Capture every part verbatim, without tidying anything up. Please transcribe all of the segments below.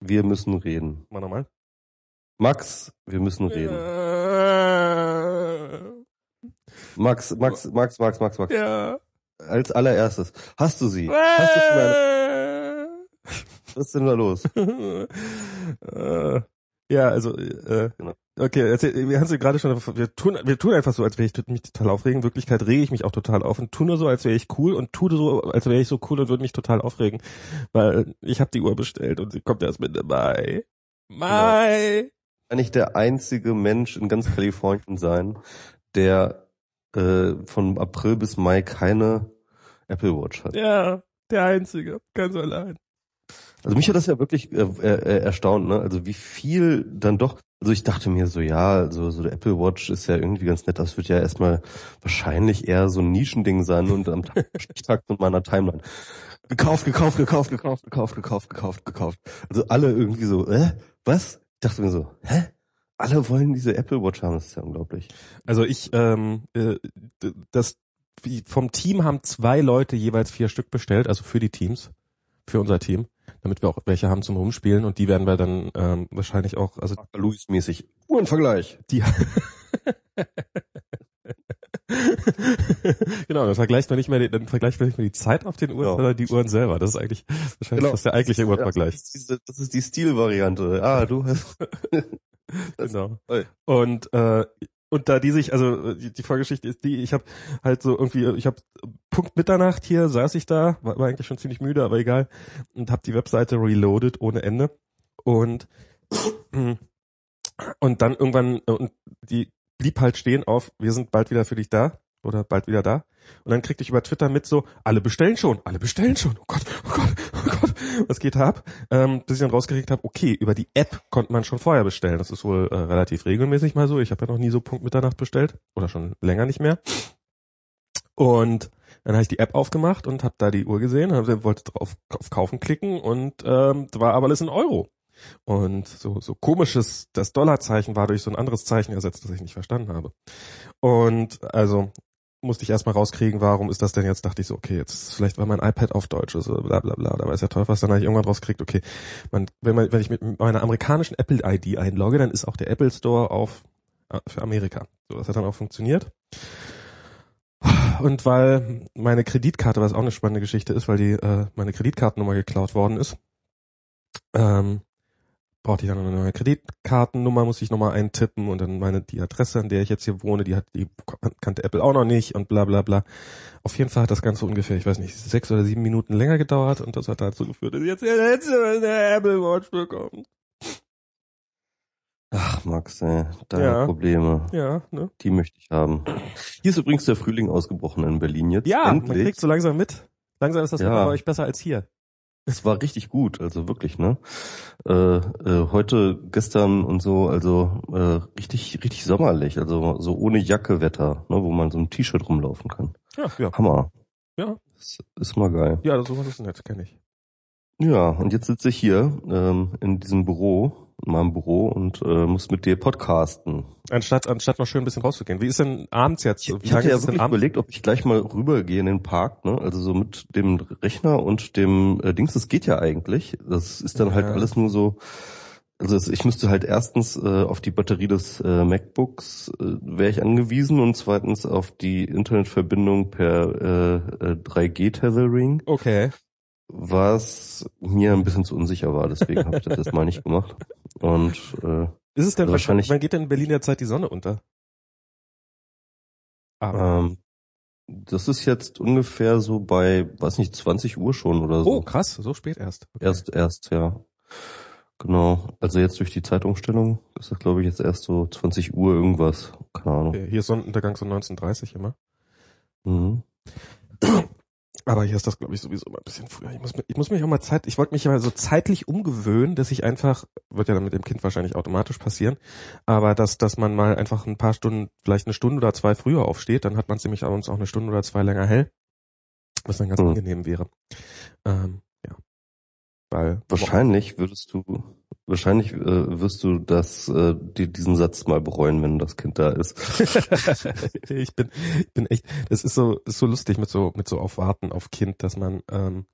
wir müssen reden. Mal nochmal. Max, wir müssen reden. Äh, Max, Max, Max, Max, Max, Max. ja. Als allererstes, hast du sie? Hast du schon eine? Was ist denn da los? äh, ja, also, äh, Genau. okay, erzähl, wir haben sie gerade schon, wir tun, wir tun einfach so, als wäre ich mich total aufregen. In Wirklichkeit rege ich mich auch total auf und tu nur so, als wäre ich cool und tu so, als wäre ich so cool und würde mich total aufregen, weil ich habe die Uhr bestellt und sie kommt erst Mitte Mai. Mai! Kann ich der einzige Mensch in ganz Kalifornien sein, der äh, von April bis Mai keine Apple Watch hat. Ja, der Einzige, ganz allein. Also mich hat das ja wirklich äh, äh, erstaunt, ne? Also wie viel dann doch, also ich dachte mir so, ja, so, so der Apple Watch ist ja irgendwie ganz nett, das wird ja erstmal wahrscheinlich eher so ein Nischending sein und am Tag mit meiner Timeline. Gekauft, gekauft, gekauft, gekauft, gekauft, gekauft, gekauft, gekauft. Also alle irgendwie so, äh, was? Ich dachte mir so, hä? Alle wollen diese Apple Watch haben, das ist ja unglaublich. Also ich, ähm, äh, das vom Team haben zwei Leute jeweils vier Stück bestellt, also für die Teams, für unser Team, damit wir auch welche haben zum Rumspielen und die werden wir dann ähm, wahrscheinlich auch, also Louis-mäßig. Uhrenvergleich. Die genau, dann vergleicht man nicht mehr, die, dann vergleicht man nicht mehr die Zeit auf den Uhren, Genau. sondern die Uhren selber. Das ist eigentlich wahrscheinlich Genau. das ist der eigentliche Uhrenvergleich. Das ist, diese, das ist die Stilvariante. Ah, du hast. Genau. Toll. Und äh, und da die sich, also die, die Vorgeschichte ist die, ich habe halt so irgendwie, ich habe Punkt Mitternacht hier, saß ich da, war, war eigentlich schon ziemlich müde, aber egal, und habe die Webseite reloaded ohne Ende und und dann irgendwann, und die blieb halt stehen auf, wir sind bald wieder für dich da oder bald wieder da. Und dann kriegte ich über Twitter mit so, alle bestellen schon, alle bestellen schon, oh Gott, oh Gott, oh Gott, was geht da ab? Ähm, bis ich dann rausgekriegt habe, okay, über die App konnte man schon vorher bestellen. Das ist wohl äh, relativ regelmäßig mal so. Ich habe ja noch nie so Punkt Mitternacht bestellt oder schon länger nicht mehr. Und dann habe ich die App aufgemacht und habe da die Uhr gesehen, hab, wollte drauf auf Kaufen klicken und ähm, da war aber alles in Euro. Und so so komisches, das Dollarzeichen war durch so ein anderes Zeichen ersetzt, das ich nicht verstanden habe. Und also musste ich erstmal rauskriegen, warum ist das denn jetzt, dachte ich so, okay, jetzt vielleicht war mein iPad auf Deutsch, also bla bla bla, da weiß der Teufel was, dann habe ich irgendwann rausgekriegt, okay, man, wenn man, wenn ich mit meiner amerikanischen Apple-I D einlogge, dann ist auch der Apple Store auf für Amerika. So, das hat dann auch funktioniert. Und weil meine Kreditkarte, was auch eine spannende Geschichte ist, weil die äh, meine Kreditkartennummer geklaut worden ist, ähm, brauchte ich dann eine neue Kreditkartennummer, musste ich nochmal eintippen und dann meine, die Adresse, an der ich jetzt hier wohne, die hat, die kannte Apple auch noch nicht und bla bla bla. Auf jeden Fall hat das Ganze ungefähr, ich weiß nicht, sechs oder sieben Minuten länger gedauert und das hat dazu geführt, dass ich jetzt eine Apple Watch bekommen. Ach, Max, ey, deine Ja. Probleme, Ja, ne? die möchte ich haben. Hier ist übrigens der Frühling ausgebrochen in Berlin jetzt. Ja, Endlich. man kriegt so langsam mit. Langsam ist das Ja. bei euch besser als hier. Es war richtig gut, also wirklich, ne? Äh, äh, heute, gestern und so, also äh, richtig, richtig sommerlich, also so ohne Jacke Wetter, ne, wo man so ein T-Shirt rumlaufen kann. Ja, ja. Hammer. Ja. Das ist mal geil. Ja, sowas ist nett, kenne ich. Ja, und jetzt sitze ich hier ähm, in diesem Büro, in meinem Büro und äh, muss mit dir podcasten. Anstatt, anstatt noch schön ein bisschen rauszugehen. Wie ist denn abends jetzt? Ich, Wie ich hatte lange ja ist es denn wirklich abends? überlegt, ob ich gleich mal rübergehe in den Park, ne? Also so mit dem Rechner und dem äh, Dings, das geht ja eigentlich. Das ist dann Ja. halt alles nur so, also es, ich müsste halt erstens äh, auf die Batterie des äh, MacBooks äh, wäre ich angewiesen und zweitens auf die Internetverbindung per äh, äh, drei G Tethering, Okay. was mir ein bisschen zu unsicher war, deswegen habe ich das jetzt mal nicht gemacht. Und äh, Ist es denn Also wahrscheinlich- wann geht denn in Berlin derzeit die Sonne unter? Ah. ähm, das ist jetzt ungefähr so bei, weiß nicht, zwanzig Uhr schon oder so. Oh, krass, so spät erst. Okay. Erst, erst, ja. Genau. Also jetzt durch die Zeitumstellung ist das, glaube ich, jetzt erst so zwanzig Uhr irgendwas. Keine Ahnung. Okay. Hier ist Sonnenuntergang so neunzehn Uhr dreißig immer. Mhm. Aber hier ist das, glaube ich, sowieso immer ein bisschen früher. Ich muss, ich muss mich auch mal Zeit, ich wollte mich mal so zeitlich umgewöhnen, dass ich einfach, wird ja dann mit dem Kind wahrscheinlich automatisch passieren, aber dass, dass man mal einfach ein paar Stunden, vielleicht eine Stunde oder zwei früher aufsteht, dann hat man nämlich abends auch eine Stunde oder zwei länger hell, was dann ganz Mhm. angenehm wäre. Ähm, ja. Weil, Wahrscheinlich würdest du, wahrscheinlich äh, wirst du das, äh, die, diesen Satz mal bereuen, wenn das Kind da ist. ich bin, ich bin echt, das ist so, ist so lustig mit so, mit so auf Warten auf Kind, dass man, ähm,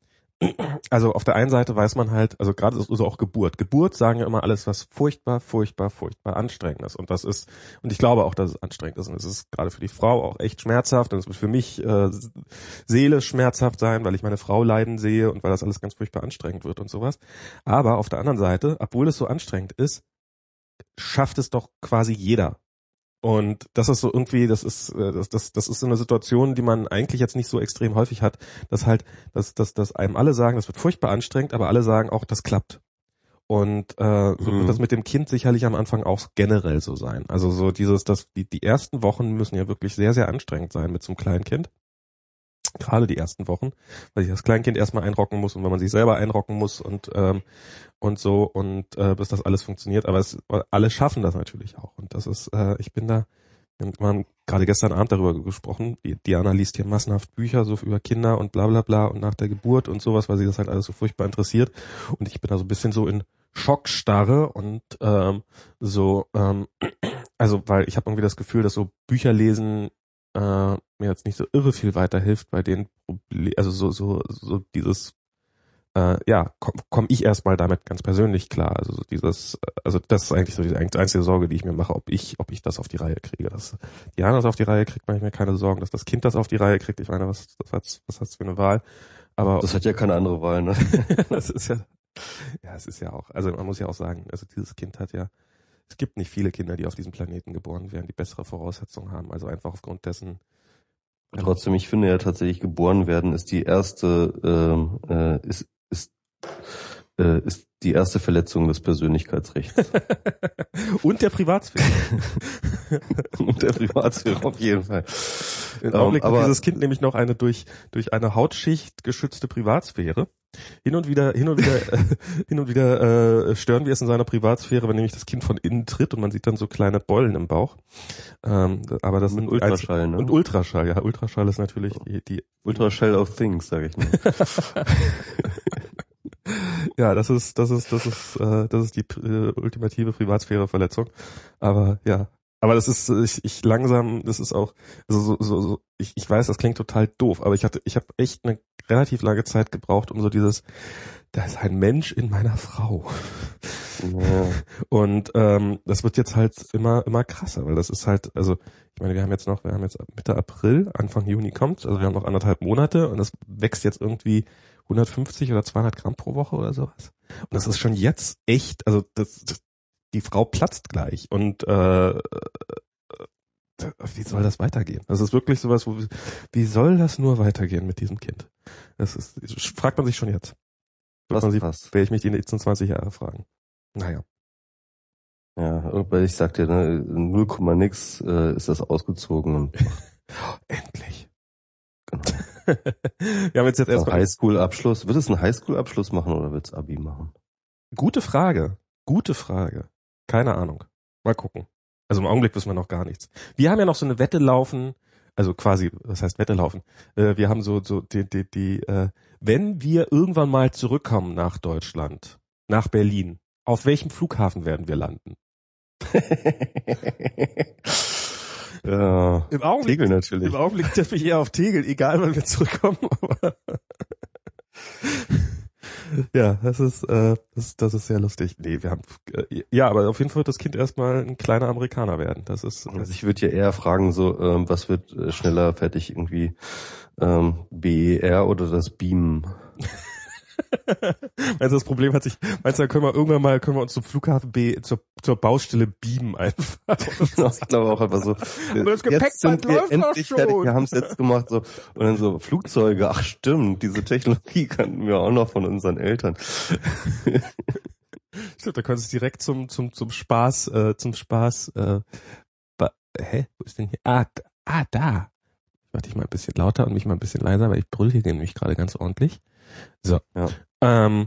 also auf der einen Seite weiß man halt, also gerade so so auch Geburt. Geburt sagen ja immer alles, was furchtbar, furchtbar, furchtbar anstrengend ist. Und das ist, und ich glaube auch, dass es anstrengend ist. Und es ist gerade für die Frau auch echt schmerzhaft. Und es wird für mich äh, seelisch schmerzhaft sein, weil ich meine Frau leiden sehe und weil das alles ganz furchtbar anstrengend wird und sowas. Aber auf der anderen Seite, obwohl es so anstrengend ist, schafft es doch quasi jeder. Und das ist so irgendwie, das ist, das, das, das ist so eine Situation, die man eigentlich jetzt nicht so extrem häufig hat, dass halt, dass, dass, dass einem alle sagen, das wird furchtbar anstrengend, aber alle sagen auch, das klappt. Und äh, so Mhm. wird das mit dem Kind sicherlich am Anfang auch generell so sein. Also so dieses, das, die, die ersten Wochen müssen ja wirklich sehr, sehr anstrengend sein mit so einem kleinen Kind. Gerade die ersten Wochen, weil sich das Kleinkind erstmal einrocken muss und wenn man sich selber einrocken muss und ähm, und so und äh, bis das alles funktioniert. Aber es, alle schaffen das natürlich auch. Und das ist, äh, ich bin da, wir haben gerade gestern Abend darüber gesprochen. Die, Diana liest hier massenhaft Bücher so über Kinder und bla bla bla und nach der Geburt und sowas, weil sie das halt alles so furchtbar interessiert. Und ich bin da so ein bisschen so in Schockstarre und ähm, so, ähm, also weil ich habe irgendwie das Gefühl, dass so Bücher lesen äh, mir jetzt nicht so irre viel weiterhilft bei den Problemen, also so so so dieses äh, ja komme komm ich erstmal damit ganz persönlich klar, also so dieses, also das ist eigentlich so die einzige Sorge, die ich mir mache, ob ich ob ich das auf die Reihe kriege, dass Diana das auf die Reihe kriegt, mache ich mir keine Sorgen, dass das Kind das auf die Reihe kriegt. Ich meine, was was hat's was hat's für eine Wahl? Aber das hat ja keine andere Wahl, ne? das ist ja ja es ist ja auch, also man muss ja auch sagen, also dieses Kind hat ja, es gibt nicht viele Kinder, die auf diesem Planeten geboren werden, die bessere Voraussetzungen haben. Also einfach aufgrund dessen. Trotzdem, ich finde ja tatsächlich, geboren werden ist die erste, ähm, äh, ist, ist, äh, ist die erste Verletzung des Persönlichkeitsrechts. Und der Privatsphäre. Und der Privatsphäre auf jeden Fall. Im Augenblick aber hat dieses Kind nämlich noch eine durch durch eine Hautschicht geschützte Privatsphäre. Hin und wieder, hin und wieder, äh, hin und wieder äh, stören wir es in seiner Privatsphäre, wenn nämlich das Kind von innen tritt und man sieht dann so kleine Bollen im Bauch. Ähm, aber das mit sind Ultraschall, ne? Und Ultraschall, ja, Ultraschall ist natürlich die, die Ultraschall of Things, sage ich mal. Ja, das ist, das ist, das ist, äh, das ist die äh, ultimative Privatsphäreverletzung. Aber ja, aber das ist, ich, ich langsam, das ist auch, also so, so, so ich, ich weiß, das klingt total doof, aber ich hatte, ich habe echt eine relativ lange Zeit gebraucht, um so dieses, da ist ein Mensch in meiner Frau. Ja. Und ähm, das wird jetzt halt immer, immer krasser, weil das ist halt, also ich meine, wir haben jetzt noch, wir haben jetzt Mitte April, Anfang Juni kommt, also wir haben noch anderthalb Monate und das wächst jetzt irgendwie hundertfünfzig oder zweihundert Gramm pro Woche oder sowas. Und das ist schon jetzt echt, also das, das die Frau platzt gleich und äh, wie soll das weitergehen? Das ist wirklich sowas, wo, wie soll das nur weitergehen mit diesem Kind? Das ist, fragt man sich schon jetzt. Was man sich, krass. werde ich mich die nächsten zwanzig Jahre fragen. Naja. Ja, weil ich sagte, ne, null Komma nix äh, ist das ausgezogen und Endlich. Genau. Wir haben jetzt jetzt erstmal Highschool-Abschluss. Wird es einen Highschool-Abschluss machen oder wird es Abi machen? Gute Frage. Gute Frage. Keine Ahnung. Mal gucken. Also im Augenblick wissen wir noch gar nichts. Wir haben ja noch so eine Wette laufen, also quasi, was heißt Wette laufen? Äh, wir haben so so die die die äh, wenn wir irgendwann mal zurückkommen nach Deutschland, nach Berlin, auf welchem Flughafen werden wir landen? Ja, Im Augenblick, Tegel natürlich. Im Augenblick tippe ich eher auf Tegel, egal wann wir zurückkommen. Aber ja, das ist, äh, das, das ist sehr lustig. Nee, wir haben, äh, ja, aber auf jeden Fall wird das Kind erstmal ein kleiner Amerikaner werden. Das ist. Also ich würde ja eher fragen, so, ähm, was wird äh, schneller fertig, irgendwie ähm, B E R oder das Beamen? Meinst du, das Problem hat sich, meinst du, da können wir irgendwann mal, können wir uns zum Flughafen B, zur, zur Baustelle beamen einfach. Ich glaube auch einfach so, das Gepäck jetzt sind wir endlich schon. fertig, wir haben es jetzt gemacht, so, und dann so, Flugzeuge, ach stimmt, diese Technologie kannten wir auch noch von unseren Eltern. Stimmt, da könntest du direkt zum, zum, zum Spaß, äh, zum Spaß, äh, ba, hä, wo ist denn hier? Ah, da, ah, da. Ich mach dich mal ein bisschen lauter und mich mal ein bisschen leiser, weil ich brülle hier nämlich gerade ganz ordentlich. So. Ja. Ähm,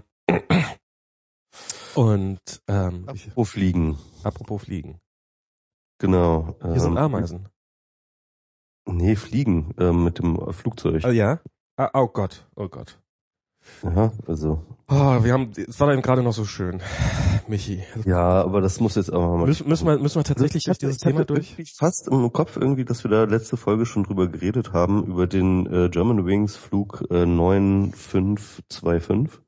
und ähm, apropos Fliegen. Apropos Fliegen. Genau. Hier ähm, sind Ameisen. Nee, Fliegen ähm, mit dem Flugzeug. Ah ja? Ah, oh Gott, oh Gott. Ja, also. Oh, wir haben, es war eben gerade noch so schön, Michi. Ja, aber das muss jetzt aber mal. Müssen, müssen wir, müssen wir tatsächlich durch dieses Thema durch? Ich fast im Kopf irgendwie, dass wir da letzte Folge schon drüber geredet haben, über den äh, Germanwings Flug äh, neun fünf zwei fünf.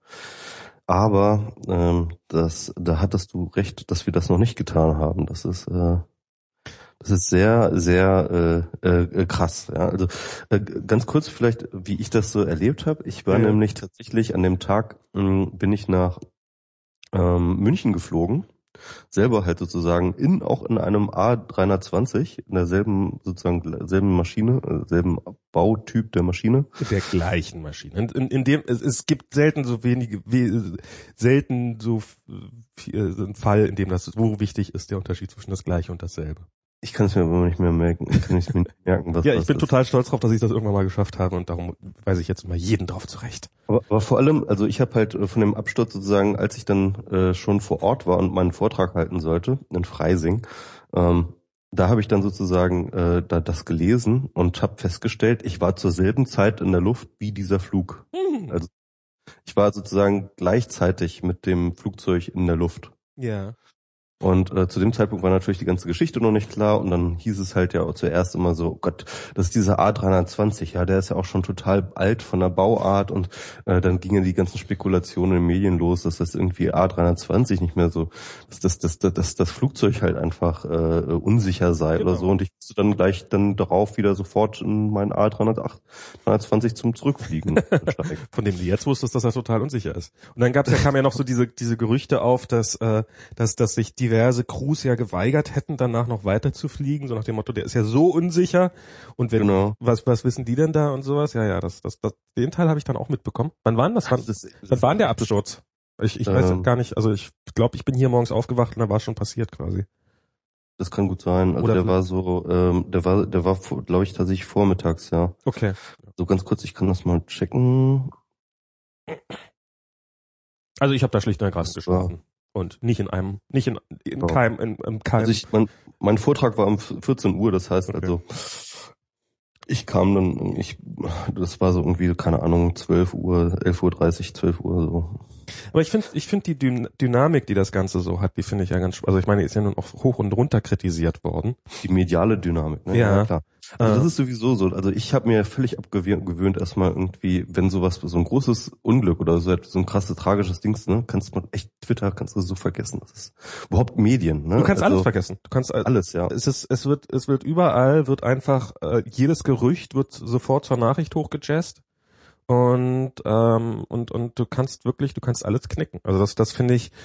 Aber ähm, das, da hattest du recht, dass wir das noch nicht getan haben. Das ist, äh, das ist sehr, sehr äh, äh, krass. Ja, also äh, ganz kurz vielleicht, wie ich das so erlebt habe. Ich war Ja. nämlich tatsächlich an dem Tag mh, bin ich nach ähm, München geflogen, selber halt sozusagen in auch in einem A dreihundertzwanzig, in derselben sozusagen selben Maschine, äh, selben Bautyp der Maschine. Der gleichen Maschine. In, in, in dem es, es gibt selten so wenige, we, selten so viel, so ein Fall, in dem das wo wichtig ist der Unterschied zwischen das Gleiche und dasselbe. Ich kann es mir aber nicht mehr merken. Ich kann es mir nicht merken, was ja, ich das bin ist. total stolz drauf, dass ich das irgendwann mal geschafft habe und darum weise ich jetzt immer jeden drauf zurecht. Aber, aber vor allem, also ich habe halt von dem Absturz sozusagen, als ich dann äh, schon vor Ort war und meinen Vortrag halten sollte in Freising, ähm, da habe ich dann sozusagen äh, da das gelesen und habe festgestellt, ich war zur selben Zeit in der Luft wie dieser Flug. Hm. Also ich war sozusagen gleichzeitig mit dem Flugzeug in der Luft. Ja. Und äh, zu dem Zeitpunkt war natürlich die ganze Geschichte noch nicht klar und dann hieß es halt ja auch zuerst immer so, oh Gott, das ist dieser A dreihundertzwanzig, ja, der ist ja auch schon total alt von der Bauart und äh, dann gingen die ganzen Spekulationen in den Medien los, dass das irgendwie A dreihundertzwanzig nicht mehr so, dass das das das das, das Flugzeug halt einfach äh, unsicher sei Genau. oder so und ich musste dann gleich dann darauf wieder sofort in meinen A dreihundertzwanzig zum Zurückfliegen steigen. Von dem du jetzt wusstest, dass er total unsicher ist. Und dann gab's ja, kam ja noch so diese diese Gerüchte auf, dass äh, dass dass sich diverse Crews ja geweigert hätten, danach noch weiter zu fliegen, so nach dem Motto, der ist ja so unsicher und wenn Genau. was was wissen die denn da und sowas? Ja, ja, das das, das den Teil habe ich dann auch mitbekommen. Wann war denn das? Wann, Das, wann war denn der Absturz? Ich ich weiß Ähm. gar nicht, also ich glaube, ich bin hier morgens aufgewacht und da war schon passiert quasi. Das kann gut sein. Also Oder der war so, ähm, der war, der war, glaube ich, tatsächlich vormittags, ja. Okay. So ganz kurz, ich kann das mal checken. Also ich habe da schlicht und ergreifend Das war- geschlafen. Und nicht in einem, nicht in, in Ja. keinem, in, in keinem. Also ich, mein, mein Vortrag war um vierzehn Uhr, das heißt Okay. also, ich kam dann, ich, das war so irgendwie, keine Ahnung, zwölf Uhr, elf Uhr dreißig, zwölf Uhr so. Aber ich finde, ich finde die Dyn- Dynamik, die das Ganze so hat, die finde ich ja ganz, also ich meine, die ist ja nun auch hoch und runter kritisiert worden. Die mediale Dynamik, ne? Ja. klar. Also Äh. das ist sowieso so. Also ich habe mir völlig abgewöhnt, erstmal irgendwie, wenn sowas, so ein großes Unglück oder so, so ein krasses, tragisches Dings, ne, kannst man echt, Twitter kannst du so vergessen. Das ist überhaupt Medien, ne? Du kannst also, alles vergessen. Du kannst all- Alles, ja. Es ist, es wird, es wird überall, wird einfach, äh, jedes Gerücht wird sofort zur Nachricht hochgejazzt. Und, ähm, und, und du kannst wirklich, du kannst alles knicken. Also das, das finde ich,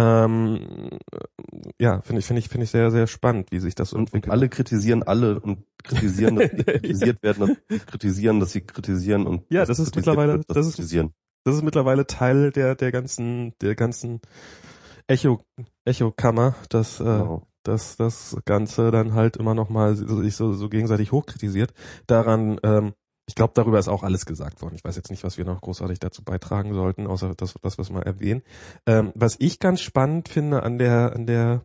ähm, ja, finde ich, finde ich, finde ich sehr, sehr spannend, wie sich das so Und, und entwickelt. alle kritisieren alle und kritisieren, dass sie kritisiert werden, dass sie kritisieren, dass sie kritisieren und Ja, dass das ist kritisiert mittlerweile- wird, dass das sie ist- kritisieren. Das ist mittlerweile Teil der, der ganzen, der ganzen Echo, Echo-Kammer, dass, äh, Genau. dass das Ganze dann halt immer noch mal sich so, so gegenseitig hochkritisiert. Daran, ähm, ich glaube, darüber ist auch alles gesagt worden. Ich weiß jetzt nicht, was wir noch großartig dazu beitragen sollten, außer das, das was wir mal erwähnen. Ähm, was ich ganz spannend finde an der, an der,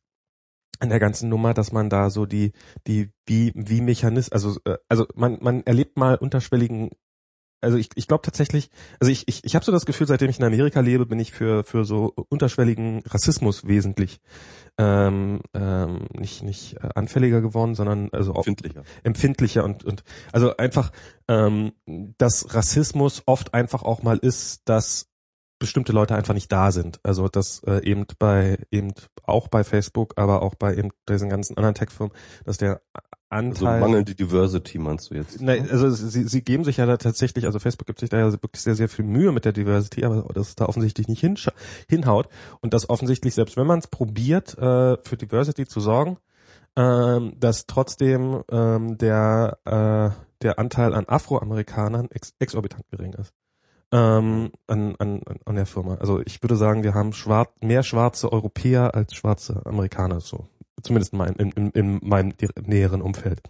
an der ganzen Nummer, dass man da so die, die, wie, wie Mechanismus, also, äh, also man, man erlebt mal unterschwelligen. Also ich, ich glaube tatsächlich, also ich, ich, ich habe so das Gefühl, seitdem ich in Amerika lebe, bin ich für für so unterschwelligen Rassismus wesentlich ähm, ähm, nicht nicht äh, anfälliger geworden, sondern also auch Empfindlicher. empfindlicher und und also einfach, ähm, dass Rassismus oft einfach auch mal ist, dass bestimmte Leute einfach nicht da sind. Also dass äh, eben bei eben auch bei Facebook, aber auch bei eben diesen ganzen anderen Tech-Firmen, dass der Also Anteil mangelnde Diversity meinst du jetzt? Nein, also sie, sie geben sich ja da tatsächlich, also Facebook gibt sich da ja wirklich sehr, sehr viel Mühe mit der Diversity, aber das ist da offensichtlich nicht hinscha- hinhaut und das offensichtlich, selbst wenn man es probiert, äh, für Diversity zu sorgen, ähm, dass trotzdem ähm, der äh, der Anteil an Afroamerikanern ex- exorbitant gering ist. Ähm, an, an, an der Firma. Also ich würde sagen, wir haben schwarz, mehr schwarze Europäer als schwarze Amerikaner, so zumindest in, mein, in, in, in meinem näheren Umfeld.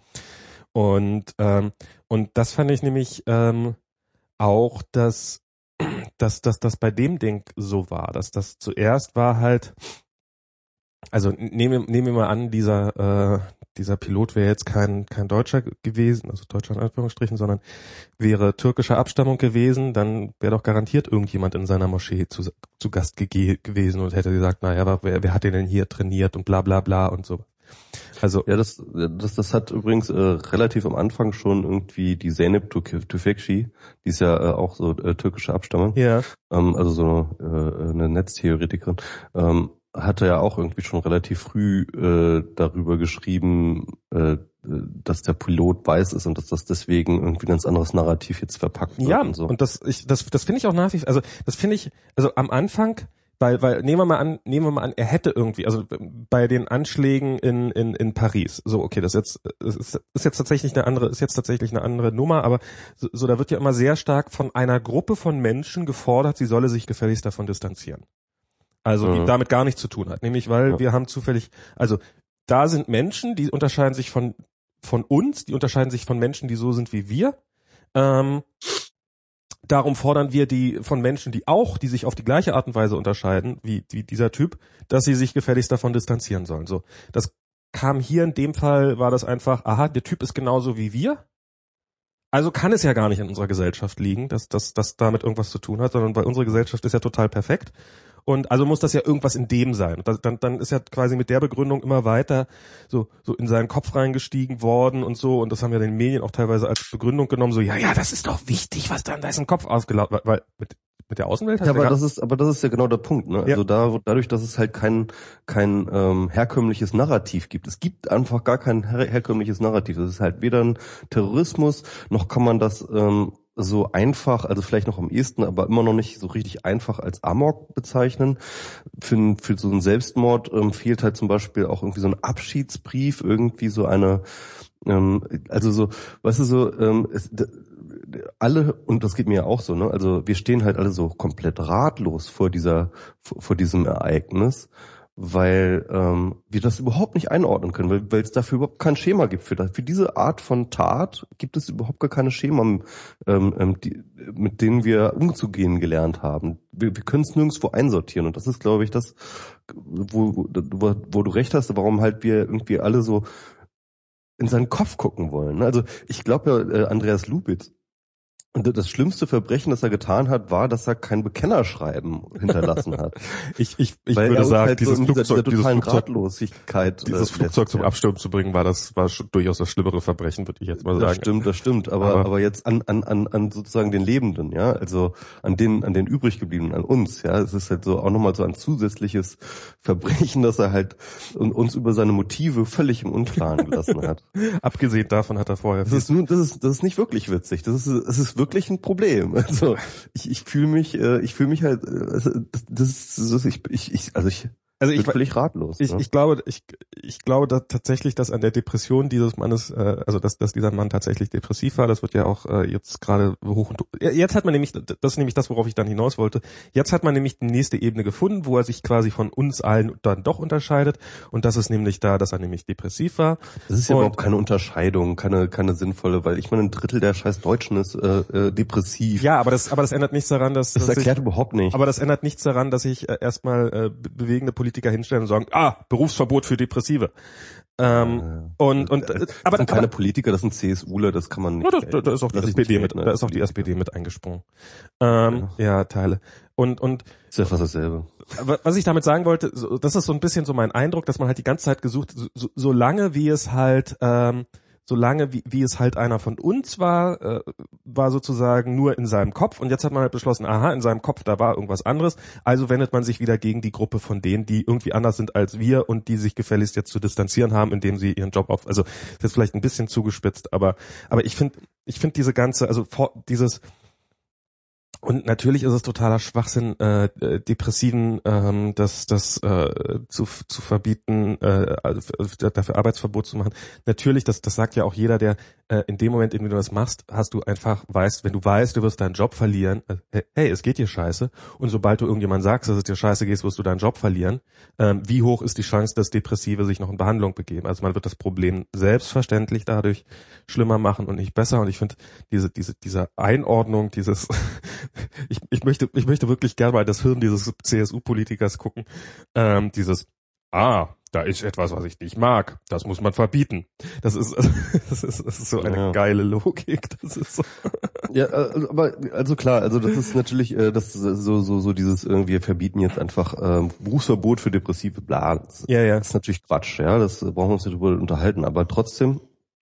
Und ähm, und das fand ich nämlich ähm, auch, dass dass dass das bei dem Ding so war, dass das zuerst war halt, also nehmen wir nehmen wir mal an, dieser äh, dieser Pilot wäre jetzt kein kein Deutscher gewesen, also Deutscher in Anführungsstrichen, sondern wäre türkischer Abstammung gewesen, dann wäre doch garantiert irgendjemand in seiner Moschee zu, zu Gast ge- gewesen und hätte gesagt, naja, aber wer, wer hat den denn hier trainiert und bla bla bla und so. Also ja, das das das hat übrigens äh, relativ am Anfang schon irgendwie die Zeynep Tüfekci, die ist ja äh, auch so äh, türkische Abstammung, ja, ähm, also so eine, äh, eine Netztheoretikerin, ähm, hatte ja auch irgendwie schon relativ früh äh, darüber geschrieben, äh, dass der Pilot weiß ist und dass das deswegen irgendwie ein ganz anderes Narrativ jetzt verpackt wird. Ja, und so. Und das ich das das finde ich auch nach wie also das finde ich also am Anfang, weil weil nehmen wir mal an, nehmen wir mal an, er hätte irgendwie also bei den Anschlägen in in in Paris. So, okay, das jetzt ist, ist jetzt tatsächlich eine andere ist jetzt tatsächlich eine andere Nummer, aber so, so da wird ja immer sehr stark von einer Gruppe von Menschen gefordert, sie solle sich gefälligst davon distanzieren. Also mhm. die damit gar nichts zu tun hat, nämlich weil ja. wir haben zufällig, also da sind Menschen, die unterscheiden sich von von uns, die unterscheiden sich von Menschen, die so sind wie wir. Ähm, darum fordern wir die von Menschen, die auch, die sich auf die gleiche Art und Weise unterscheiden wie, wie dieser Typ, dass sie sich gefälligst davon distanzieren sollen. So, das kam hier in dem Fall, war das einfach, aha, der Typ ist genauso wie wir. Also kann es ja gar nicht in unserer Gesellschaft liegen, dass das dass damit irgendwas zu tun hat, sondern weil unsere Gesellschaft ist ja total perfekt. Und also muss das ja irgendwas in dem sein. Und das, dann, dann ist ja quasi mit der Begründung immer weiter so, so in seinen Kopf reingestiegen worden und so. Und das haben ja den Medien auch teilweise als Begründung genommen. So, ja, ja, das ist doch wichtig, was da in deinem Kopf ausgelaufen wird. Weil mit, mit der Außenwelt hast ja, du aber ja das ist, aber das ist ja genau der Punkt, ne? Ja. Also da, dadurch, dass es halt kein, kein ähm, herkömmliches Narrativ gibt. Es gibt einfach gar kein her- herkömmliches Narrativ. Es ist halt weder ein Terrorismus, noch kann man das ähm, so einfach, also vielleicht noch am ehesten, aber immer noch nicht so richtig einfach als Amok bezeichnen. Für, für so einen Selbstmord ähm, fehlt halt zum Beispiel auch irgendwie so ein Abschiedsbrief, irgendwie so eine, ähm, also so, weißt du, so, ähm, es, d- alle, und das geht mir ja auch so, ne, also wir stehen halt alle so komplett ratlos vor dieser, vor, vor diesem Ereignis, weil ähm, wir das überhaupt nicht einordnen können, weil weil es dafür überhaupt kein Schema gibt. Für, das, für diese Art von Tat gibt es überhaupt gar keine Schema, ähm, ähm, die, mit denen wir umzugehen gelernt haben. Wir, wir können es nirgendwo einsortieren und das ist, glaube ich, das, wo, wo, wo du recht hast, warum halt wir irgendwie alle so in seinen Kopf gucken wollen. Also ich glaube ja, äh, Andreas Lubitz, und das schlimmste Verbrechen, das er getan hat, war, dass er kein Bekennerschreiben hinterlassen hat. ich ich ich Weil würde er uns sagen, halt dieses so in dieser, Flugzeug, dieser dieses totalen Flugzeug, Ratlosigkeit, dieses äh, Flugzeug lässt, zum ja. Absturz zu bringen, war das war schon durchaus das schlimmere Verbrechen, würde ich jetzt mal sagen. Das stimmt, das stimmt. Aber, Aber- aber jetzt an, an, an, an sozusagen den Lebenden, ja, also an den, an den übrig gebliebenen, an uns, ja. Es ist halt so auch nochmal so ein zusätzliches Verbrechen, dass er halt uns über seine Motive völlig im Unklaren gelassen hat. Abgesehen davon hat er vorher Das ist nur, das ist, das ist nicht wirklich witzig. Das ist, es ist wirklich ein Problem. Also ich, ich fühle mich, äh, ich fühle mich halt, äh, das, das ist, das ist ich, ich, ich, also ich, also bin ich, völlig ratlos. ich, ne? ich glaube, ich, ich glaube da tatsächlich, dass an der Depression dieses Mannes, äh, also dass, dass dieser Mann tatsächlich depressiv war, das wird ja auch äh, jetzt gerade hoch und jetzt hat man nämlich, das ist nämlich das, worauf ich dann hinaus wollte. Jetzt hat man nämlich die nächste Ebene gefunden, wo er sich quasi von uns allen dann doch unterscheidet, und das ist nämlich da, dass er nämlich depressiv war. Das ist ja und, überhaupt keine Unterscheidung, keine, keine sinnvolle, weil ich meine, ein Drittel der scheiß Deutschen ist äh, äh, depressiv. Ja, aber das, aber das ändert nichts daran, dass Das dass erklärt ich, überhaupt nicht. aber das ändert nichts daran, dass ich äh, erstmal äh, be- bewegende Politiker hinstellen und sagen, ah, Berufsverbot für Depressive. Ähm, Äh, und und das äh, aber sind keine aber, Politiker, das sind CSUler, das kann man nicht. ja, das, da, da ist auch die Lass ich S P D nicht mit, gelten, da ist auch die Politiker. S P D mit eingesprungen. Ähm, ja. ja, Teile. Und und Ist ja fast dasselbe. was ich damit sagen wollte, so, das ist so ein bisschen so mein Eindruck, dass man halt die ganze Zeit gesucht, so, so, so lange wie es halt ähm, solange wie, wie es halt einer von uns war, äh, war sozusagen nur in seinem Kopf, und jetzt hat man halt beschlossen, aha, in seinem Kopf, da war irgendwas anderes, also wendet man sich wieder gegen die Gruppe von denen, die irgendwie anders sind als wir und die sich gefälligst jetzt zu distanzieren haben, indem sie ihren Job auf, also das ist vielleicht ein bisschen zugespitzt, aber aber ich finde, ich finde diese ganze, also vor, dieses Und natürlich ist es totaler Schwachsinn, äh, äh, Depressiven ähm, das das äh, zu zu verbieten, äh, also dafür Arbeitsverbot zu machen. Natürlich, das das sagt ja auch jeder, der äh, in dem Moment, in dem du das machst, hast du einfach weißt, wenn du weißt, du wirst deinen Job verlieren. Äh, hey, es geht dir scheiße. Und sobald du irgendjemand sagst, dass es dir scheiße geht, wirst du deinen Job verlieren. Ähm, wie hoch ist die Chance, dass Depressive sich noch in Behandlung begeben? Also man wird das Problem selbstverständlich dadurch schlimmer machen und nicht besser. Und ich finde diese diese diese Einordnung, dieses Ich, ich möchte, ich möchte wirklich gerne mal das Hirn dieses C S U-Politikers gucken. Ähm, dieses, ah, da ist etwas, was ich nicht mag. Das muss man verbieten. Das ist, das ist, das ist so eine ja. geile Logik. Das ist so. Ja, aber also klar, also das ist natürlich, äh, das ist so so so dieses irgendwie, wir verbieten jetzt einfach ähm, Berufsverbot für Depressive, bla. Das, ja, ja. Das ist natürlich Quatsch, ja. Das brauchen wir uns nicht drüber unterhalten, aber trotzdem.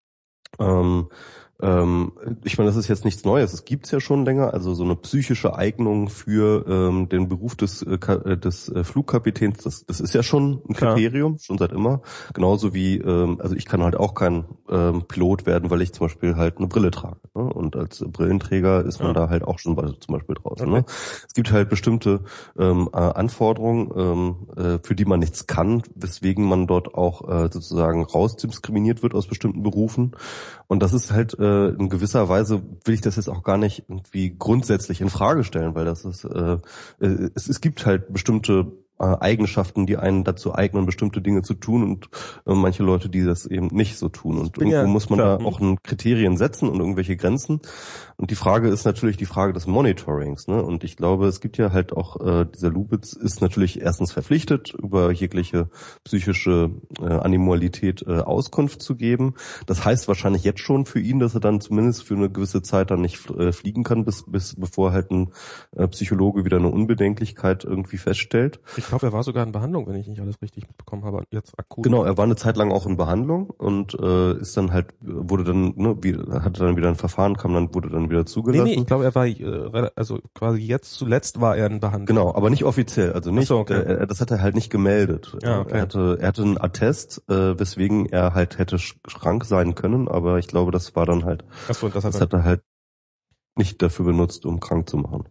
Ähm, ähm, ich meine, das ist jetzt nichts Neues, es gibt's ja schon länger, also so eine psychische Eignung für ähm, den Beruf des äh, des äh, Flugkapitäns, das das ist ja schon ein Kriterium, ja. schon seit immer, genauso wie, ähm, also ich kann halt auch kein ähm, Pilot werden, weil ich zum Beispiel halt eine Brille trage, ne? Und als Brillenträger ist man ja. da halt auch schon bei, zum Beispiel draußen. Okay. Ne? Es gibt halt bestimmte ähm, äh, Anforderungen, ähm, äh, für die man nichts kann, weswegen man dort auch äh, sozusagen rausdiskriminiert wird aus bestimmten Berufen. Und das ist halt äh, in gewisser Weise, will ich das jetzt auch gar nicht irgendwie grundsätzlich in Frage stellen, weil das ist, äh, es, es gibt halt bestimmte äh, Eigenschaften, die einen dazu eignen, bestimmte Dinge zu tun und äh, manche Leute, die das eben nicht so tun. Und irgendwo ja, muss man klar. da auch ein Kriterien setzen und irgendwelche Grenzen. Und die Frage ist natürlich die Frage des Monitorings, ne? Und ich glaube, es gibt ja halt auch, äh, dieser Lubitz ist natürlich erstens verpflichtet, über jegliche psychische äh, Animalität äh, Auskunft zu geben. Das heißt wahrscheinlich jetzt schon für ihn, dass er dann zumindest für eine gewisse Zeit dann nicht äh, fliegen kann, bis bis bevor halt ein äh, Psychologe wieder eine Unbedenklichkeit irgendwie feststellt. Ich glaube, er war sogar in Behandlung, wenn ich nicht alles richtig mitbekommen habe. Jetzt akut. Genau, er war eine Zeit lang auch in Behandlung und äh, ist dann halt, wurde dann, ne, wie, hatte dann wieder ein Verfahren, kam dann, wurde dann wieder zugelassen. Nee, nee, ich glaube, er war, äh, also quasi jetzt zuletzt war er in Behandlung. Genau, aber nicht offiziell, also nicht, Ach so, okay. äh, das hat er halt nicht gemeldet. Ja, okay. Er hatte, er hatte einen Attest, äh, weswegen er halt hätte krank sein können, aber ich glaube, das war dann halt, Ach so, das, hat, das hat er halt nicht dafür benutzt, um krank zu machen.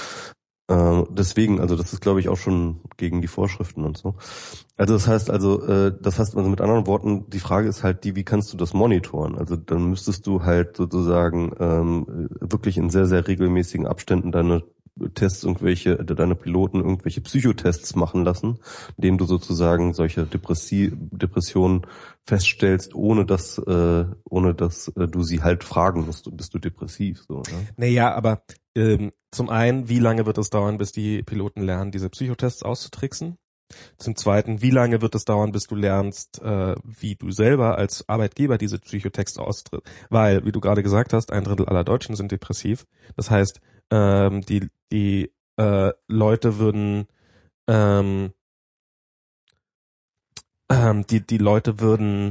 Äh, deswegen, also das ist, glaube ich, auch schon gegen die Vorschriften und so. Also das heißt, also äh, das heißt, also mit anderen Worten, die Frage ist halt die, wie kannst du das monitoren? Also dann müsstest du halt sozusagen ähm, wirklich in sehr, sehr regelmäßigen Abständen deine Tests, irgendwelche, deine Piloten irgendwelche Psychotests machen lassen, indem du sozusagen solche Depressi- Depressionen feststellst, ohne dass, äh, ohne dass äh, du sie halt fragen musst, bist du depressiv, so, ne? Naja, aber ähm, zum einen, wie lange wird es dauern, bis die Piloten lernen, diese Psychotests auszutricksen? Zum Zweiten, wie lange wird es dauern, bis du lernst, äh, wie du selber als Arbeitgeber diese Psychotests austrittst? Weil, wie du gerade gesagt hast, ein Drittel aller Deutschen sind depressiv. Das heißt, ähm, die die äh, Leute würden ähm, ähm, die die Leute würden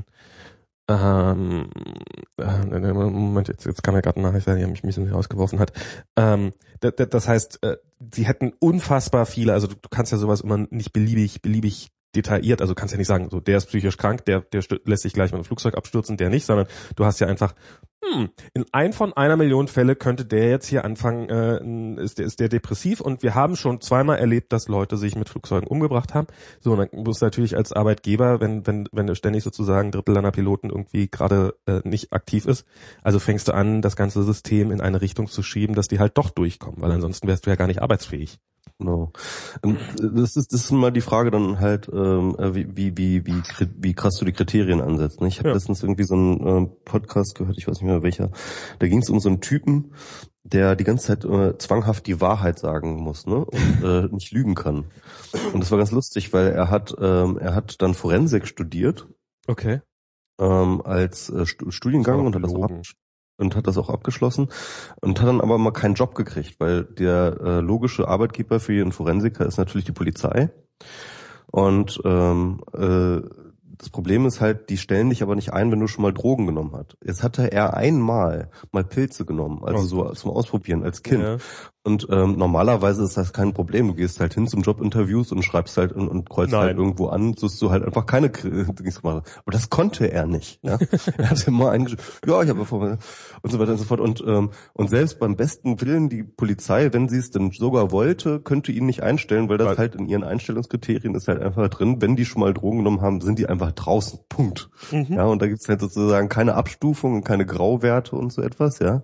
ähm, äh, Moment, jetzt, jetzt kam mir gerade eine Nachricht, die mich ein bisschen rausgeworfen hat. Ähm, das, das heißt, äh, sie hätten unfassbar viele, also du, du kannst ja sowas immer nicht beliebig, beliebig detailliert, also kannst ja nicht sagen, so der ist psychisch krank, der der lässt sich gleich mit einem Flugzeug abstürzen, der nicht, sondern du hast ja einfach, hm, in ein von einer Million Fälle könnte der jetzt hier anfangen, äh, ist der ist der depressiv und wir haben schon zweimal erlebt, dass Leute sich mit Flugzeugen umgebracht haben. So, und dann musst du natürlich als Arbeitgeber, wenn wenn wenn du ständig sozusagen ein Drittel deiner Piloten irgendwie gerade äh, nicht aktiv ist, also fängst du an, das ganze System in eine Richtung zu schieben, dass die halt doch durchkommen, weil ansonsten wärst du ja gar nicht arbeitsfähig. Genau. Das ist, das ist mal die Frage dann halt, ähm, wie, wie, wie, wie, wie krass du die Kriterien ansetzt. Ich habe ja. letztens irgendwie so einen äh, Podcast gehört, ich weiß nicht mehr welcher, da ging es um so einen Typen, der die ganze Zeit äh, zwanghaft die Wahrheit sagen muss, ne, und äh, nicht lügen kann. Und das war ganz lustig, weil er hat, ähm, er hat dann Forensik studiert. Okay. Ähm, als äh, Studiengang und hat das auch ab und hat das auch abgeschlossen und hat dann aber mal keinen Job gekriegt, weil der äh, logische Arbeitgeber für jeden Forensiker ist natürlich die Polizei. Und ähm, äh, das Problem ist halt, die stellen dich aber nicht ein, wenn du schon mal Drogen genommen hast. Jetzt hatte er einmal mal Pilze genommen, also so zum Ausprobieren als Kind. Ja. Und ähm, normalerweise ist das kein Problem. Du gehst halt hin zum Jobinterviews und schreibst halt und, und kreuzt Nein. halt irgendwo an, dass du halt einfach keine Dings gemacht hast. Aber das konnte er nicht. Ja? Er hat immer eingeschrieben, ja, ich habe vor und so weiter und so fort. Und ähm, und selbst beim besten Willen die Polizei, wenn sie es denn sogar wollte, könnte ihn nicht einstellen, weil das weil halt in ihren Einstellungskriterien ist halt einfach drin. Wenn die schon mal Drogen genommen haben, sind die einfach draußen. Punkt. Mhm. Ja, und da gibt's halt sozusagen keine Abstufung und keine Grauwerte und so etwas, ja.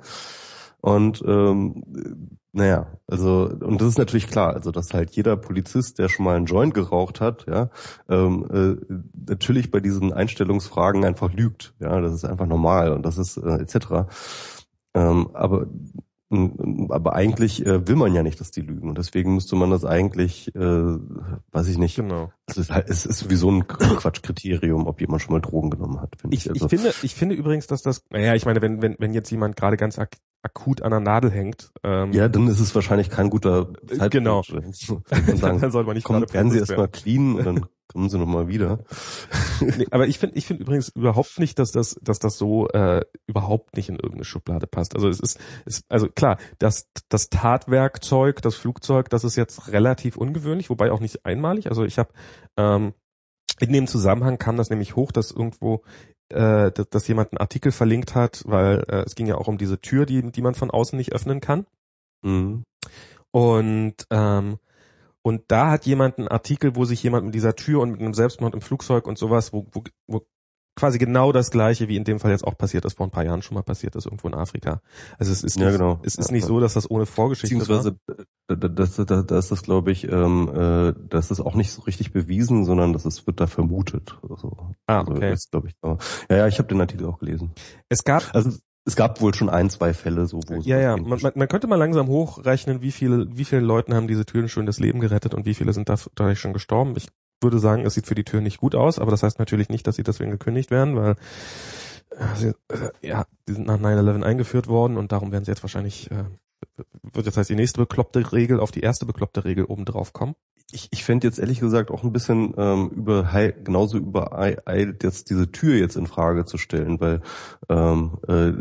Und ähm, naja, also und das ist natürlich klar, also dass halt jeder Polizist, der schon mal einen Joint geraucht hat, ja, ähm, äh, natürlich bei diesen Einstellungsfragen einfach lügt, ja, das ist einfach normal und das ist äh, et cetera. Ähm, aber Aber eigentlich äh, will man ja nicht, dass die lügen. Und deswegen müsste man das eigentlich, äh, weiß ich nicht. Genau. Es ist, halt, es ist sowieso ein Quatschkriterium, ob jemand schon mal Drogen genommen hat. Finde ich, ich, also. ich finde, ich finde übrigens, dass das, naja, ich meine, wenn, wenn, wenn jetzt jemand gerade ganz ak- akut an der Nadel hängt. Ähm, Ja, dann ist es wahrscheinlich kein guter Zeitpunkt. Genau. Und sagen, dann sollte man nicht komm, werden Sie werden. erstmal clean und dann kommen Sie nochmal wieder. Nee, aber ich finde, ich finde übrigens überhaupt nicht, dass das, dass das so äh, überhaupt nicht in irgendeine Schublade passt. Also es ist, ist also klar, das, das Tatwerkzeug, das Flugzeug, das ist jetzt relativ ungewöhnlich, wobei auch nicht einmalig. Also ich habe ähm, in dem Zusammenhang kam das nämlich hoch, dass irgendwo äh, dass, dass jemand einen Artikel verlinkt hat, weil äh, es ging ja auch um diese Tür, die, die man von außen nicht öffnen kann. Mhm. Und ähm, und da hat jemand einen Artikel, wo sich jemand mit dieser Tür und mit einem Selbstmord im Flugzeug und sowas, wo, wo, wo quasi genau das Gleiche wie in dem Fall jetzt auch passiert ist, vor ein paar Jahren schon mal passiert ist, irgendwo in Afrika. Also es ist nicht, ja, genau. es ist ja, nicht ja. so, dass das ohne Vorgeschichte Beziehungsweise, da, da, da, da ist das, glaube ich, ähm, äh, das ist auch nicht so richtig bewiesen, sondern das ist, wird da vermutet. Also, Ah, also okay. das, glaube ich, aber, ja, ja, ich habe den Artikel auch gelesen. Es gab Also es gab wohl schon ein, zwei Fälle, so wo es ja, ja, man, man, man könnte mal langsam hochrechnen, wie viele, wie viele Leuten haben diese Türen schon das Leben gerettet und wie viele sind dadurch schon gestorben. Ich würde sagen, es sieht für die Tür nicht gut aus, aber das heißt natürlich nicht, dass sie deswegen gekündigt werden, weil äh, sie, äh, ja, die sind nach neun elf eingeführt worden und darum werden sie jetzt wahrscheinlich, äh, wird jetzt heißt die nächste bekloppte Regel auf die erste bekloppte Regel oben drauf kommen. Ich, ich fände jetzt ehrlich gesagt auch ein bisschen ähm, über genauso übereilt, jetzt diese Tür jetzt in Frage zu stellen, weil ähm, äh,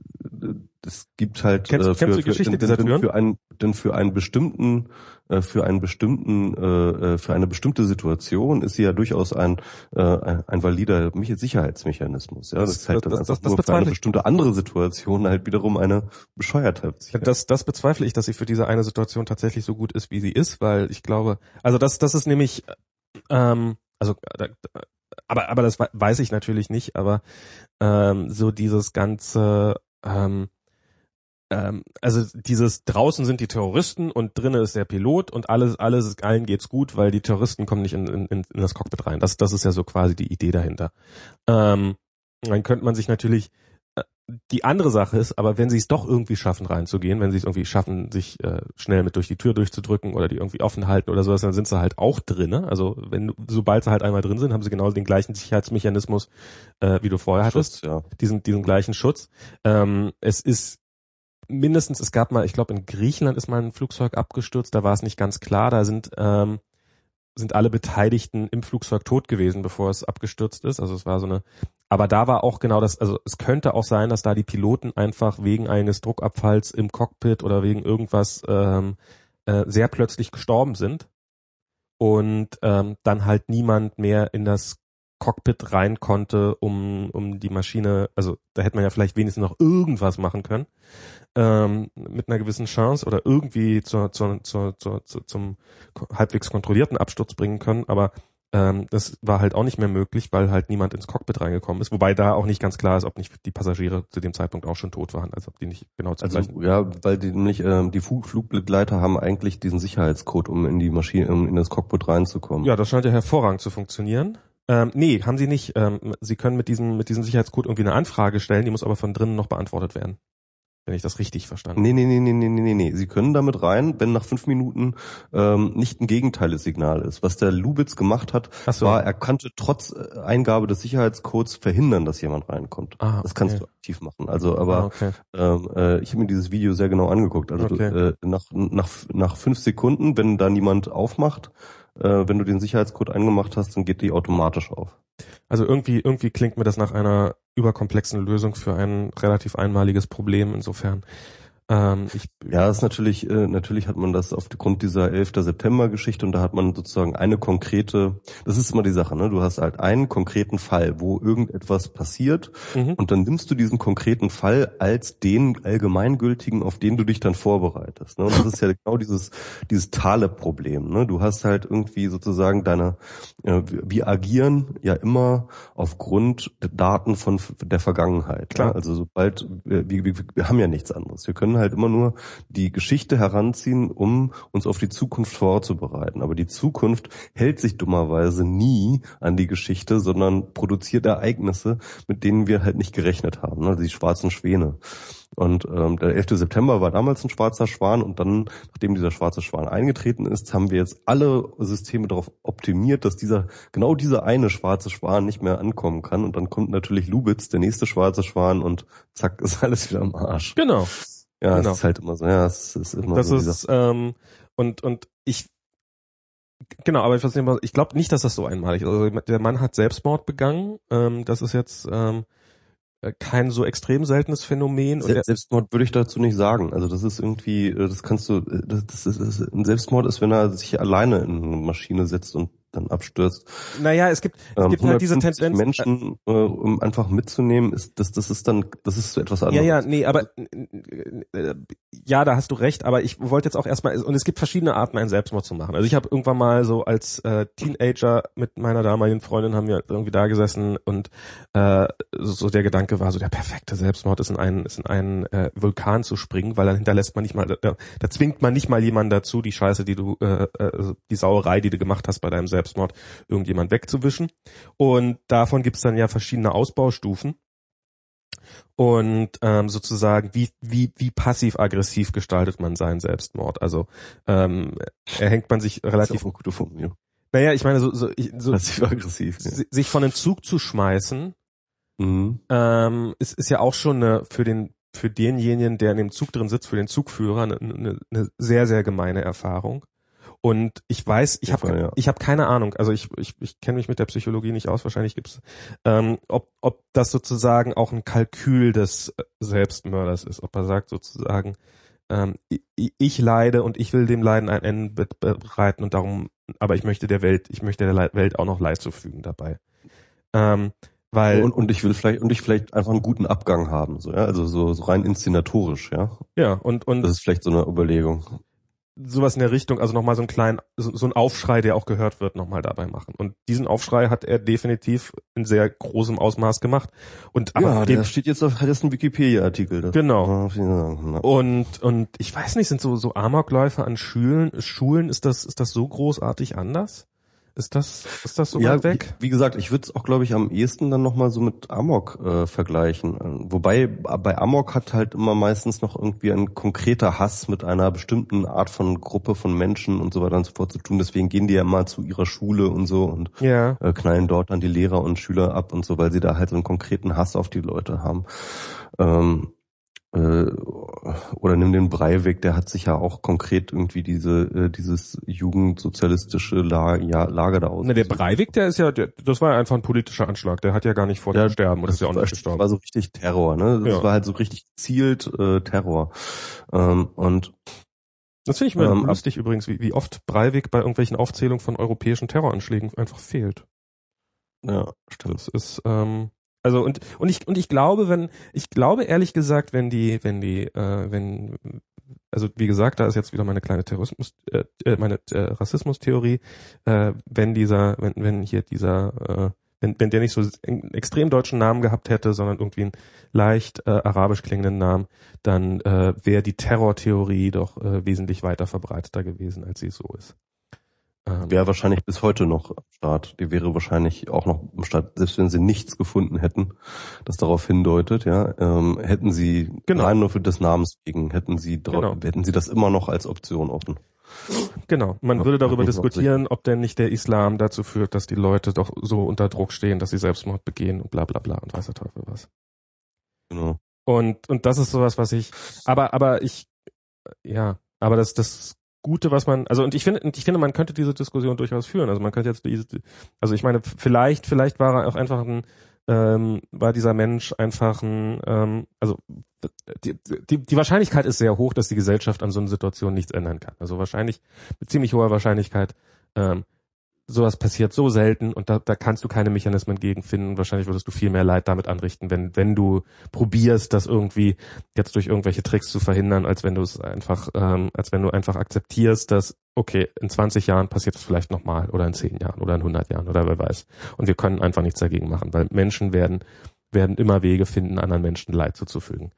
es gibt halt kennst, äh, für, kennst du die Geschichte für, dieser denn, Türen? für einen denn für einen bestimmten äh, für einen bestimmten äh, für eine bestimmte Situation ist sie ja durchaus ein äh, ein, ein valider Sicherheitsmechanismus. Ja, das, das ist halt dann das, einfach das, das nur für eine ich. bestimmte andere Situation halt wiederum eine Bescheuertheit. Das, das bezweifle ich, dass sie für diese eine Situation tatsächlich so gut ist, wie sie ist, weil ich glaube, also das, das ist nämlich, ähm, also, aber, aber das weiß ich natürlich nicht, aber ähm, so dieses ganze, ähm, ähm, also dieses draußen sind die Terroristen und drinnen ist der Pilot und alles, alles, allen geht's gut, weil die Terroristen kommen nicht in, in, in das Cockpit rein. Das, das ist ja so quasi die Idee dahinter. Ähm, dann könnte man sich natürlich die andere Sache ist, aber wenn sie es doch irgendwie schaffen, reinzugehen, wenn sie es irgendwie schaffen, sich äh, schnell mit durch die Tür durchzudrücken oder die irgendwie offen halten oder sowas, dann sind sie halt auch drin. Also wenn sobald sie halt einmal drin sind, haben sie genau den gleichen Sicherheitsmechanismus, äh, wie du vorher Schutz, hattest. ja. Diesen, diesen gleichen Schutz. Ähm, es ist mindestens, es gab mal, ich glaube in Griechenland ist mal ein Flugzeug abgestürzt, da war es nicht ganz klar, da sind ähm, sind alle Beteiligten im Flugzeug tot gewesen, bevor es abgestürzt ist. Also es war so eine, aber da war auch genau das, also es könnte auch sein, dass da die Piloten einfach wegen eines Druckabfalls im Cockpit oder wegen irgendwas ähm, äh, sehr plötzlich gestorben sind und ähm, dann halt niemand mehr in das Cockpit rein konnte, um um die Maschine, also da hätte man ja vielleicht wenigstens noch irgendwas machen können, ähm, mit einer gewissen Chance oder irgendwie zur, zur, zur, zur, zur, zum halbwegs kontrollierten Absturz bringen können, aber ähm, das war halt auch nicht mehr möglich, weil halt niemand ins Cockpit reingekommen ist, wobei da auch nicht ganz klar ist, ob nicht die Passagiere zu dem Zeitpunkt auch schon tot waren, also ob die nicht genau zum Also gleichen... ja, weil die nämlich ähm, die Flug- Flugbegleiter haben eigentlich diesen Sicherheitscode, um in die Maschine, um in das Cockpit reinzukommen. Ja, das scheint ja hervorragend zu funktionieren. Ähm, nee, haben sie nicht. Ähm, sie können mit diesem mit diesem Sicherheitscode irgendwie eine Anfrage stellen, die muss aber von drinnen noch beantwortet werden. Wenn ich das richtig verstanden habe. Nee, nee, nee, nee, nee, nee, nee. Sie können damit rein, wenn nach fünf Minuten ähm, nicht ein gegenteiliges Signal ist. Was der Lubitz gemacht hat, Ach so. war, er konnte trotz äh, Eingabe des Sicherheitscodes verhindern, dass jemand reinkommt. Ah, das kannst okay. du aktiv machen. Also, aber Ah, okay. ähm, äh, ich habe mir dieses Video sehr genau angeguckt. Also Okay. äh, nach nach nach fünf Sekunden, wenn da niemand aufmacht, äh, wenn du den Sicherheitscode eingemacht hast, dann geht die automatisch auf. Also irgendwie irgendwie klingt mir das nach einer überkomplexen Lösung für ein relativ einmaliges Problem. Insofern ähm, ich Ja, ist natürlich, äh, natürlich hat man das aufgrund dieser elften September-Geschichte und da hat man sozusagen eine konkrete, das ist immer die Sache, ne? Du hast halt einen konkreten Fall, wo irgendetwas passiert mhm. und dann nimmst du diesen konkreten Fall als den allgemeingültigen, auf den du dich dann vorbereitest. Ne? Und das ist ja genau dieses, dieses Taleb-Problem. Ne? Du hast halt irgendwie sozusagen deine, äh, wir agieren ja immer aufgrund der Daten von der Vergangenheit. Klar. Ne? Also sobald, wir, wir, wir haben ja nichts anderes. Wir können halt immer nur die Geschichte heranziehen, um uns auf die Zukunft vorzubereiten. Aber die Zukunft hält sich dummerweise nie an die Geschichte, sondern produziert Ereignisse, mit denen wir halt nicht gerechnet haben, ne? Die schwarzen Schwäne. Und ähm, der elfte September war damals ein schwarzer Schwan und dann, nachdem dieser schwarze Schwan eingetreten ist, haben wir jetzt alle Systeme darauf optimiert, dass dieser genau dieser eine schwarze Schwan nicht mehr ankommen kann. Und dann kommt natürlich Lubitz, der nächste schwarze Schwan, und zack, ist alles wieder am Arsch. Genau. Ja, genau. es ist halt immer so. Ja, es ist immer das so. Das ist ähm, und und ich genau, aber ich weiß nicht, ich glaube nicht, dass das so einmalig ist. Also der Mann hat Selbstmord begangen. Ähm, das ist jetzt ähm, kein so extrem seltenes Phänomen. Se- Selbstmord würde ich dazu nicht sagen. Also das ist irgendwie, das kannst du, das, das ist, das ist, ein Selbstmord ist, wenn er sich alleine in eine Maschine setzt und dann abstürzt. Naja, es gibt, es gibt halt diese Tendenz, Menschen, äh, um einfach mitzunehmen, ist das, das ist dann, das ist so etwas anderes. Ja, ja, nee, aber äh, ja, da hast du recht. Aber ich wollte jetzt auch erstmal, und es gibt verschiedene Arten, einen Selbstmord zu machen. Also ich habe irgendwann mal so als äh, Teenager mit meiner damaligen Freundin haben wir irgendwie da gesessen und äh, so, so der Gedanke war so, der perfekte Selbstmord ist in einen, ist in einen äh, Vulkan zu springen, weil dann hinterlässt man nicht mal, da, da zwingt man nicht mal jemanden dazu, die Scheiße, die du, äh, äh, die Sauerei, die du gemacht hast bei deinem Selbstmord, irgendjemand wegzuwischen. Und davon gibt's dann ja verschiedene Ausbaustufen. Und ähm, sozusagen, wie wie wie passiv-aggressiv gestaltet man seinen Selbstmord? Also ähm, erhängt man sich relativ... Das ist auch eine gute Formulierung. Naja, ich meine, so, so, ich, so passiv-aggressiv. Ja. Sich von den Zug zu schmeißen, mhm. ähm, ist, ist ja auch schon eine, für den für denjenigen, der in dem Zug drin sitzt, für den Zugführer, eine, eine, eine sehr, sehr gemeine Erfahrung. Und ich weiß, ich habe ja. ich habe keine Ahnung, also ich ich, ich kenne mich mit der Psychologie nicht aus, wahrscheinlich gibt's, ähm, ob ob das sozusagen auch ein Kalkül des Selbstmörders ist, ob er sagt sozusagen, ähm, ich, ich leide und ich will dem Leiden ein Ende bereiten und darum, aber ich möchte der Welt, ich möchte der Welt auch noch Leid zufügen dabei. Ähm, weil und, und ich will vielleicht und ich vielleicht einfach einen guten Abgang haben, so ja, also so, so rein inszenatorisch, ja. Ja, und und das ist vielleicht so eine Überlegung. Sowas in der Richtung, also nochmal so einen kleinen, so, so ein Aufschrei, der auch gehört wird, nochmal dabei machen. Und diesen Aufschrei hat er definitiv in sehr großem Ausmaß gemacht. Und aber ja, der steht jetzt auf, hat jetzt einen Wikipedia-Artikel. Genau. Sagen, und und ich weiß nicht, sind so so Amokläufe an Schulen, Schulen, ist das ist das so großartig anders? Ist das ist das so ja, weit weg? Wie, wie gesagt, ich würde es auch, glaube ich, am ehesten dann nochmal so mit Amok äh, vergleichen. Wobei bei Amok hat halt immer meistens noch irgendwie ein konkreter Hass mit einer bestimmten Art von Gruppe von Menschen und so weiter und so fort zu tun. Deswegen gehen die ja mal zu ihrer Schule und so und ja. äh, knallen dort dann die Lehrer und Schüler ab und so, weil sie da halt so einen konkreten Hass auf die Leute haben. Ähm, oder nimm den Breivik, der hat sich ja auch konkret irgendwie diese dieses jugendsozialistische Lager, ja, Lager da aus. Ne, der Breivik, der ist ja, der, das war ja einfach ein politischer Anschlag, der hat ja gar nicht vor ja, dem Sterben oder ist ja auch nicht gestorben. Das war so richtig Terror, ne? Das ja. war halt so richtig gezielt äh, Terror. Ähm, und das finde ich mir ähm, lustig ab, übrigens, wie, wie oft Breivik bei irgendwelchen Aufzählungen von europäischen Terroranschlägen einfach fehlt. Ja, stimmt. Das ist, ähm, Also und und ich und ich glaube, wenn ich glaube ehrlich gesagt, wenn die wenn die äh, wenn also wie gesagt, da ist jetzt wieder meine kleine Terrorismus äh, meine äh, Rassismustheorie, äh, wenn dieser wenn wenn hier dieser äh, wenn wenn der nicht so einen extrem deutschen Namen gehabt hätte, sondern irgendwie einen leicht äh, arabisch klingenden Namen, dann äh, wäre die Terrortheorie doch äh, wesentlich weiter verbreiteter gewesen, als sie so ist. Wäre wahrscheinlich bis heute noch am Start. Die wäre wahrscheinlich auch noch am Start, selbst wenn sie nichts gefunden hätten, das darauf hindeutet, ja, ähm, hätten sie genau. rein nur für des Namens wegen, hätten sie genau. hätten sie das immer noch als Option offen. Genau. Man ja, würde darüber diskutieren, ob denn nicht der Islam dazu führt, dass die Leute doch so unter Druck stehen, dass sie Selbstmord begehen und bla bla bla und weiß der Teufel was. Genau. Und und das ist sowas, was ich, aber aber ich, ja, aber das das Gute, was man, also und ich finde, ich finde, man könnte diese Diskussion durchaus führen. Also man könnte jetzt diese, also ich meine, vielleicht, vielleicht war er auch einfach ein, ähm, war dieser Mensch einfach ein, ähm, also die, die, die Wahrscheinlichkeit ist sehr hoch, dass die Gesellschaft an so einer Situation nichts ändern kann. Also wahrscheinlich, mit ziemlich hoher Wahrscheinlichkeit, ähm, sowas passiert so selten und da, da kannst du keine Mechanismen gegen finden. Wahrscheinlich würdest du viel mehr Leid damit anrichten, wenn wenn du probierst, das irgendwie jetzt durch irgendwelche Tricks zu verhindern, als wenn du es einfach, ähm, als wenn du einfach akzeptierst, dass okay, in zwanzig Jahren passiert es vielleicht nochmal oder in zehn Jahren oder in hundert Jahren oder wer weiß. Und wir können einfach nichts dagegen machen, weil Menschen werden werden immer Wege finden, anderen Menschen Leid zuzufügen.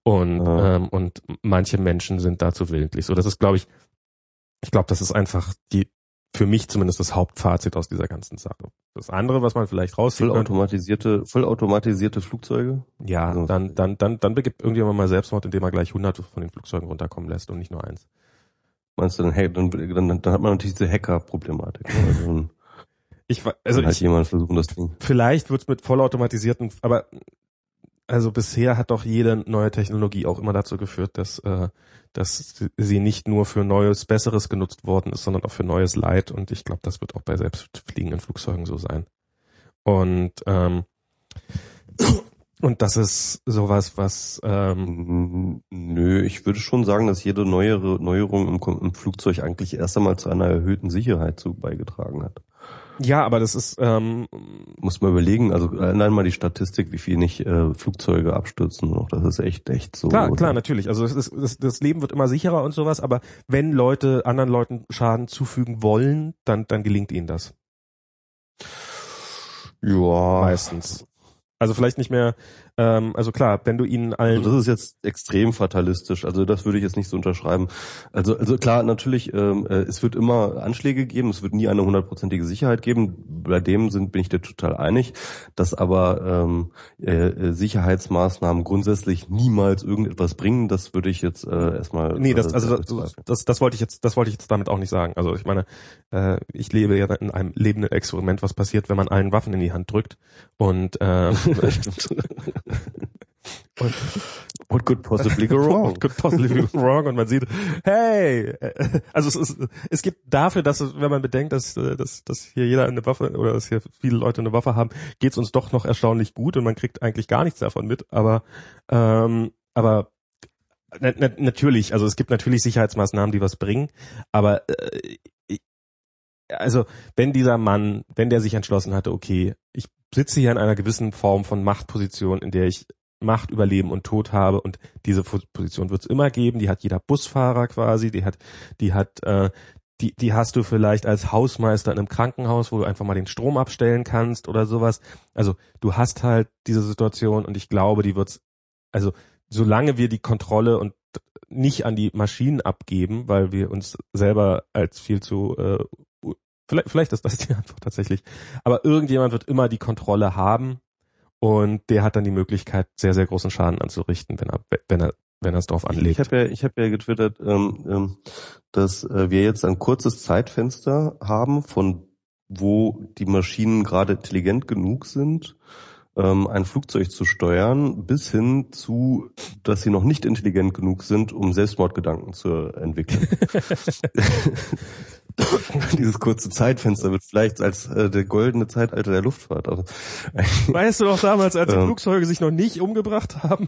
Und Ja. ähm, und manche Menschen sind dazu willentlich. So, das ist, glaube ich, ich glaube, das ist einfach die, für mich zumindest das Hauptfazit aus dieser ganzen Sache. Das andere, was man vielleicht rauszieht, Vollautomatisierte, vollautomatisierte Flugzeuge? ja, Also, dann dann dann dann begibt irgendjemand mal Selbstmord, indem er gleich hundert von den Flugzeugen runterkommen lässt und nicht nur eins. Meinst du, dann, hey, dann, dann, dann hat man natürlich diese Hacker-Problematik. Ne? Also, dann Ich wa- also kann halt ich, jemand versuchen, das Ding. vielleicht wird's mit vollautomatisierten, aber also bisher hat doch jede neue Technologie auch immer dazu geführt, dass äh, dass sie nicht nur für Neues, Besseres genutzt worden ist, sondern auch für neues Leid. Und ich glaube, das wird auch bei selbstfliegenden Flugzeugen so sein. Und ähm, und das ist sowas, was ähm, Nö, ich würde schon sagen, dass jede neuere Neuerung im, Kom- im Flugzeug eigentlich erst einmal zu einer erhöhten Sicherheit zu beigetragen hat. ja, aber das ist ähm, Muss man überlegen, also allein mal die Statistik, wie viel nicht äh, Flugzeuge abstürzen noch, das ist echt, echt so. klar, klar, natürlich. Also es ist, das, das Leben wird immer sicherer und sowas, aber wenn Leute anderen Leuten Schaden zufügen wollen, dann dann gelingt ihnen das Ja. meistens. Also vielleicht nicht mehr, ähm, also klar, wenn du ihnen allen... Also das ist jetzt extrem fatalistisch, also das würde ich jetzt nicht so unterschreiben. Also also klar, natürlich, ähm, äh, es wird immer Anschläge geben, es wird nie eine hundertprozentige Sicherheit geben, bei dem sind, bin ich dir total einig, dass aber ähm, äh, Sicherheitsmaßnahmen grundsätzlich niemals irgendetwas bringen, das würde ich jetzt äh, erstmal... Nee, das, äh, also das, das, das wollte ich jetzt, das wollte ich jetzt damit auch nicht sagen. Also ich meine, äh, ich lebe ja in einem lebenden Experiment, was passiert, wenn man allen Waffen in die Hand drückt und ähm, und What could possibly go wrong? What could possibly go wrong? Und man sieht, hey, also es ist, es gibt dafür, dass, wenn man bedenkt, dass, dass, dass hier jeder eine Waffe oder dass hier viele Leute eine Waffe haben, geht's uns doch noch erstaunlich gut und man kriegt eigentlich gar nichts davon mit. Aber, ähm, aber na, na, natürlich, also es gibt natürlich Sicherheitsmaßnahmen, die was bringen. Aber äh, also wenn dieser Mann, wenn der sich entschlossen hatte, okay, ich sitze hier in einer gewissen Form von Machtposition, in der ich Macht über Leben und Tod habe und diese Position wird es immer geben, die hat jeder Busfahrer quasi, die hat, die hat, äh, die, die hast du vielleicht als Hausmeister in einem Krankenhaus, wo du einfach mal den Strom abstellen kannst oder sowas. Also du hast halt diese Situation und ich glaube, die wird's, also solange wir die Kontrolle und nicht an die Maschinen abgeben, weil wir uns selber als viel zu äh, Vielleicht, vielleicht ist das die Antwort tatsächlich. Aber irgendjemand wird immer die Kontrolle haben und der hat dann die Möglichkeit, sehr, sehr großen Schaden anzurichten, wenn er, wenn er, wenn er es drauf anlegt. Ich habe ja, ich habe ja getwittert, ähm, ähm, dass äh, wir jetzt ein kurzes Zeitfenster haben, von wo die Maschinen gerade intelligent genug sind, ähm, ein Flugzeug zu steuern, bis hin zu, dass sie noch nicht intelligent genug sind, um Selbstmordgedanken zu entwickeln. Dieses kurze Zeitfenster wird vielleicht als äh, der goldene Zeitalter der Luftfahrt. Also, weißt du noch damals, als die ähm, Flugzeuge sich noch nicht umgebracht haben?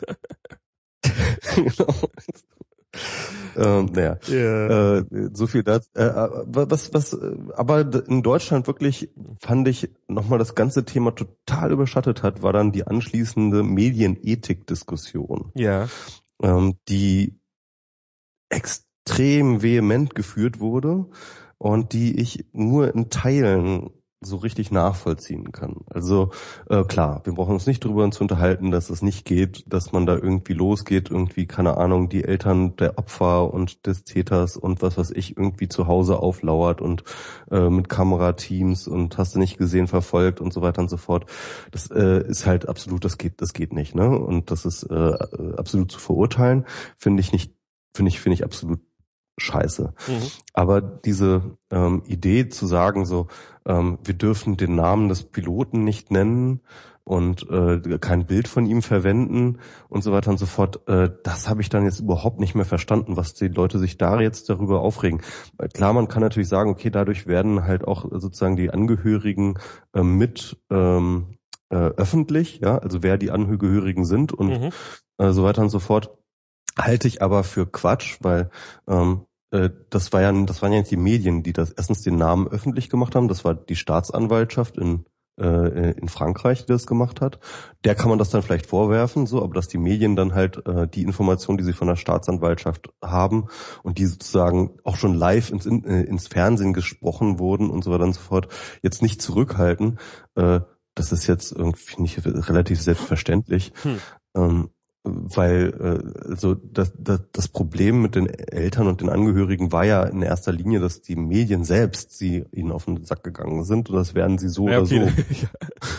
Genau. ähm, naja, Yeah. äh, so viel dazu. Äh, was, was, äh, aber in Deutschland wirklich fand ich nochmal das ganze Thema total überschattet hat, war dann die anschließende Medienethik-Diskussion, Ja. ähm, die extrem vehement geführt wurde und die ich nur in Teilen so richtig nachvollziehen kann. Also äh, klar, wir brauchen uns nicht darüber zu unterhalten, dass es nicht geht, dass man da irgendwie losgeht, irgendwie, keine Ahnung, die Eltern der Opfer und des Täters und was weiß ich, irgendwie zu Hause auflauert und äh, mit Kamerateams und hast du nicht gesehen, verfolgt und so weiter und so fort. Das äh, ist halt absolut, das geht, das geht nicht, ne? Und das ist äh, absolut zu verurteilen, finde ich nicht, finde ich, finde ich absolut scheiße. Mhm. Aber diese ähm, Idee zu sagen, so, ähm, wir dürfen den Namen des Piloten nicht nennen und äh, kein Bild von ihm verwenden und so weiter und so fort, äh, das habe ich dann jetzt überhaupt nicht mehr verstanden, was die Leute sich da jetzt darüber aufregen. Klar, man kann natürlich sagen, okay, dadurch werden halt auch sozusagen die Angehörigen äh, mit ähm, äh, öffentlich, ja, also wer die Angehörigen sind und mhm. äh, so weiter und so fort. Halte ich aber für Quatsch, weil ähm, äh, das war ja, das waren ja nicht die Medien, die das erstens den Namen öffentlich gemacht haben. Das war die Staatsanwaltschaft in äh, in Frankreich, die das gemacht hat. Der kann man das dann vielleicht vorwerfen, so, aber dass die Medien dann halt äh, die Informationen, die sie von der Staatsanwaltschaft haben und die sozusagen auch schon live ins äh, ins Fernsehen gesprochen wurden und so weiter und so fort, jetzt nicht zurückhalten. Äh, das ist jetzt irgendwie nicht relativ selbstverständlich. Hm. Ähm, weil äh, also das, das, das Problem mit den Eltern und den Angehörigen war ja in erster Linie, dass die Medien selbst sie ihnen auf den Sack gegangen sind und das werden sie so ja, okay. oder so.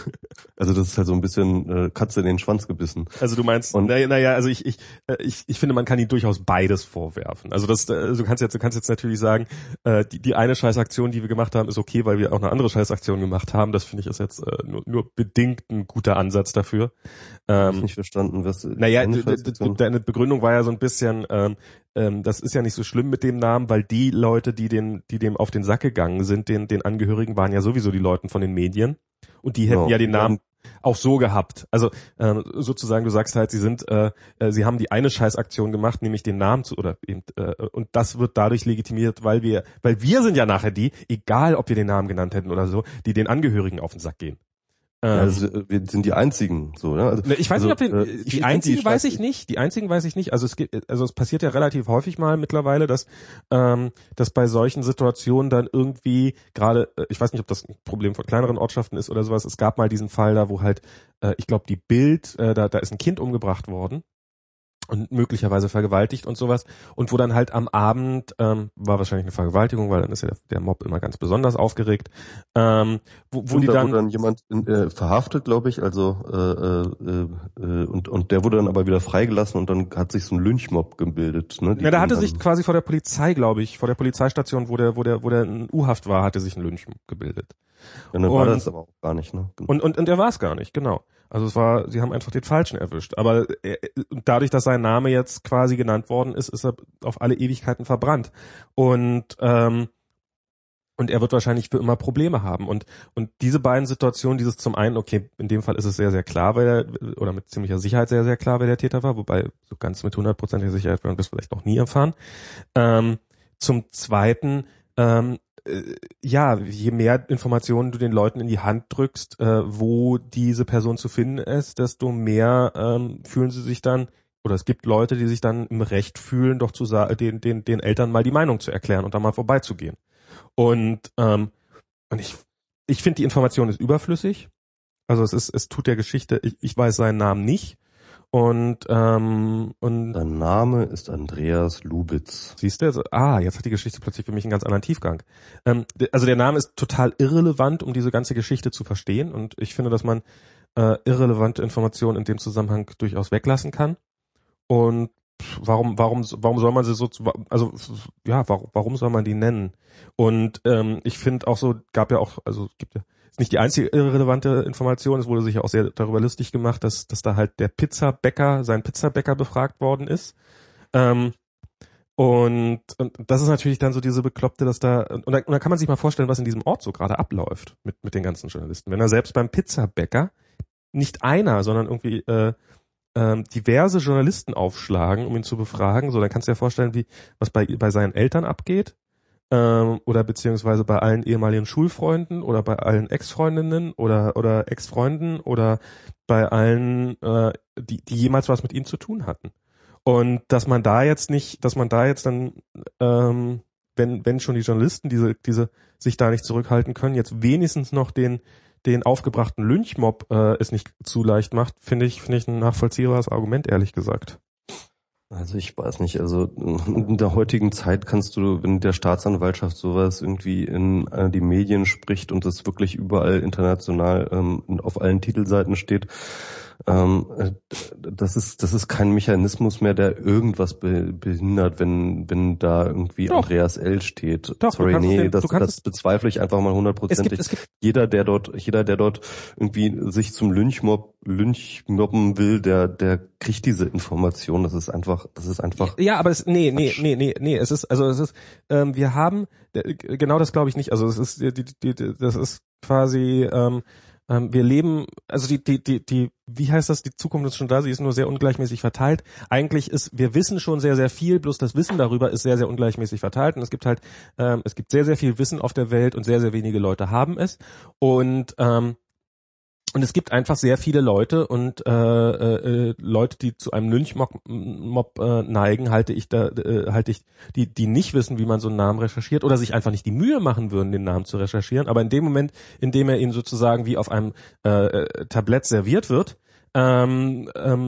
Also das ist halt so ein bisschen äh, Katze in den Schwanz gebissen. Also du meinst, und naja, naja, also ich, ich, ich, ich finde, man kann ihnen durchaus beides vorwerfen. Also das, also du kannst jetzt, du kannst jetzt natürlich sagen, äh, die, die eine Scheißaktion, die wir gemacht haben, ist okay, weil wir auch eine andere Scheißaktion gemacht haben. Das finde ich ist jetzt äh, nur, nur bedingt ein guter Ansatz dafür. Ähm, ich habe nicht verstanden, was. Naja, deine Begründung war ja so ein bisschen, ähm, ähm, das ist ja nicht so schlimm mit dem Namen, weil die Leute, die den, die dem auf den Sack gegangen sind, den, den Angehörigen, waren ja sowieso die Leute von den Medien. Und die hätten no, ja den Namen auch so gehabt. Also ähm, sozusagen, du sagst halt, sie sind, äh, äh, sie haben die eine Scheißaktion gemacht, nämlich den Namen zu, oder eben, äh, und das wird dadurch legitimiert, weil wir, weil wir sind ja nachher die, egal ob wir den Namen genannt hätten oder so, die den Angehörigen auf den Sack gehen. Ja, also wir sind die einzigen, so, ne? Also, ich weiß also, nicht, ob wir, äh, die einzigen die weiß ich nicht, die einzigen weiß ich nicht. Also es gibt, also es passiert ja relativ häufig mal mittlerweile, dass, ähm, dass bei solchen Situationen dann irgendwie gerade, ich weiß nicht, ob das ein Problem von kleineren Ortschaften ist oder sowas. Es gab mal diesen Fall da, wo halt, äh, ich glaube, die Bild, äh, da, da ist ein Kind umgebracht worden. Und möglicherweise vergewaltigt und sowas. Und wo dann halt am Abend, ähm, war wahrscheinlich eine Vergewaltigung, weil dann ist ja der, der Mob immer ganz besonders aufgeregt, ähm, wo, wo und die da dann... wurde dann jemand äh, verhaftet, glaube ich, also äh, äh, äh, und und der wurde dann aber wieder freigelassen und dann hat sich so ein Lynchmob gebildet. Ne? Ja, da hatte sich quasi vor der Polizei, glaube ich, vor der Polizeistation, wo der, wo der, wo der in U-Haft war, hatte sich ein Lynchmob gebildet. Ja, dann war und, das aber auch gar nicht, ne? Und, und, und er war es gar nicht, genau. Also es war, sie haben einfach den Falschen erwischt. Aber er, dadurch, dass sein Name jetzt quasi genannt worden ist, ist er auf alle Ewigkeiten verbrannt. Und ähm, und er wird wahrscheinlich für immer Probleme haben. Und und diese beiden Situationen, dieses zum einen, okay, in dem Fall ist es sehr, sehr klar, wer der, oder mit ziemlicher Sicherheit sehr, sehr klar, wer der Täter war, wobei so ganz mit hundertprozentiger Sicherheit werden wir das vielleicht noch nie erfahren. Ähm, zum Zweiten, ähm, ja, je mehr Informationen du den Leuten in die Hand drückst, äh, wo diese Person zu finden ist, desto mehr ähm, fühlen sie sich dann, oder es gibt Leute, die sich dann im Recht fühlen, doch zu sagen, den, den, den Eltern mal die Meinung zu erklären und da mal vorbeizugehen. Und, ähm, und ich, ich finde, die Information ist überflüssig. Also es ist, es tut der Geschichte, ich, ich weiß seinen Namen nicht. Und ähm, und sein Name ist Andreas Lubitz. Siehst du? Also, ah, jetzt hat die Geschichte plötzlich für mich einen ganz anderen Tiefgang. Ähm, also der Name ist total irrelevant, um diese ganze Geschichte zu verstehen. Und ich finde, dass man äh, irrelevante Informationen in dem Zusammenhang durchaus weglassen kann. Und warum, warum, warum soll man sie so, also ja, warum, warum soll man die nennen? Und ähm, ich finde auch so, gab ja auch, also es gibt ja nicht die einzige irrelevante Information, es wurde sich ja auch sehr darüber lustig gemacht, dass dass da halt der Pizzabäcker, sein Pizzabäcker befragt worden ist. Ähm, und, und das ist natürlich dann so diese Bekloppte, dass da, und dann, und dann kann man sich mal vorstellen, was in diesem Ort so gerade abläuft mit mit den ganzen Journalisten. Wenn er selbst beim Pizzabäcker nicht einer, sondern irgendwie äh, ähm, diverse Journalisten aufschlagen, um ihn zu befragen, so dann kannst du dir vorstellen, wie was bei bei seinen Eltern abgeht. Ähm, oder beziehungsweise bei allen ehemaligen Schulfreunden oder bei allen Ex-Freundinnen oder oder Ex-Freunden oder bei allen, äh, die die jemals was mit ihm zu tun hatten. Und dass man da jetzt nicht, dass man da jetzt dann, ähm, wenn wenn schon die Journalisten diese diese sich da nicht zurückhalten können, jetzt wenigstens noch den den aufgebrachten Lynchmob äh, es nicht zu leicht macht, finde ich finde ich ein nachvollziehbares Argument, ehrlich gesagt. Also ich weiß nicht, also in der heutigen Zeit kannst du, wenn der Staatsanwaltschaft sowas irgendwie in äh, die Medien spricht und das wirklich überall international ähm, auf allen Titelseiten steht, ähm, das ist das ist kein Mechanismus mehr, der irgendwas be- behindert, wenn wenn da irgendwie Doch. Andreas L. steht. Doch, Sorry, nee, den, das, das bezweifle ich einfach mal hundertprozentig. Jeder, der dort, jeder, der dort irgendwie sich zum Lynchmob Lynchmobben will, der der kriegt diese Information. Das ist einfach, das ist einfach. Ja, aber es, nee, nee, nee, nee, nee, es ist, also es ist, ähm, wir haben genau das glaube ich nicht. Also es ist, die, die, die, das ist quasi. Ähm, Ähm, wir leben, also die, die, die, die, wie heißt das, die Zukunft ist schon da, sie ist nur sehr ungleichmäßig verteilt. Eigentlich ist, wir wissen schon sehr, sehr viel, bloß das Wissen darüber ist sehr, sehr ungleichmäßig verteilt. Und es gibt halt, ähm, es gibt sehr, sehr viel Wissen auf der Welt und sehr, sehr wenige Leute haben es. Und, ähm, Und es gibt einfach sehr viele Leute und äh, äh, Leute, die zu einem Lynchmob Mob, äh, neigen, halte ich da, äh, halte ich, die, die nicht wissen, wie man so einen Namen recherchiert oder sich einfach nicht die Mühe machen würden, den Namen zu recherchieren. Aber in dem Moment, in dem er ihnen sozusagen wie auf einem äh, Tablett serviert wird, ähm, ähm,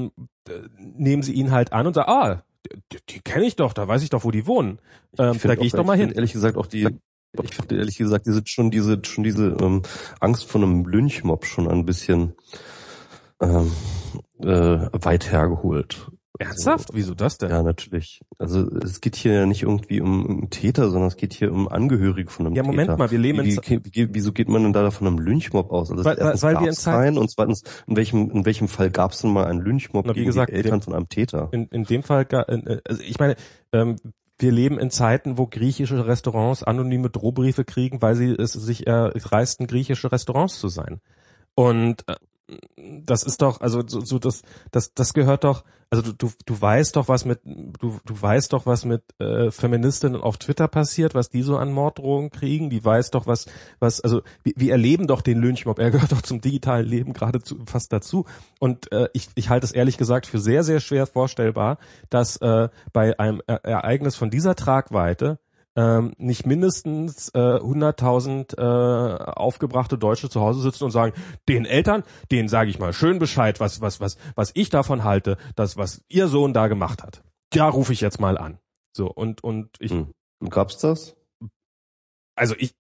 nehmen sie ihn halt an und sagen, ah, die, die kenne ich doch, da weiß ich doch, wo die wohnen. Ähm, da gehe ich doch mal hin. Ehrlich gesagt auch die, ich finde ehrlich gesagt, diese schon diese schon diese ähm, Angst vor einem Lynchmob schon ein bisschen ähm, äh, weit hergeholt. Ernsthaft? Wieso das denn? Ja, natürlich. Also es geht hier ja nicht irgendwie um einen Täter, sondern es geht hier um Angehörige von einem Täter. Ja, Moment Täter. mal, wir leben wie, in wie, wie, Wieso geht man denn da von einem Lynchmob aus? Also weil, erstens weil wir in gab's Zeit keinen und zweitens, in welchem in welchem Fall gab es denn mal einen Lynchmob Na, wie gegen gesagt, die Eltern wir, von einem Täter? In, in dem Fall, also ich meine, ähm, wir leben in Zeiten, wo griechische Restaurants anonyme Drohbriefe kriegen, weil sie es sich erdreisten, griechische Restaurants zu sein. Und äh, das ist doch, also so, so das, das, das gehört doch, also du, du, du weißt doch, was mit, du, du weißt doch, was mit äh, Feministinnen auf Twitter passiert, was die so an Morddrohungen kriegen. Die weiß doch, was, was, also wir, wir erleben doch den Lynchmob. Er gehört doch zum digitalen Leben geradezu fast dazu. Und äh, ich, ich halte es ehrlich gesagt für sehr, sehr schwer vorstellbar, dass äh, bei einem e- Ereignis von dieser Tragweite Ähm, nicht mindestens äh, hunderttausend äh, aufgebrachte Deutsche zu Hause sitzen und sagen, den Eltern, denen sage ich mal schön Bescheid, was was was was ich davon halte, das was ihr Sohn da gemacht hat. Da rufe ich jetzt mal an. So und und ich Hm. Gab's das? Also ich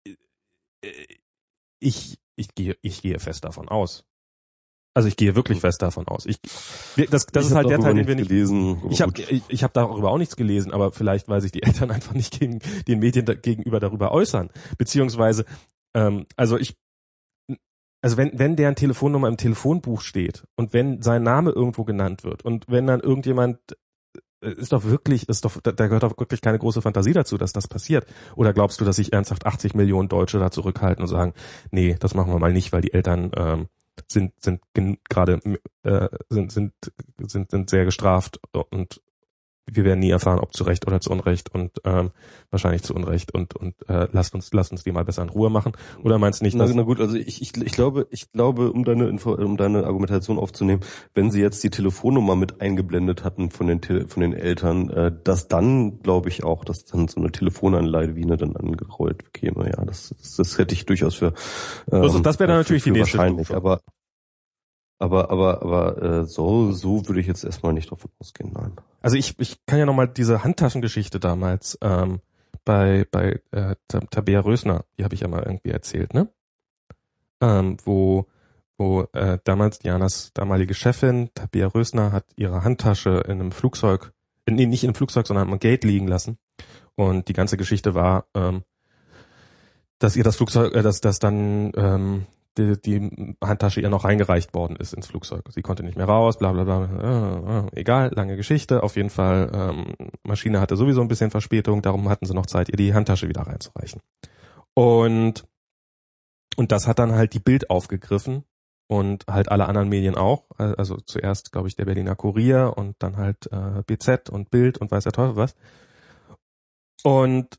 ich ich gehe ich gehe fest davon aus. Also ich gehe wirklich fest davon aus. Ich das das ich ist halt der Teil, den wir nicht gelesen. Ich habe ich, ich habe darüber auch nichts gelesen, aber vielleicht, weil sich die Eltern einfach nicht gegen den Medien da, gegenüber darüber äußern, beziehungsweise ähm, also ich also wenn wenn deren Telefonnummer im Telefonbuch steht und wenn sein Name irgendwo genannt wird und wenn dann irgendjemand ist doch wirklich ist doch da, da gehört doch wirklich keine große Fantasie dazu, dass das passiert. Oder glaubst du, dass sich ernsthaft achtzig Millionen Deutsche da zurückhalten und sagen, nee, das machen wir mal nicht, weil die Eltern ähm, sind sind gerade äh, sind sind sind sind sehr gestraft und wir werden nie erfahren, ob zu Recht oder zu Unrecht und ähm, wahrscheinlich zu Unrecht und und äh, lasst uns lasst uns die mal besser in Ruhe machen. Oder meinst du nicht, na, dass na gut, also ich, ich ich glaube, ich glaube, um deine Info, um deine Argumentation aufzunehmen, wenn sie jetzt die Telefonnummer mit eingeblendet hatten von den Tele, von den Eltern, äh, dass dann glaube ich auch, dass dann so eine Telefonanleitewine dann angerollt käme. Ja, das das, das hätte ich durchaus für ähm, also das wäre dann natürlich die nächste wahrscheinlich, Stufe. aber Aber, aber, aber äh, so, so würde ich jetzt erstmal nicht davon ausgehen, nein. Also ich, ich kann ja nochmal diese Handtaschengeschichte damals ähm, bei bei äh, Tabea Rösner, die habe ich ja mal irgendwie erzählt, ne? Ähm, wo wo äh, damals Dianas damalige Chefin Tabea Rösner hat ihre Handtasche in einem Flugzeug, in, nee, nicht in einem Flugzeug, sondern am Gate liegen lassen. Und die ganze Geschichte war, ähm, dass ihr das Flugzeug, äh, dass das dann ähm, Die, die Handtasche ihr noch reingereicht worden ist ins Flugzeug. Sie konnte nicht mehr raus, bla bla bla. Äh, äh, egal, lange Geschichte. Auf jeden Fall, ähm, Maschine hatte sowieso ein bisschen Verspätung, darum hatten sie noch Zeit, ihr die Handtasche wieder reinzureichen. Und und das hat dann halt die Bild aufgegriffen und halt alle anderen Medien auch. Also zuerst, glaube ich, der Berliner Kurier und dann halt äh, B Z und Bild und weiß der Teufel was. Und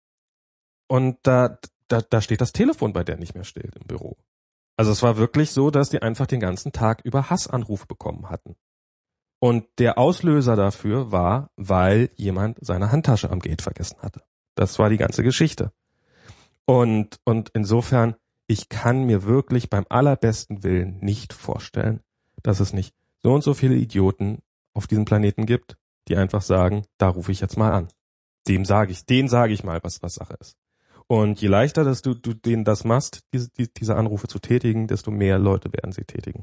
und da da, da steht das Telefon bei der nicht mehr still im Büro. Also es war wirklich so, dass die einfach den ganzen Tag über Hassanrufe bekommen hatten. Und der Auslöser dafür war, weil jemand seine Handtasche am Gate vergessen hatte. Das war die ganze Geschichte. Und, und insofern, ich kann mir wirklich beim allerbesten Willen nicht vorstellen, dass es nicht so und so viele Idioten auf diesem Planeten gibt, die einfach sagen, da rufe ich jetzt mal an. Dem sage ich, denen sage ich mal, was, was Sache ist. Und je leichter, dass du, du denen das machst, diese, die, diese Anrufe zu tätigen, desto mehr Leute werden sie tätigen.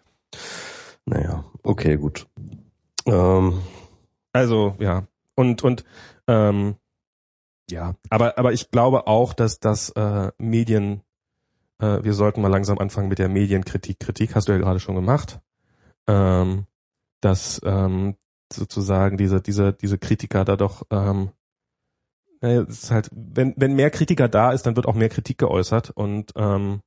Naja, okay, gut. Ähm. Also, ja. Und, und, ähm, ja. Aber, aber ich glaube auch, dass das äh, Medien, äh, wir sollten mal langsam anfangen mit der Medienkritik. Kritik hast du ja gerade schon gemacht. Ähm, dass ähm, sozusagen diese, diese, diese Kritiker da doch, ähm, naja, es ist halt, wenn, wenn mehr Kritiker da ist, dann wird auch mehr Kritik geäußert und ähm,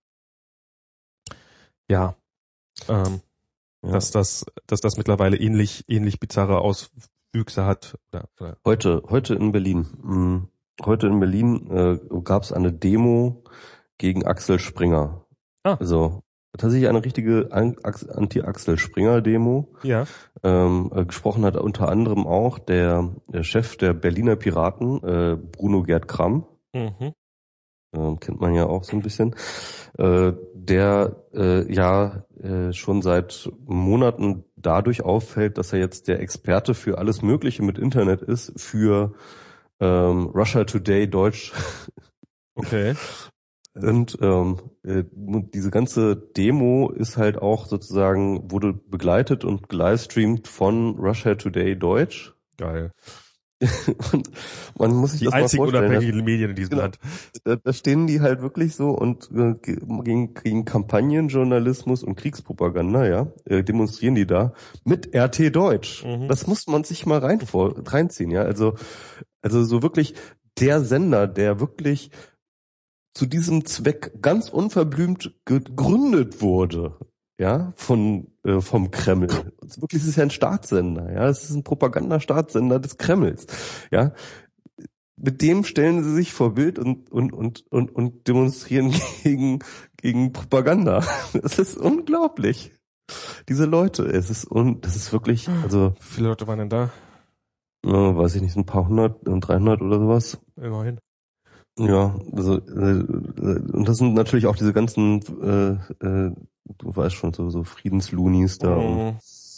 ja, ähm, ja, dass das, dass das mittlerweile ähnlich, ähnlich bizarre Auswüchse hat. Oder, oder. Heute, heute in Berlin, heute in Berlin äh, gab es eine Demo gegen Axel Springer. Ah. Also tatsächlich eine richtige Anti-Axel-Springer-Demo. Ja. Ähm, äh, gesprochen hat unter anderem auch der, der Chef der Berliner Piraten, äh, Bruno Gerd Kramm. Mhm. Ähm, kennt man ja auch so ein bisschen. Äh, der äh, ja äh, schon seit Monaten dadurch auffällt, dass er jetzt der Experte für alles Mögliche mit Internet ist, für ähm, Russia Today Deutsch. Okay. Und ähm, äh, diese ganze Demo ist halt auch sozusagen, wurde begleitet und gelivestreamt von Russia Today Deutsch. Geil. Und man muss sich die das mal einzigen vorstellen. unabhängigen Medien in diesem Genau. Land. Da, da stehen die halt wirklich so und äh, gegen, gegen Kampagnenjournalismus und Kriegspropaganda, ja, äh, demonstrieren die da mit R T Deutsch. Mhm. Das muss man sich mal rein vor, reinziehen, ja. Also, also so wirklich der Sender, der wirklich zu diesem Zweck ganz unverblümt gegründet wurde, ja, von äh, vom Kreml. Also wirklich, es ist ja ein Staatssender, ja, es ist ein Propagandastaatsender des Kremls, ja. Mit dem stellen sie sich vor Bild und und und und und demonstrieren gegen gegen Propaganda. Das ist unglaublich. Diese Leute, es ist un, das ist wirklich, also Wie viele Leute waren denn da? äh, weiß ich nicht, ein paar hundert, dreihundert oder sowas. Immerhin. Ja, also äh, und das sind natürlich auch diese ganzen, äh, äh, du weißt schon, so so Friedensloonies da. Mhm. Und,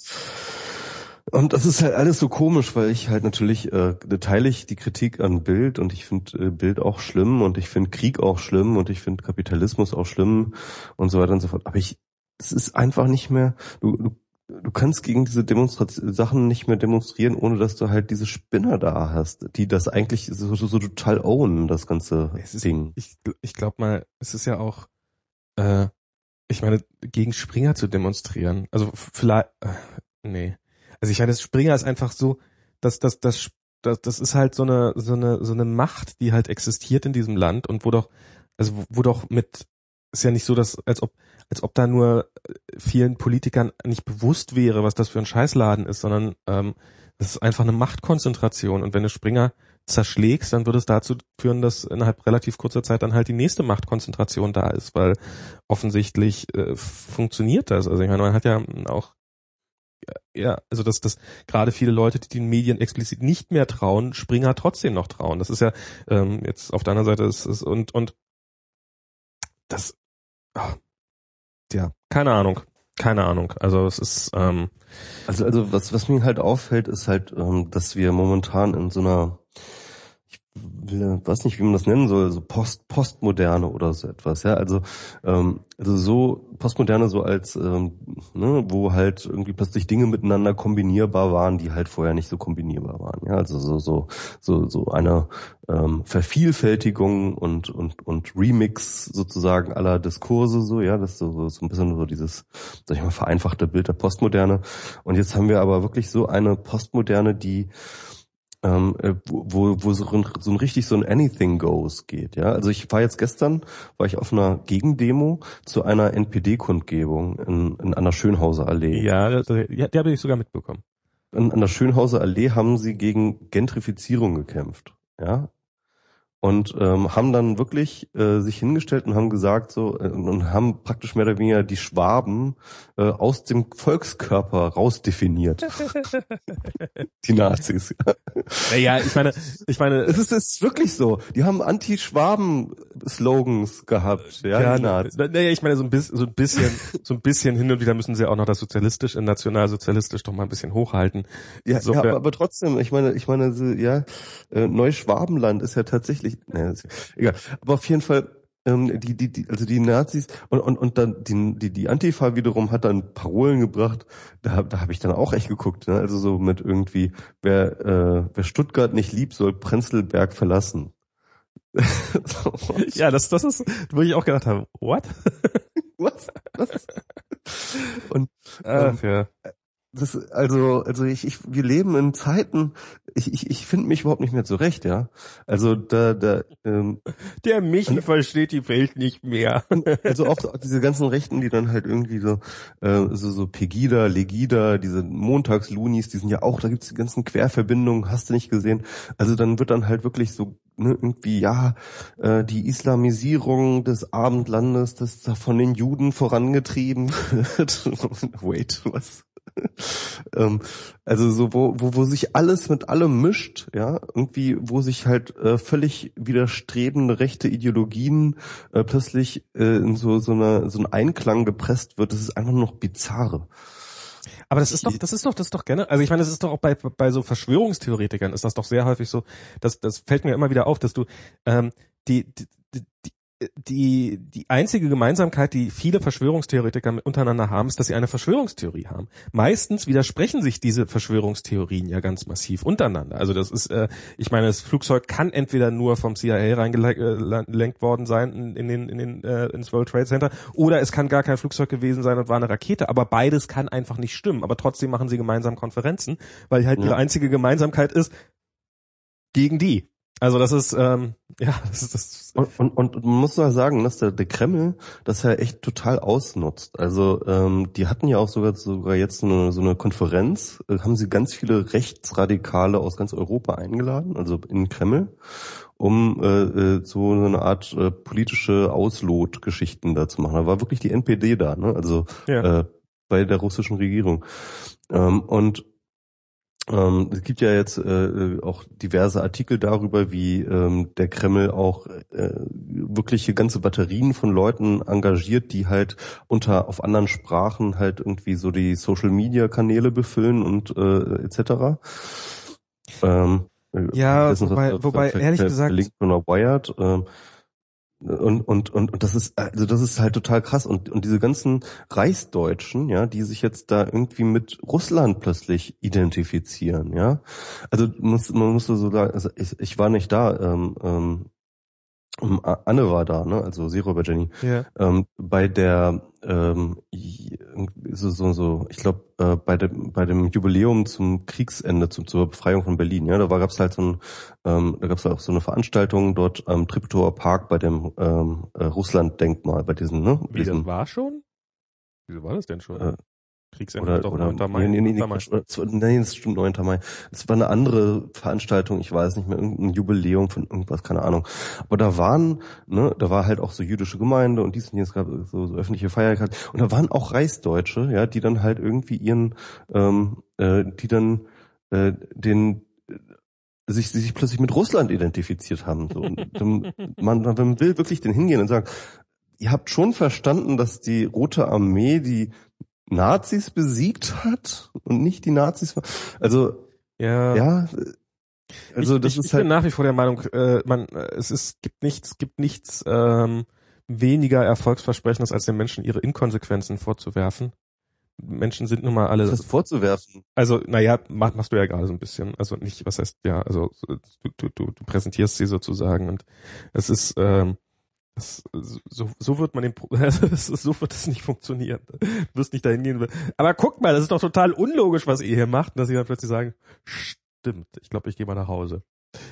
und das ist halt alles so komisch, weil ich halt natürlich äh, teile ich die Kritik an Bild und ich finde äh, Bild auch schlimm und ich finde Krieg auch schlimm und ich finde Kapitalismus auch schlimm und so weiter und so fort. Aber ich, es ist einfach nicht mehr. Du, du Du kannst gegen diese Demonstration Sachen nicht mehr demonstrieren, ohne dass du halt diese Spinner da hast, die das eigentlich so, so, so total ownen, das ganze es ist, Ding. Ich, ich glaube mal, es ist ja auch, äh, ich meine, gegen Springer zu demonstrieren. Also vielleicht, äh, nee. Also ich meine, das Springer ist einfach so, dass das, das, das, das ist halt so eine, so eine, so eine Macht, die halt existiert in diesem Land und wo doch, also wo, wo doch mit, ist ja nicht so, dass, als ob, als ob da nur vielen Politikern nicht bewusst wäre, was das für ein Scheißladen ist, sondern ähm, das ist einfach eine Machtkonzentration. Und wenn du Springer zerschlägst, dann würde es dazu führen, dass innerhalb relativ kurzer Zeit dann halt die nächste Machtkonzentration da ist, weil offensichtlich äh, funktioniert das. Also ich meine, man hat ja auch ja, also dass das gerade viele Leute, die den Medien explizit nicht mehr trauen, Springer trotzdem noch trauen. Das ist ja ähm, jetzt auf der anderen Seite ist es und und das oh, ja, keine Ahnung, keine Ahnung. Also es ist ähm, Also also was was mir halt auffällt, ist halt, ähm, dass wir momentan in so einer, ich will, weiß nicht, wie man das nennen soll, so Post Postmoderne oder so etwas, ja. Also ähm, also so Postmoderne so als ähm, ne, wo halt irgendwie plötzlich Dinge miteinander kombinierbar waren, die halt vorher nicht so kombinierbar waren, ja. Also so so so so eine ähm, Vervielfältigung und und und Remix sozusagen aller Diskurse, so, ja, das ist so, so so ein bisschen so dieses, sag ich mal, vereinfachte Bild der Postmoderne. Und jetzt haben wir aber wirklich so eine Postmoderne, die ähm, wo wo so ein, so ein richtig so ein Anything Goes geht, ja. Also ich war jetzt gestern, war ich auf einer Gegendemo zu einer N P D-Kundgebung in, in an der Schönhauser Allee. ja, die, die habe ich sogar mitbekommen. An, an der Schönhauser Allee haben sie gegen Gentrifizierung gekämpft, ja. Und ähm, haben dann wirklich äh, sich hingestellt und haben gesagt so äh, und haben praktisch mehr oder weniger die Schwaben äh, aus dem Volkskörper rausdefiniert. Die Nazis. Naja, ich meine, ich meine, Es ist, es ist wirklich so. Die haben Anti-Schwaben-Slogans gehabt. Ja, ja, die Nazis. naja, ich meine so ein bisschen, so ein bisschen, so ein bisschen hin und wieder müssen sie auch noch das sozialistisch, nationalsozialistisch doch mal ein bisschen hochhalten. Ja, so, ja aber, aber trotzdem, ich meine, ich meine, so, ja, äh, Neuschwabenland ist ja tatsächlich, naja, ist, egal. Aber auf jeden Fall, ähm, die, die, die, also die Nazis und und und dann die die die Antifa wiederum hat dann Parolen gebracht. Da da habe ich dann auch echt geguckt, ne? Also so mit irgendwie, wer äh, wer Stuttgart nicht liebt, soll Prenzlberg verlassen. ja, das das ist, wo ich auch gedacht habe, what? Was? Was? Und Ach, ähm, ja. das, also, also ich, ich, wir leben in Zeiten, ich, ich, ich finde mich überhaupt nicht mehr zurecht, ja. Also da, da, ähm, Der Michi versteht die Welt nicht mehr. also auch, auch diese ganzen Rechten, die dann halt irgendwie so, äh, so, so Pegida, Legida, diese Montagslunis, die sind ja auch, da gibt's die ganzen Querverbindungen, hast du nicht gesehen. Also dann wird dann halt wirklich so, ne, irgendwie, ja, äh, die Islamisierung des Abendlandes, das da von den Juden vorangetrieben wird. Wait, was? ähm, also so, wo, wo, wo sich alles mit allem mischt, ja, irgendwie, wo sich halt äh, völlig widerstrebende rechte Ideologien äh, plötzlich äh, in so, so einer, so einen Einklang gepresst wird, das ist einfach nur noch bizarre. Aber das ist doch, das ist doch, das ist doch gerne, also ich meine, das ist doch auch bei bei so Verschwörungstheoretikern ist das doch sehr häufig so, dass das fällt mir immer wieder auf, dass du ähm, die die die die die einzige Gemeinsamkeit, die viele Verschwörungstheoretiker untereinander haben, ist, dass sie eine Verschwörungstheorie haben. Meistens widersprechen sich diese Verschwörungstheorien ja ganz massiv untereinander. Also das ist, äh, ich meine, das Flugzeug kann entweder nur vom C I A reingelenkt worden sein in, in den in den äh, ins World Trade Center, oder es kann gar kein Flugzeug gewesen sein und war eine Rakete. Aber beides kann einfach nicht stimmen. Aber trotzdem machen sie gemeinsam Konferenzen, weil halt ja. ihre einzige Gemeinsamkeit ist gegen die. Also das ist, ähm, ja, das ist das. Und, und, und man muss mal sagen, dass der, der Kreml das ja echt total ausnutzt. Also ähm, die hatten ja auch sogar sogar jetzt eine, so eine Konferenz, äh, haben sie ganz viele Rechtsradikale aus ganz Europa eingeladen, also in den Kreml, um äh, so eine Art äh, politische Auslotgeschichten da zu machen. Da war wirklich die N P D da, ne? Also ja. äh, bei der russischen Regierung. Ähm, und Ähm, es gibt ja jetzt äh, auch diverse Artikel darüber, wie ähm, der Kreml auch äh, wirkliche ganze Batterien von Leuten engagiert, die halt unter auf anderen Sprachen halt irgendwie so die Social-Media-Kanäle befüllen und äh, et cetera. Ähm, ja, wobei, das, wobei ehrlich gesagt, Link von Wired. Ähm, Und, und, und, und das ist, also das ist halt total krass. Und, und diese ganzen Reichsdeutschen, ja, die sich jetzt da irgendwie mit Russland plötzlich identifizieren, ja. Also, man muss, man muss so sagen, also ich, ich war nicht da, ähm, ähm, Anne war da, ne, also Zero bei Jenny. Ja. Ähm, bei der, ähm, so, so, so, ich glaube, äh, bei dem, bei dem Jubiläum zum Kriegsende, zum, zur Befreiung von Berlin, ja, da war, gab's halt so ein, ähm, da gab's auch so eine Veranstaltung dort am Treptower Park bei dem ähm, äh, Russland-Denkmal, bei diesem, ne? Wie, diesem, das war schon? Wieso war das denn schon? Äh, Kriegsende oder, doch oder, neunter Mai. Nee, nee, nee, Mai. nee, das stimmt, neunter Mai. Das war eine andere Veranstaltung, ich weiß nicht mehr, irgendein Jubiläum von irgendwas, keine Ahnung. Aber da waren, ne, da war halt auch so jüdische Gemeinde und dies und jenes, gab so, so öffentliche Feierlichkeit. Und da waren auch Reichsdeutsche, ja, die dann halt irgendwie ihren, ähm, äh, die dann äh, den sich sich plötzlich mit Russland identifiziert haben. So. Und man, man will wirklich den hingehen und sagen, ihr habt schon verstanden, dass die Rote Armee die Nazis besiegt hat und nicht die Nazis. Also ja, ja also ich, das ich, ist ich halt bin nach wie vor der Meinung, äh, man es ist gibt nichts gibt nichts ähm, weniger Erfolgsversprechendes, als den Menschen ihre Inkonsequenzen vorzuwerfen. Menschen sind nun mal alle. Das vorzuwerfen. Also naja, mach, machst du ja gerade so ein bisschen. Also nicht, was heißt ja, also du du du, du präsentierst sie sozusagen und es ist ähm, Das, so, so wird man den, so wird das nicht funktionieren. Du wirst nicht dahin gehen. Aber guck mal, das ist doch total unlogisch, was ihr hier macht, dass sie dann plötzlich sagen, stimmt, ich glaube, ich gehe mal nach Hause.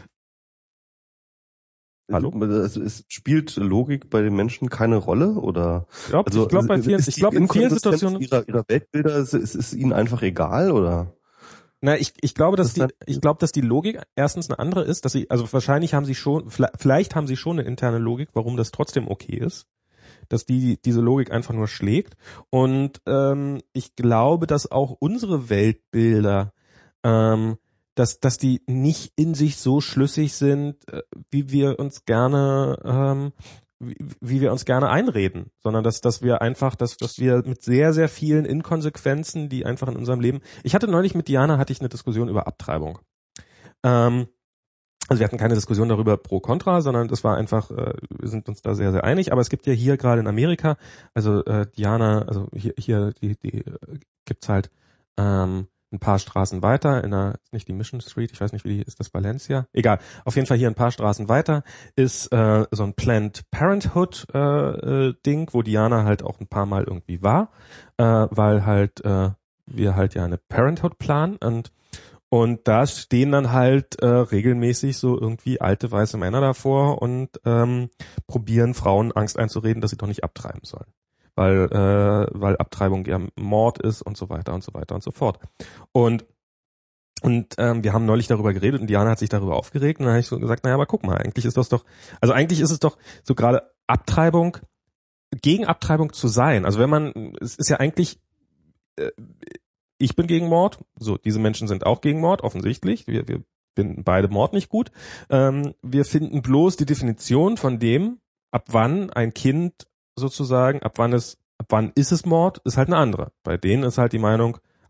Hallo? Es, es spielt Logik bei den Menschen keine Rolle, oder? Ich glaube, also, ich glaube bei vielen, ich glaube in vielen Situationen ihrer, ihrer Weltbilder ist, ist, ist ihnen einfach egal, oder? Na, ich, ich glaube, dass das die, ich glaube, dass die Logik erstens eine andere ist, dass sie, also wahrscheinlich haben sie schon, vielleicht haben sie schon eine interne Logik, warum das trotzdem okay ist, dass die diese Logik einfach nur schlägt. Und ähm, ich glaube, dass auch unsere Weltbilder, ähm, dass dass die nicht in sich so schlüssig sind, äh, wie wir uns gerne ähm, Wie, wie wir uns gerne einreden, sondern dass dass wir einfach, dass dass wir mit sehr sehr vielen Inkonsequenzen, die einfach in unserem Leben. Ich hatte neulich mit Diana hatte ich eine Diskussion über Abtreibung. Ähm, also wir hatten keine Diskussion darüber pro kontra, sondern das war einfach, äh, wir sind uns da sehr sehr einig. Aber es gibt ja hier gerade in Amerika, also äh, Diana, also hier hier die die äh, gibt's halt ähm, ein paar Straßen weiter, in der, nicht die Mission Street, ich weiß nicht, wie die, ist das Valencia? Egal, auf jeden Fall hier ein paar Straßen weiter ist äh, so ein Planned Parenthood äh, äh, Ding, wo Diana halt auch ein paar Mal irgendwie war, äh, weil halt äh, wir halt ja eine Parenthood planen und und da stehen dann halt äh, regelmäßig so irgendwie alte weiße Männer davor und ähm, probieren Frauen Angst einzureden, dass sie doch nicht abtreiben sollen. Weil äh, weil Abtreibung ja Mord ist und so weiter und so weiter und so fort. Und und ähm, wir haben neulich darüber geredet und Diana hat sich darüber aufgeregt und dann habe ich so gesagt, naja, aber guck mal, eigentlich ist das doch, also eigentlich ist es doch so gerade Abtreibung, gegen Abtreibung zu sein. Also wenn man, es ist ja eigentlich, äh, ich bin gegen Mord, so, diese Menschen sind auch gegen Mord, offensichtlich, wir, wir finden beide Mord nicht gut. Ähm, wir finden bloß die Definition von dem, ab wann ein Kind sozusagen, ab wann es, ab wann ist es Mord, ist halt eine andere. Bei denen ist halt die Meinung,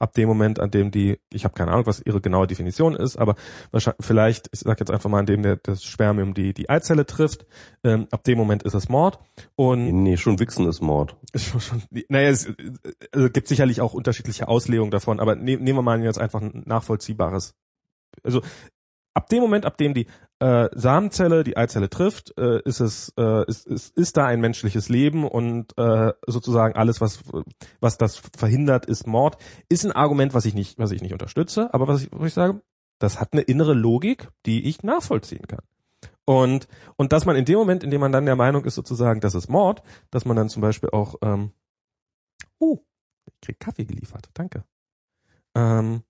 ab dem Moment, an dem die, ich habe keine Ahnung, was ihre genaue Definition ist, aber wahrscheinlich, vielleicht, ich sage jetzt einfach mal, an dem der, das Spermium die die Eizelle trifft, ähm, ab dem Moment ist es Mord. Und nee, nee, schon Wichsen ist Mord. Schon, schon, naja, es also gibt sicherlich auch unterschiedliche Auslegungen davon, aber ne, nehmen wir mal jetzt einfach ein nachvollziehbares. Also ab dem Moment, ab dem die äh, Samenzelle die Eizelle trifft, äh, ist es äh, ist, ist ist da ein menschliches Leben und äh, sozusagen alles, was was das verhindert, ist Mord. Ist ein Argument, was ich nicht was ich nicht unterstütze, aber was ich, was ich sage, das hat eine innere Logik, die ich nachvollziehen kann. Und und dass man in dem Moment, in dem man dann der Meinung ist, sozusagen, das ist Mord, dass man dann zum Beispiel auch, ähm, oh, ich krieg Kaffee geliefert, danke. Ähm,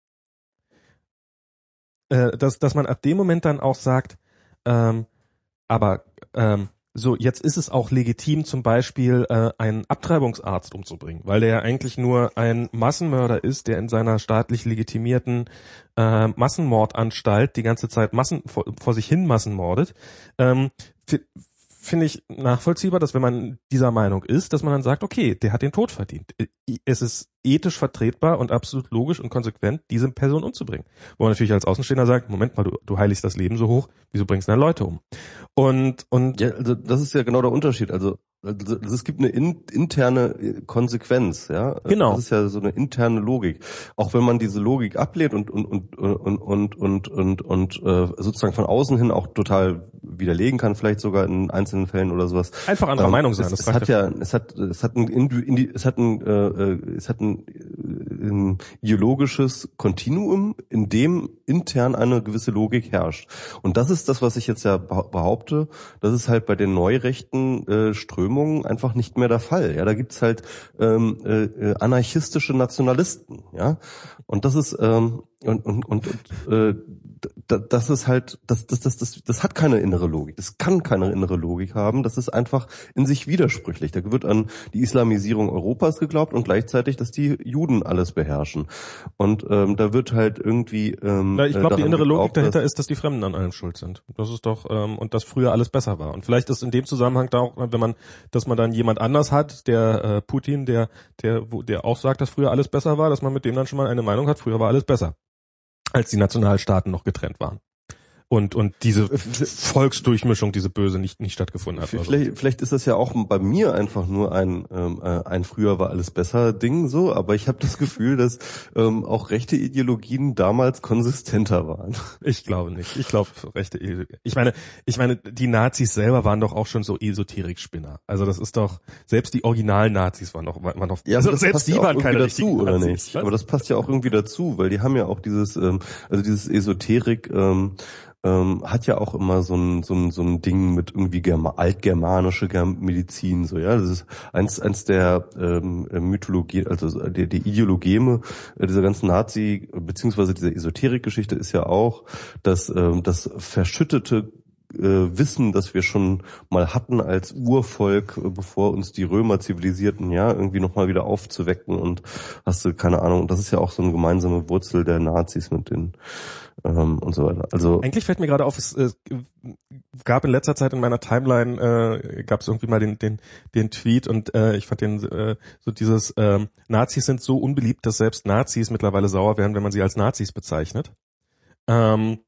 äh, dass dass man ab dem Moment dann auch sagt, ähm, aber ähm, so, jetzt ist es auch legitim, zum Beispiel äh, einen Abtreibungsarzt umzubringen, weil der ja eigentlich nur ein Massenmörder ist, der in seiner staatlich legitimierten äh, Massenmordanstalt die ganze Zeit Massen vor, vor sich hin Massenmordet. Ähm, Finde ich nachvollziehbar, dass wenn man dieser Meinung ist, dass man dann sagt, okay, der hat den Tod verdient. Es ist ethisch vertretbar und absolut logisch und konsequent, diese Person umzubringen. Wo man natürlich als Außenstehender sagt, Moment mal, du, du heiligst das Leben so hoch, wieso bringst du dann Leute um? Und, und ja, also das ist ja genau der Unterschied. Also, also es gibt eine in, interne Konsequenz, ja. Genau. Das ist ja so eine interne Logik. Auch wenn man diese Logik ablehnt und und und und und und und, und äh, sozusagen von außen hin auch total widerlegen kann, vielleicht sogar in einzelnen Fällen oder sowas. Einfach anderer ähm, Meinung sein. Es, Das es hat ja, es hat, es hat ein, es hat ein, äh, es hat ein, ein ideologisches Kontinuum, in dem intern eine gewisse Logik herrscht. Und das ist das, was ich jetzt ja behaupte. Das ist halt bei den neurechten äh, Strömungen einfach nicht mehr der Fall. Ja, da gibt's halt ähm, äh, anarchistische Nationalisten. Ja, und das ist ähm, und und und, und äh, das ist halt, das, das, das, das, das hat keine innere Logik. Das kann keine innere Logik haben. Das ist einfach in sich widersprüchlich. Da wird an die Islamisierung Europas geglaubt und gleichzeitig, dass die Juden alles beherrschen. Und ähm, da wird halt irgendwie. Ähm, Na, ich glaube, die innere geglaubt, Logik dahinter ist, dass die Fremden an allem schuld sind. Das ist doch ähm, und dass früher alles besser war. Und vielleicht ist in dem Zusammenhang da auch, wenn man, dass man dann jemand anders hat, der äh, Putin, der, der, wo, der auch sagt, dass früher alles besser war, dass man mit dem dann schon mal eine Meinung hat. Früher war alles besser, als die Nationalstaaten noch getrennt waren. Und und diese Volksdurchmischung, diese böse nicht nicht stattgefunden hat. Vielleicht, also. vielleicht ist das ja auch bei mir einfach nur ein ähm, ein früher war alles besser Ding so, aber ich habe das Gefühl, dass ähm, auch rechte Ideologien damals konsistenter waren. Ich glaube nicht. Ich glaube rechte Ideologien. Ich meine, ich meine, die Nazis selber waren doch auch schon so Esoterik-Spinner. Also das ist doch selbst die Original-Nazis waren doch waren noch. Ja, also selbst die ja waren keine dazu, oder nicht? Was? Aber das passt ja auch irgendwie dazu, weil die haben ja auch dieses ähm, also dieses Esoterik ähm, Ähm, hat ja auch immer so ein so ein so ein Ding mit irgendwie Germa- altgermanische Medizin so, ja, das ist eins eins der ähm, Mythologie, also die, die Ideologeme äh, dieser ganzen Nazi beziehungsweise dieser Esoterik-Geschichte ist ja auch, dass ähm, das verschüttete äh, Wissen, das wir schon mal hatten als Urvolk, äh, bevor uns die Römer zivilisierten, ja, irgendwie nochmal wieder aufzuwecken und hast du keine Ahnung, das ist ja auch so eine gemeinsame Wurzel der Nazis mit den ähm, und so weiter. Also eigentlich fällt mir gerade auf, es äh, gab in letzter Zeit in meiner Timeline äh, gab es irgendwie mal den den den Tweet und äh, ich fand den äh, so dieses äh, Nazis sind so unbeliebt, dass selbst Nazis mittlerweile sauer werden, wenn man sie als Nazis bezeichnet. Ähm,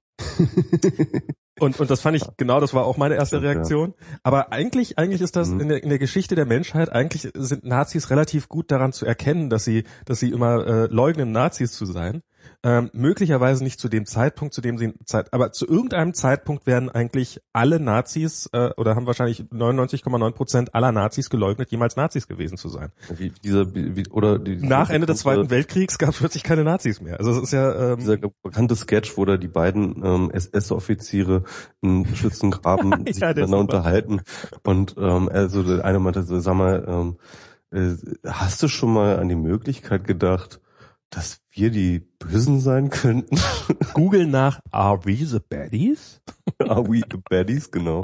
und und das fand ich genau, das war auch meine erste Reaktion. Aber eigentlich eigentlich ist das mhm. in der in der Geschichte der Menschheit, eigentlich sind Nazis relativ gut daran zu erkennen, dass sie dass sie immer äh, leugnen, Nazis zu sein. Ähm, möglicherweise nicht zu dem Zeitpunkt, zu dem sie Zeit, aber zu irgendeinem Zeitpunkt werden eigentlich alle Nazis äh, oder haben wahrscheinlich neunundneunzig Komma neun Prozent aller Nazis geleugnet, jemals Nazis gewesen zu sein. Wie, dieser, wie, oder die, Nach Ende des Zweiten Weltkriegs gab es plötzlich keine Nazis mehr. Also es ist ja ähm, dieser bekannte Sketch, wo da die beiden ähm, S S-Offiziere im Schützengraben ja, sich miteinander unterhalten und ähm, also der eine meinte so, sag mal, ähm, äh, hast du schon mal an die Möglichkeit gedacht, dass wir die Bösen sein könnten? Google nach Are we the baddies? Are we the baddies, genau.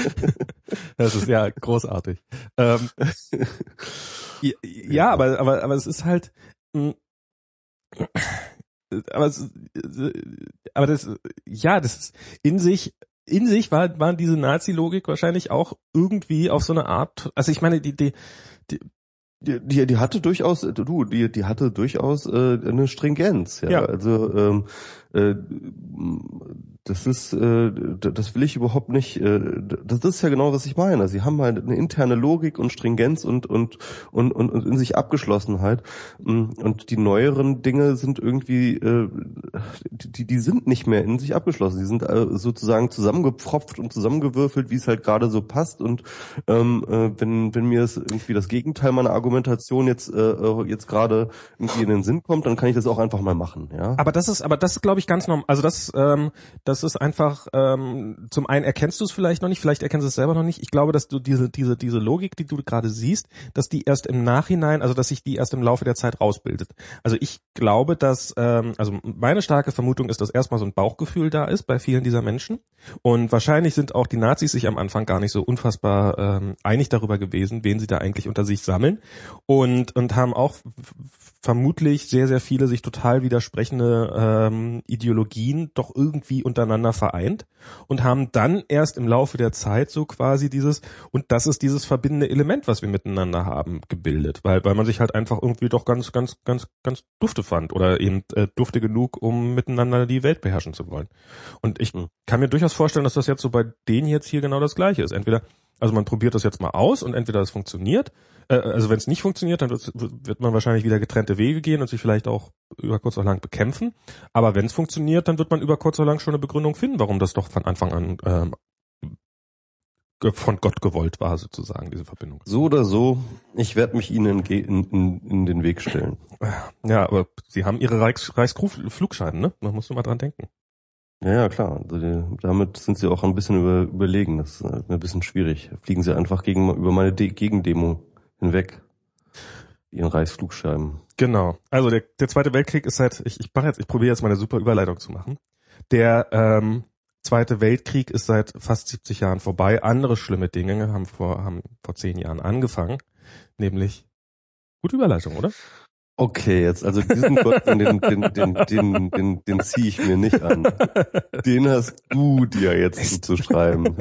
Das ist ja großartig. Ähm, ja, ja, aber aber aber es ist halt, mh, aber es, aber das, ja, das ist in sich. In sich war, war diese Nazi-Logik wahrscheinlich auch irgendwie auf so eine Art, also ich meine, die, die, die Die, die, die hatte durchaus, du, die, die hatte durchaus äh, eine Stringenz, ja. Ja. Also ähm, äh, das ist, äh, das will ich überhaupt nicht. Äh, das ist ja genau, was ich meine. Sie haben halt eine interne Logik und Stringenz und und und und, und in sich Abgeschlossenheit. Und die neueren Dinge sind irgendwie, äh, die die sind nicht mehr in sich abgeschlossen. Die sind äh, sozusagen zusammengepfropft und zusammengewürfelt, wie es halt gerade so passt. Und ähm, äh, wenn wenn mir es irgendwie das Gegenteil meiner Argumentation jetzt äh, jetzt gerade irgendwie in den Sinn kommt, dann kann ich das auch einfach mal machen, ja. Aber das ist, aber das ist, glaube ich, ganz normal. Also das, ähm, das ist einfach. Ähm, zum einen erkennst du es vielleicht noch nicht, vielleicht erkennst du es selber noch nicht. Ich glaube, dass du diese, diese, diese Logik, die du gerade siehst, dass die erst im Nachhinein, also dass sich die erst im Laufe der Zeit rausbildet. Also ich glaube, dass, ähm, also meine starke Vermutung ist, dass erstmal so ein Bauchgefühl da ist bei vielen dieser Menschen. Und wahrscheinlich sind auch die Nazis sich am Anfang gar nicht so unfassbar ähm, einig darüber gewesen, wen sie da eigentlich unter sich sammeln. Und und haben auch vermutlich sehr, sehr viele sich total widersprechende ähm, Ideologien doch irgendwie untereinander vereint und haben dann erst im Laufe der Zeit so quasi dieses, und das ist dieses verbindende Element, was wir miteinander haben, gebildet, weil weil man sich halt einfach irgendwie doch ganz, ganz, ganz, ganz dufte fand oder eben äh, dufte genug, um miteinander die Welt beherrschen zu wollen. Und ich kann mir durchaus vorstellen, dass das jetzt so bei denen jetzt hier genau das Gleiche ist. Entweder, also man probiert das jetzt mal aus und entweder es funktioniert, äh, also wenn es nicht funktioniert, dann wird, wird man wahrscheinlich wieder getrennte Wege gehen und sich vielleicht auch über kurz oder lang bekämpfen. Aber wenn es funktioniert, dann wird man über kurz oder lang schon eine Begründung finden, warum das doch von Anfang an ähm, von Gott gewollt war, sozusagen, diese Verbindung. So oder so, ich werde mich ihnen in, in, in den Weg stellen. Ja, aber sie haben ihre Reichs, Reichsflugscheine, ne? Man muss nur mal dran denken. Ja, ja, klar. Also die, damit sind sie auch ein bisschen über, überlegen. Das ist ein bisschen schwierig. Fliegen sie einfach gegen, über meine De- Gegendemo hinweg. Ihren Reichsflugscheiben. Genau. Also der, der Zweite Weltkrieg ist halt, ich, ich mache jetzt, ich probiere jetzt mal eine super Überleitung zu machen. Der ähm, Zweite Weltkrieg ist seit fast siebzig Jahren vorbei. Andere schlimme Dinge haben vor, haben vor zehn Jahren angefangen. Nämlich, gute Überleitung, oder? Okay, jetzt, also diesen Gott, den, den, den, den, den, den, den ziehe ich mir nicht an. Den hast du dir jetzt zuzuschreiben.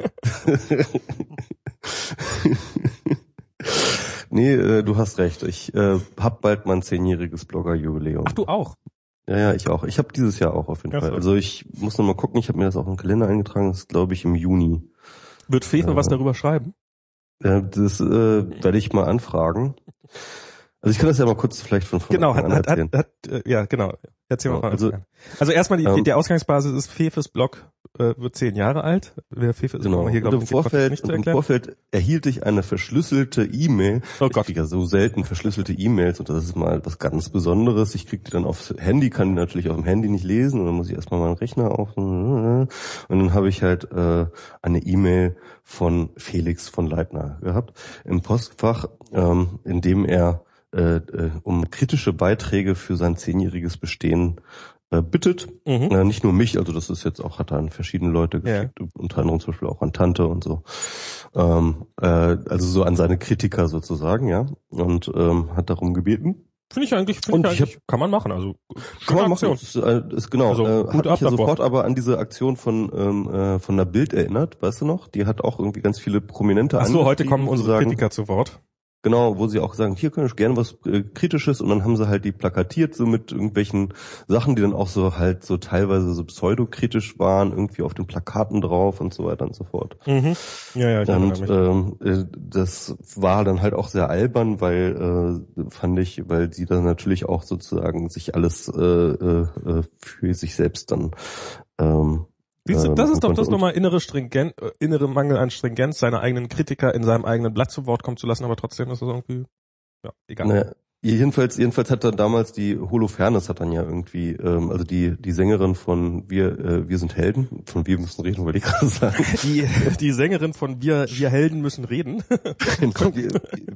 Nee, äh, du hast recht. Ich äh, hab bald mein zehnjähriges Blogger-Jubiläum. Ach, du auch? Ja, ja, ich auch. Ich habe dieses Jahr auch auf jeden Ja, Fall. so. Also ich muss noch mal gucken. Ich habe mir das auch im Kalender eingetragen. Das ist, glaube ich, im Juni. Wird Fefe äh, was darüber schreiben? Äh, das äh, werde ich mal anfragen. Also ich kann das ja mal kurz vielleicht von vorne Genau, hat, an hat, erzählen. hat, hat, äh, ja, genau. Erzähl mal. Genau, also, also erstmal die, ähm, die Ausgangsbasis ist, Fefes Blog äh, wird zehn Jahre alt. Wer Fefe ist, Genau. hier, Und glaube im ich, nicht Vorfeld, zu und im erklären. Vorfeld erhielt ich eine verschlüsselte E-Mail. Oh Gott. Ich kriege ja so selten verschlüsselte E-Mails und das ist mal was ganz Besonderes. Ich kriege die dann aufs Handy, kann die natürlich auf dem Handy nicht lesen und dann muss ich erstmal meinen Rechner auf und dann habe ich halt äh, eine E-Mail von Felix von Leitner gehabt im Postfach, ähm, in dem er äh, äh, um kritische Beiträge für sein zehnjähriges Bestehen äh, bittet. Mhm. Äh, nicht nur mich, also das ist jetzt auch, hat er an verschiedene Leute geschickt, ja. Unter anderem zum Beispiel auch an Tante und so. Ähm, äh, also so an seine Kritiker sozusagen, ja. Und ähm, hat darum gebeten. Finde ich eigentlich, finde ich eigentlich, hab, kann man machen. Also kann man machen. Das ist, äh, ist genau. Also, äh, gut hat mich ja ab, sofort aber an diese Aktion von ähm, äh, von der Bild erinnert, weißt du noch? Die hat auch irgendwie ganz viele Prominente. Ach so, heute kommen unsere sagen, Kritiker zu Wort. Genau, wo sie auch sagen, hier kann ich gerne was äh, Kritisches, und dann haben sie halt die plakatiert so mit irgendwelchen Sachen, die dann auch so halt so teilweise so pseudokritisch waren, irgendwie auf den Plakaten drauf und so weiter und so fort. Mhm. Ja, ja, ich und ähm, äh, das war dann halt auch sehr albern, weil äh, fand ich, weil sie dann natürlich auch sozusagen sich alles äh, äh, für sich selbst dann ähm, Siehst du, das ist doch das nochmal innere Stringenz, innere Mangel an Stringenz, seine eigenen Kritiker in seinem eigenen Blatt zu Wort kommen zu lassen, aber trotzdem ist das irgendwie, ja, egal. Naja, jedenfalls, jedenfalls hat dann damals die Holofernes hat dann ja irgendwie, ähm, also die die Sängerin von Wir äh, wir sind Helden, von Wir müssen reden, wollte ich gerade sagen. Die die Sängerin von Wir wir Helden müssen reden. wir,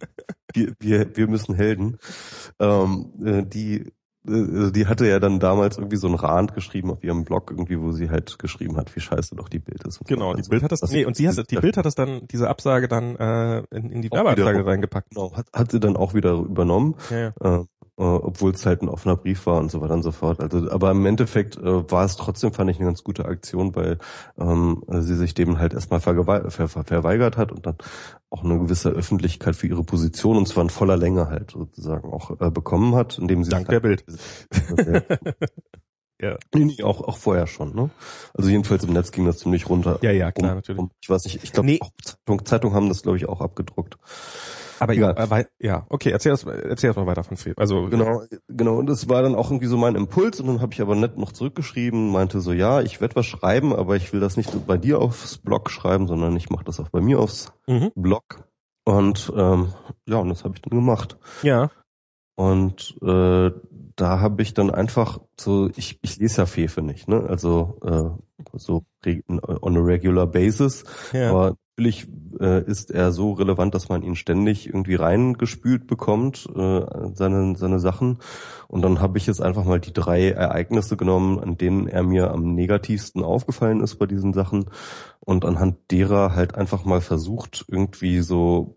wir, wir, wir müssen Helden. Ähm, äh, die Die hatte ja dann damals irgendwie so einen Rand geschrieben auf ihrem Blog irgendwie, wo sie halt geschrieben hat, wie scheiße doch die Bild ist. Und genau, so. die Bild hat das, das nee, und sie hat, die Bild hat das dann, diese Absage dann äh, in, in die Werbeanzeige reingepackt. Genau, hat, hat sie dann auch wieder übernommen. Ja, ja. Äh, äh, obwohl es halt ein offener Brief war und so weiter und so fort. Also, aber im Endeffekt äh, war es trotzdem, fand ich, eine ganz gute Aktion, weil ähm, sie sich dem halt erstmal vergewe- ver- ver- verweigert hat und dann auch eine gewisse Öffentlichkeit für ihre Position, und zwar in voller Länge halt sozusagen auch äh, bekommen hat, indem sie Dank der halt, Bild. Ja. Nee, nee, auch, auch vorher schon, ne? Also jedenfalls im Netz ging das ziemlich runter. Ja, ja, klar, um, natürlich. Um, ich weiß nicht, ich glaube, Nee. auch Zeitung, Zeitung haben das, glaube ich, auch abgedruckt. Aber Egal. ja, weil, ja, okay, erzähl das, erzähl das mal weiter von Phil. Also Genau, genau. Und das war dann auch irgendwie so mein Impuls, und dann habe ich aber nett noch zurückgeschrieben, meinte so, ja, ich werde was schreiben, aber ich will das nicht bei dir aufs Blog schreiben, sondern ich mache das auch bei mir aufs mhm. Blog. Und ähm, ja, und das habe ich dann gemacht. Ja. Und äh, da habe ich dann einfach so, ich, ich lese ja Fefe nicht, ne? Also äh, so on a regular basis. Ja. Aber natürlich äh, ist er so relevant, dass man ihn ständig irgendwie reingespült bekommt, äh, seine seine Sachen. Und dann habe ich jetzt einfach mal die drei Ereignisse genommen, an denen er mir am negativsten aufgefallen ist bei diesen Sachen, und anhand derer halt einfach mal versucht, irgendwie so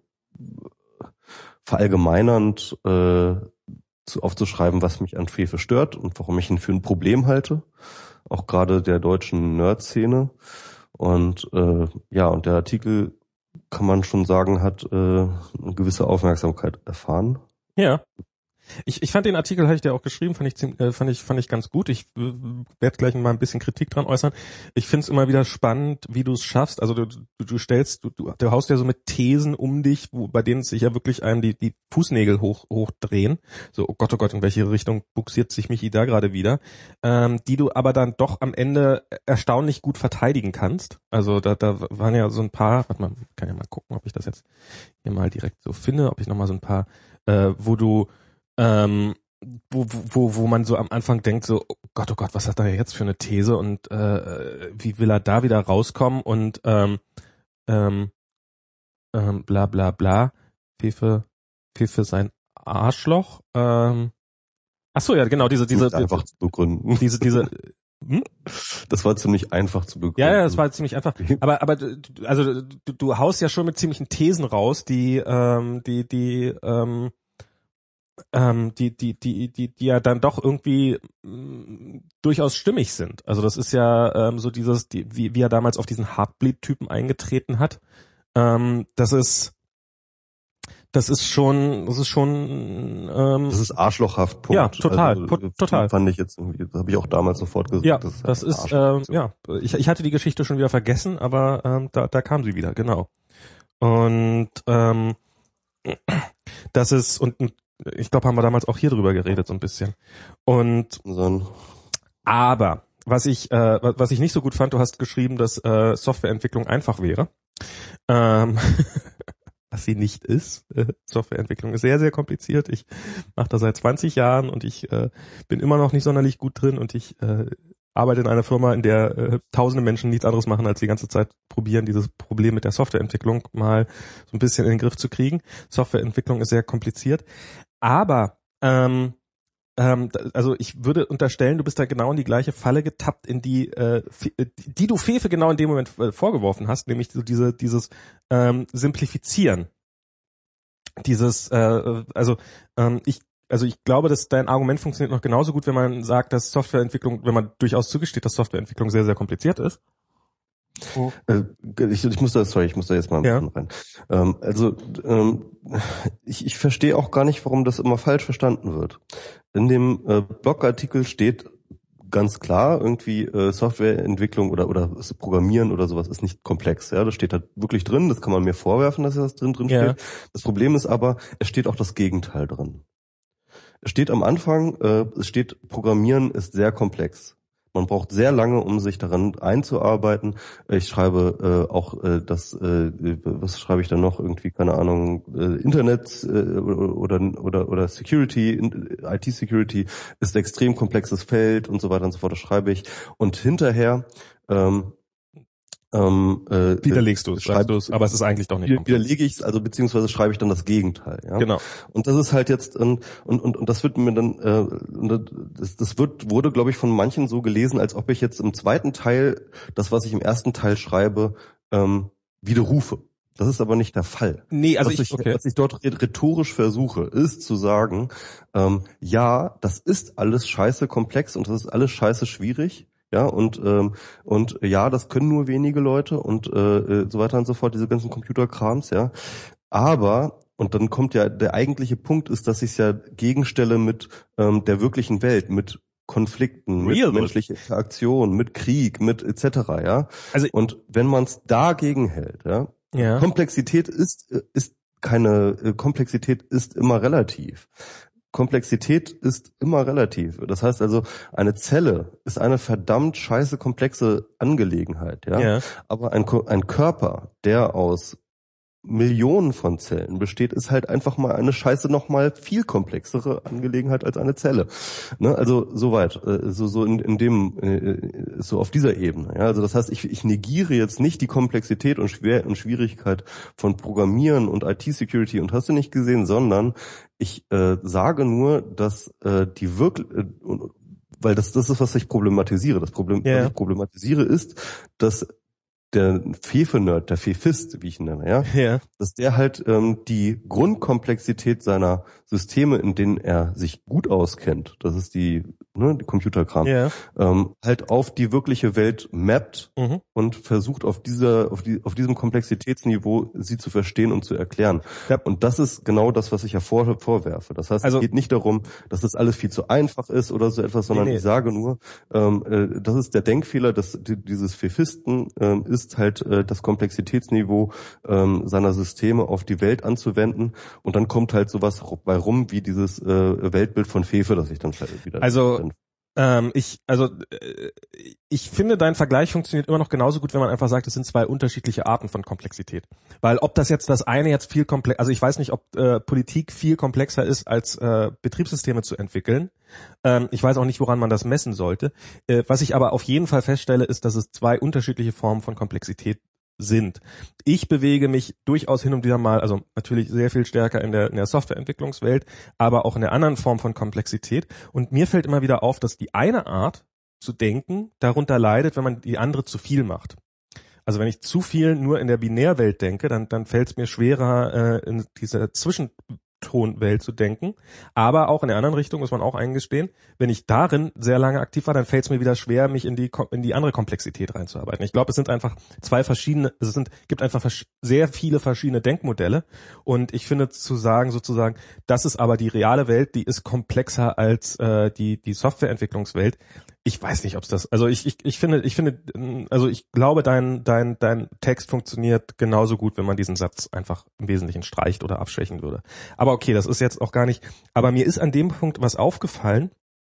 verallgemeinernd äh, zu, aufzuschreiben, was mich an Fefe stört und warum ich ihn für ein Problem halte, auch gerade der deutschen Nerd-Szene. Und äh, ja, und der Artikel, kann man schon sagen, hat äh, eine gewisse Aufmerksamkeit erfahren. Ja. Ich, ich fand den Artikel, hatte ich dir auch geschrieben, fand ich ziemlich, äh, fand ich fand ich ganz gut. Ich äh, werde gleich mal ein bisschen Kritik dran äußern. Ich finde es immer wieder spannend, wie du es schaffst. Also du, du, du stellst, du, du, du haust ja so mit Thesen um dich, wo, bei denen sich ja wirklich einem die, die Fußnägel hoch hochdrehen. So, oh Gott, oh Gott, in welche Richtung buxiert sich Michi da gerade wieder? Ähm, die du aber dann doch am Ende erstaunlich gut verteidigen kannst. Also da, da waren ja so ein paar, warte mal, kann ja mal gucken, ob ich das jetzt hier mal direkt so finde, ob ich nochmal so ein paar, äh, wo du Ähm, wo, wo, wo man so am Anfang denkt, so, oh Gott, oh Gott, was hat er jetzt für eine These und äh, wie will er da wieder rauskommen und ähm, ähm, ähm, bla bla bla, Fefe, Fefe sein Arschloch. Ähm, ach so, ja, genau, diese, diese, einfach zu begründen. diese, diese, hm? Das war ziemlich einfach zu begründen. Ja, ja, das war ziemlich einfach. Aber, aber, also du, du haust ja schon mit ziemlichen Thesen raus, die, ähm, die, die, ähm, Ähm, die, die, die, die, die ja dann doch irgendwie mh, durchaus stimmig sind. Also das ist ja ähm, so dieses, die, wie, wie er damals auf diesen Heartbleed-Typen eingetreten hat. Ähm, das ist, das ist schon, das ist schon, ähm, das ist arschlochhaft. Punkt. Ja, total, also, po- total. Fand ich jetzt irgendwie, das habe ich auch damals sofort gesagt. Ja, das ist, das ist, ähm, ja, ich, ich hatte die Geschichte schon wieder vergessen, aber ähm, da, da kam sie wieder, genau. Und ähm, das ist und ich glaube, haben wir damals auch hier drüber geredet so ein bisschen. Und so aber was ich äh, was ich nicht so gut fand, du hast geschrieben, dass äh, Softwareentwicklung einfach wäre. Ähm, was sie nicht ist. Äh, Softwareentwicklung ist sehr, sehr kompliziert. Ich mache das seit zwanzig Jahren und ich äh, bin immer noch nicht sonderlich gut drin und ich äh, arbeite in einer Firma, in der äh, tausende Menschen nichts anderes machen, als die ganze Zeit probieren, dieses Problem mit der Softwareentwicklung mal so ein bisschen in den Griff zu kriegen. Softwareentwicklung ist sehr kompliziert. Aber, ähm, ähm, also ich würde unterstellen, du bist da genau in die gleiche Falle getappt, in die, äh, die du Fefe genau in dem Moment vorgeworfen hast, nämlich so diese, dieses ähm, Simplifizieren. Dieses, äh, also ähm, ich Also ich glaube, dass dein Argument funktioniert noch genauso gut, wenn man sagt, dass Softwareentwicklung, wenn man durchaus zugesteht, dass Softwareentwicklung sehr, sehr kompliziert ist. Oh. Äh, ich, ich muss da, sorry, ich muss da jetzt mal ein ja. bisschen rein. Ähm, also ähm, ich, ich verstehe auch gar nicht, warum das immer falsch verstanden wird. In dem äh, Blogartikel steht ganz klar, irgendwie äh, Softwareentwicklung oder oder Programmieren oder sowas ist nicht komplex. Ja, das steht da wirklich drin. Das kann man mir vorwerfen, dass das drin drin ja. steht. Das Problem ist aber, es steht auch das Gegenteil drin. Es steht am Anfang, äh, es steht, Programmieren ist sehr komplex. Man braucht sehr lange, um sich daran einzuarbeiten. Ich schreibe äh, auch äh, das, äh, was schreibe ich da noch? Irgendwie, keine Ahnung, äh, Internet äh, oder oder oder Security, I T-Security ist ein extrem komplexes Feld und so weiter und so fort. Das schreibe ich. Und hinterher ähm, Ähm, äh, Widerlegst du es, schreibst du es, aber es ist eigentlich doch nicht komplex. Widerlege ich es, also beziehungsweise schreibe ich dann das Gegenteil. Ja? Genau. Und das ist halt jetzt und und und, und das wird mir dann äh, das, das wird wurde glaube ich von manchen so gelesen, als ob ich jetzt im zweiten Teil das, was ich im ersten Teil schreibe, ähm, widerrufe. Das ist aber nicht der Fall. Nee, also was ich, ich, okay. was ich dort rhetorisch versuche, ist zu sagen, ähm, ja, das ist alles scheiße komplex und das ist alles scheiße schwierig. Ja, und ähm, und ja, das können nur wenige Leute und äh, so weiter und so fort, diese ganzen Computerkrams, ja. Aber, und dann kommt ja, der eigentliche Punkt ist, dass ich es ja gegenstelle mit ähm, der wirklichen Welt, mit Konflikten, Real mit menschlicher Interaktion, mit Krieg, mit et cetera, ja. Also, und wenn man es dagegen hält, ja, ja. Komplexität ist ist keine Komplexität ist immer relativ. Komplexität ist immer relativ. Das heißt also, eine Zelle ist eine verdammt scheiße komplexe Angelegenheit, ja. ja. Aber ein, ein Körper, der aus Millionen von Zellen besteht, ist halt einfach mal eine Scheiße noch mal viel komplexere Angelegenheit als eine Zelle. Ne? Also soweit, so so in, in dem, so auf dieser Ebene. Ja? Also das heißt, ich, ich negiere jetzt nicht die Komplexität und, Schwer und Schwierigkeit von Programmieren und I T-Security und hast du nicht gesehen, sondern ich äh, sage nur, dass äh, die wirklich, äh, weil das das ist, was ich problematisiere. Das Problem, yeah. was ich problematisiere, ist, dass der Fefe-Nerd, der Fefist, wie ich ihn nenne, ja, ja. dass der halt ähm, die Grundkomplexität seiner Systeme, in denen er sich gut auskennt, das ist die, ne, die Computerkram, ja. ähm, halt auf die wirkliche Welt mappt mhm. und versucht auf dieser, auf die, auf diesem Komplexitätsniveau sie zu verstehen und zu erklären. Ja. Und das ist genau das, was ich ja vor, vorwerfe. Das heißt, also, es geht nicht darum, dass das alles viel zu einfach ist oder so etwas, sondern nee, nee. ich sage nur, ähm, äh, das ist der Denkfehler, dass die, dieses Fefisten ähm, ist halt äh, das Komplexitätsniveau ähm, seiner Systeme auf die Welt anzuwenden und dann kommt halt sowas bei rum wie dieses äh, Weltbild von Fefe, das ich dann wieder also dann ähm, ich also äh, ich finde, dein Vergleich funktioniert immer noch genauso gut, wenn man einfach sagt, es sind zwei unterschiedliche Arten von Komplexität. Weil ob das jetzt das eine jetzt viel komplex, also ich weiß nicht, ob äh, Politik viel komplexer ist als äh, Betriebssysteme zu entwickeln. Ähm, ich weiß auch nicht, woran man das messen sollte. Äh, was ich aber auf jeden Fall feststelle, ist, dass es zwei unterschiedliche Formen von Komplexität sind. Ich bewege mich durchaus hin und wieder mal, also natürlich sehr viel stärker in der, in der Softwareentwicklungswelt, aber auch in der anderen Form von Komplexität. Und mir fällt immer wieder auf, dass die eine Art zu denken darunter leidet, wenn man die andere zu viel macht. Also wenn ich zu viel nur in der Binärwelt denke, dann, dann fällt es mir schwerer, äh, in dieser Zwischentonwelt zu denken. Aber auch in der anderen Richtung muss man auch eingestehen, wenn ich darin sehr lange aktiv war, dann fällt es mir wieder schwer, mich in die in die andere Komplexität reinzuarbeiten. Ich glaube, es sind einfach zwei verschiedene, es sind gibt einfach sehr viele verschiedene Denkmodelle und ich finde zu sagen sozusagen, das ist aber die reale Welt, die ist komplexer als äh, die die Softwareentwicklungswelt. Ich weiß nicht, ob es das, also ich, ich, ich finde, ich finde, also ich glaube, dein, dein, dein Text funktioniert genauso gut, wenn man diesen Satz einfach im Wesentlichen streicht oder abschwächen würde. Aber okay, das ist jetzt auch gar nicht, aber mir ist an dem Punkt was aufgefallen,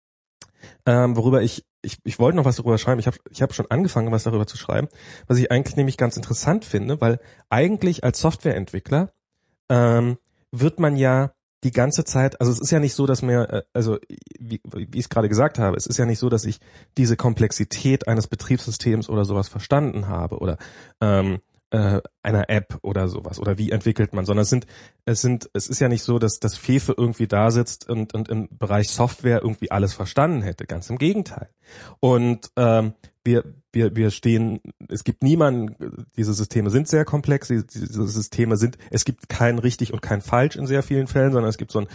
ähm, worüber ich, ich, ich wollte noch was darüber schreiben, ich habe ich hab schon angefangen, was darüber zu schreiben, was ich eigentlich nämlich ganz interessant finde, weil eigentlich als Softwareentwickler ähm, wird man ja die ganze Zeit, also es ist ja nicht so, dass mir, also wie, wie ich es gerade gesagt habe, es ist ja nicht so, dass ich diese Komplexität eines Betriebssystems oder sowas verstanden habe oder ähm, äh, einer App oder sowas oder wie entwickelt man, sondern es sind, es sind, es ist ja nicht so, dass das Fefe irgendwie da sitzt und, und im Bereich Software irgendwie alles verstanden hätte, ganz im Gegenteil. Und ähm, wir, wir, wir stehen, es gibt niemanden, diese Systeme sind sehr komplex, diese, diese Systeme sind, es gibt kein richtig und kein falsch in sehr vielen Fällen, sondern es gibt so ein,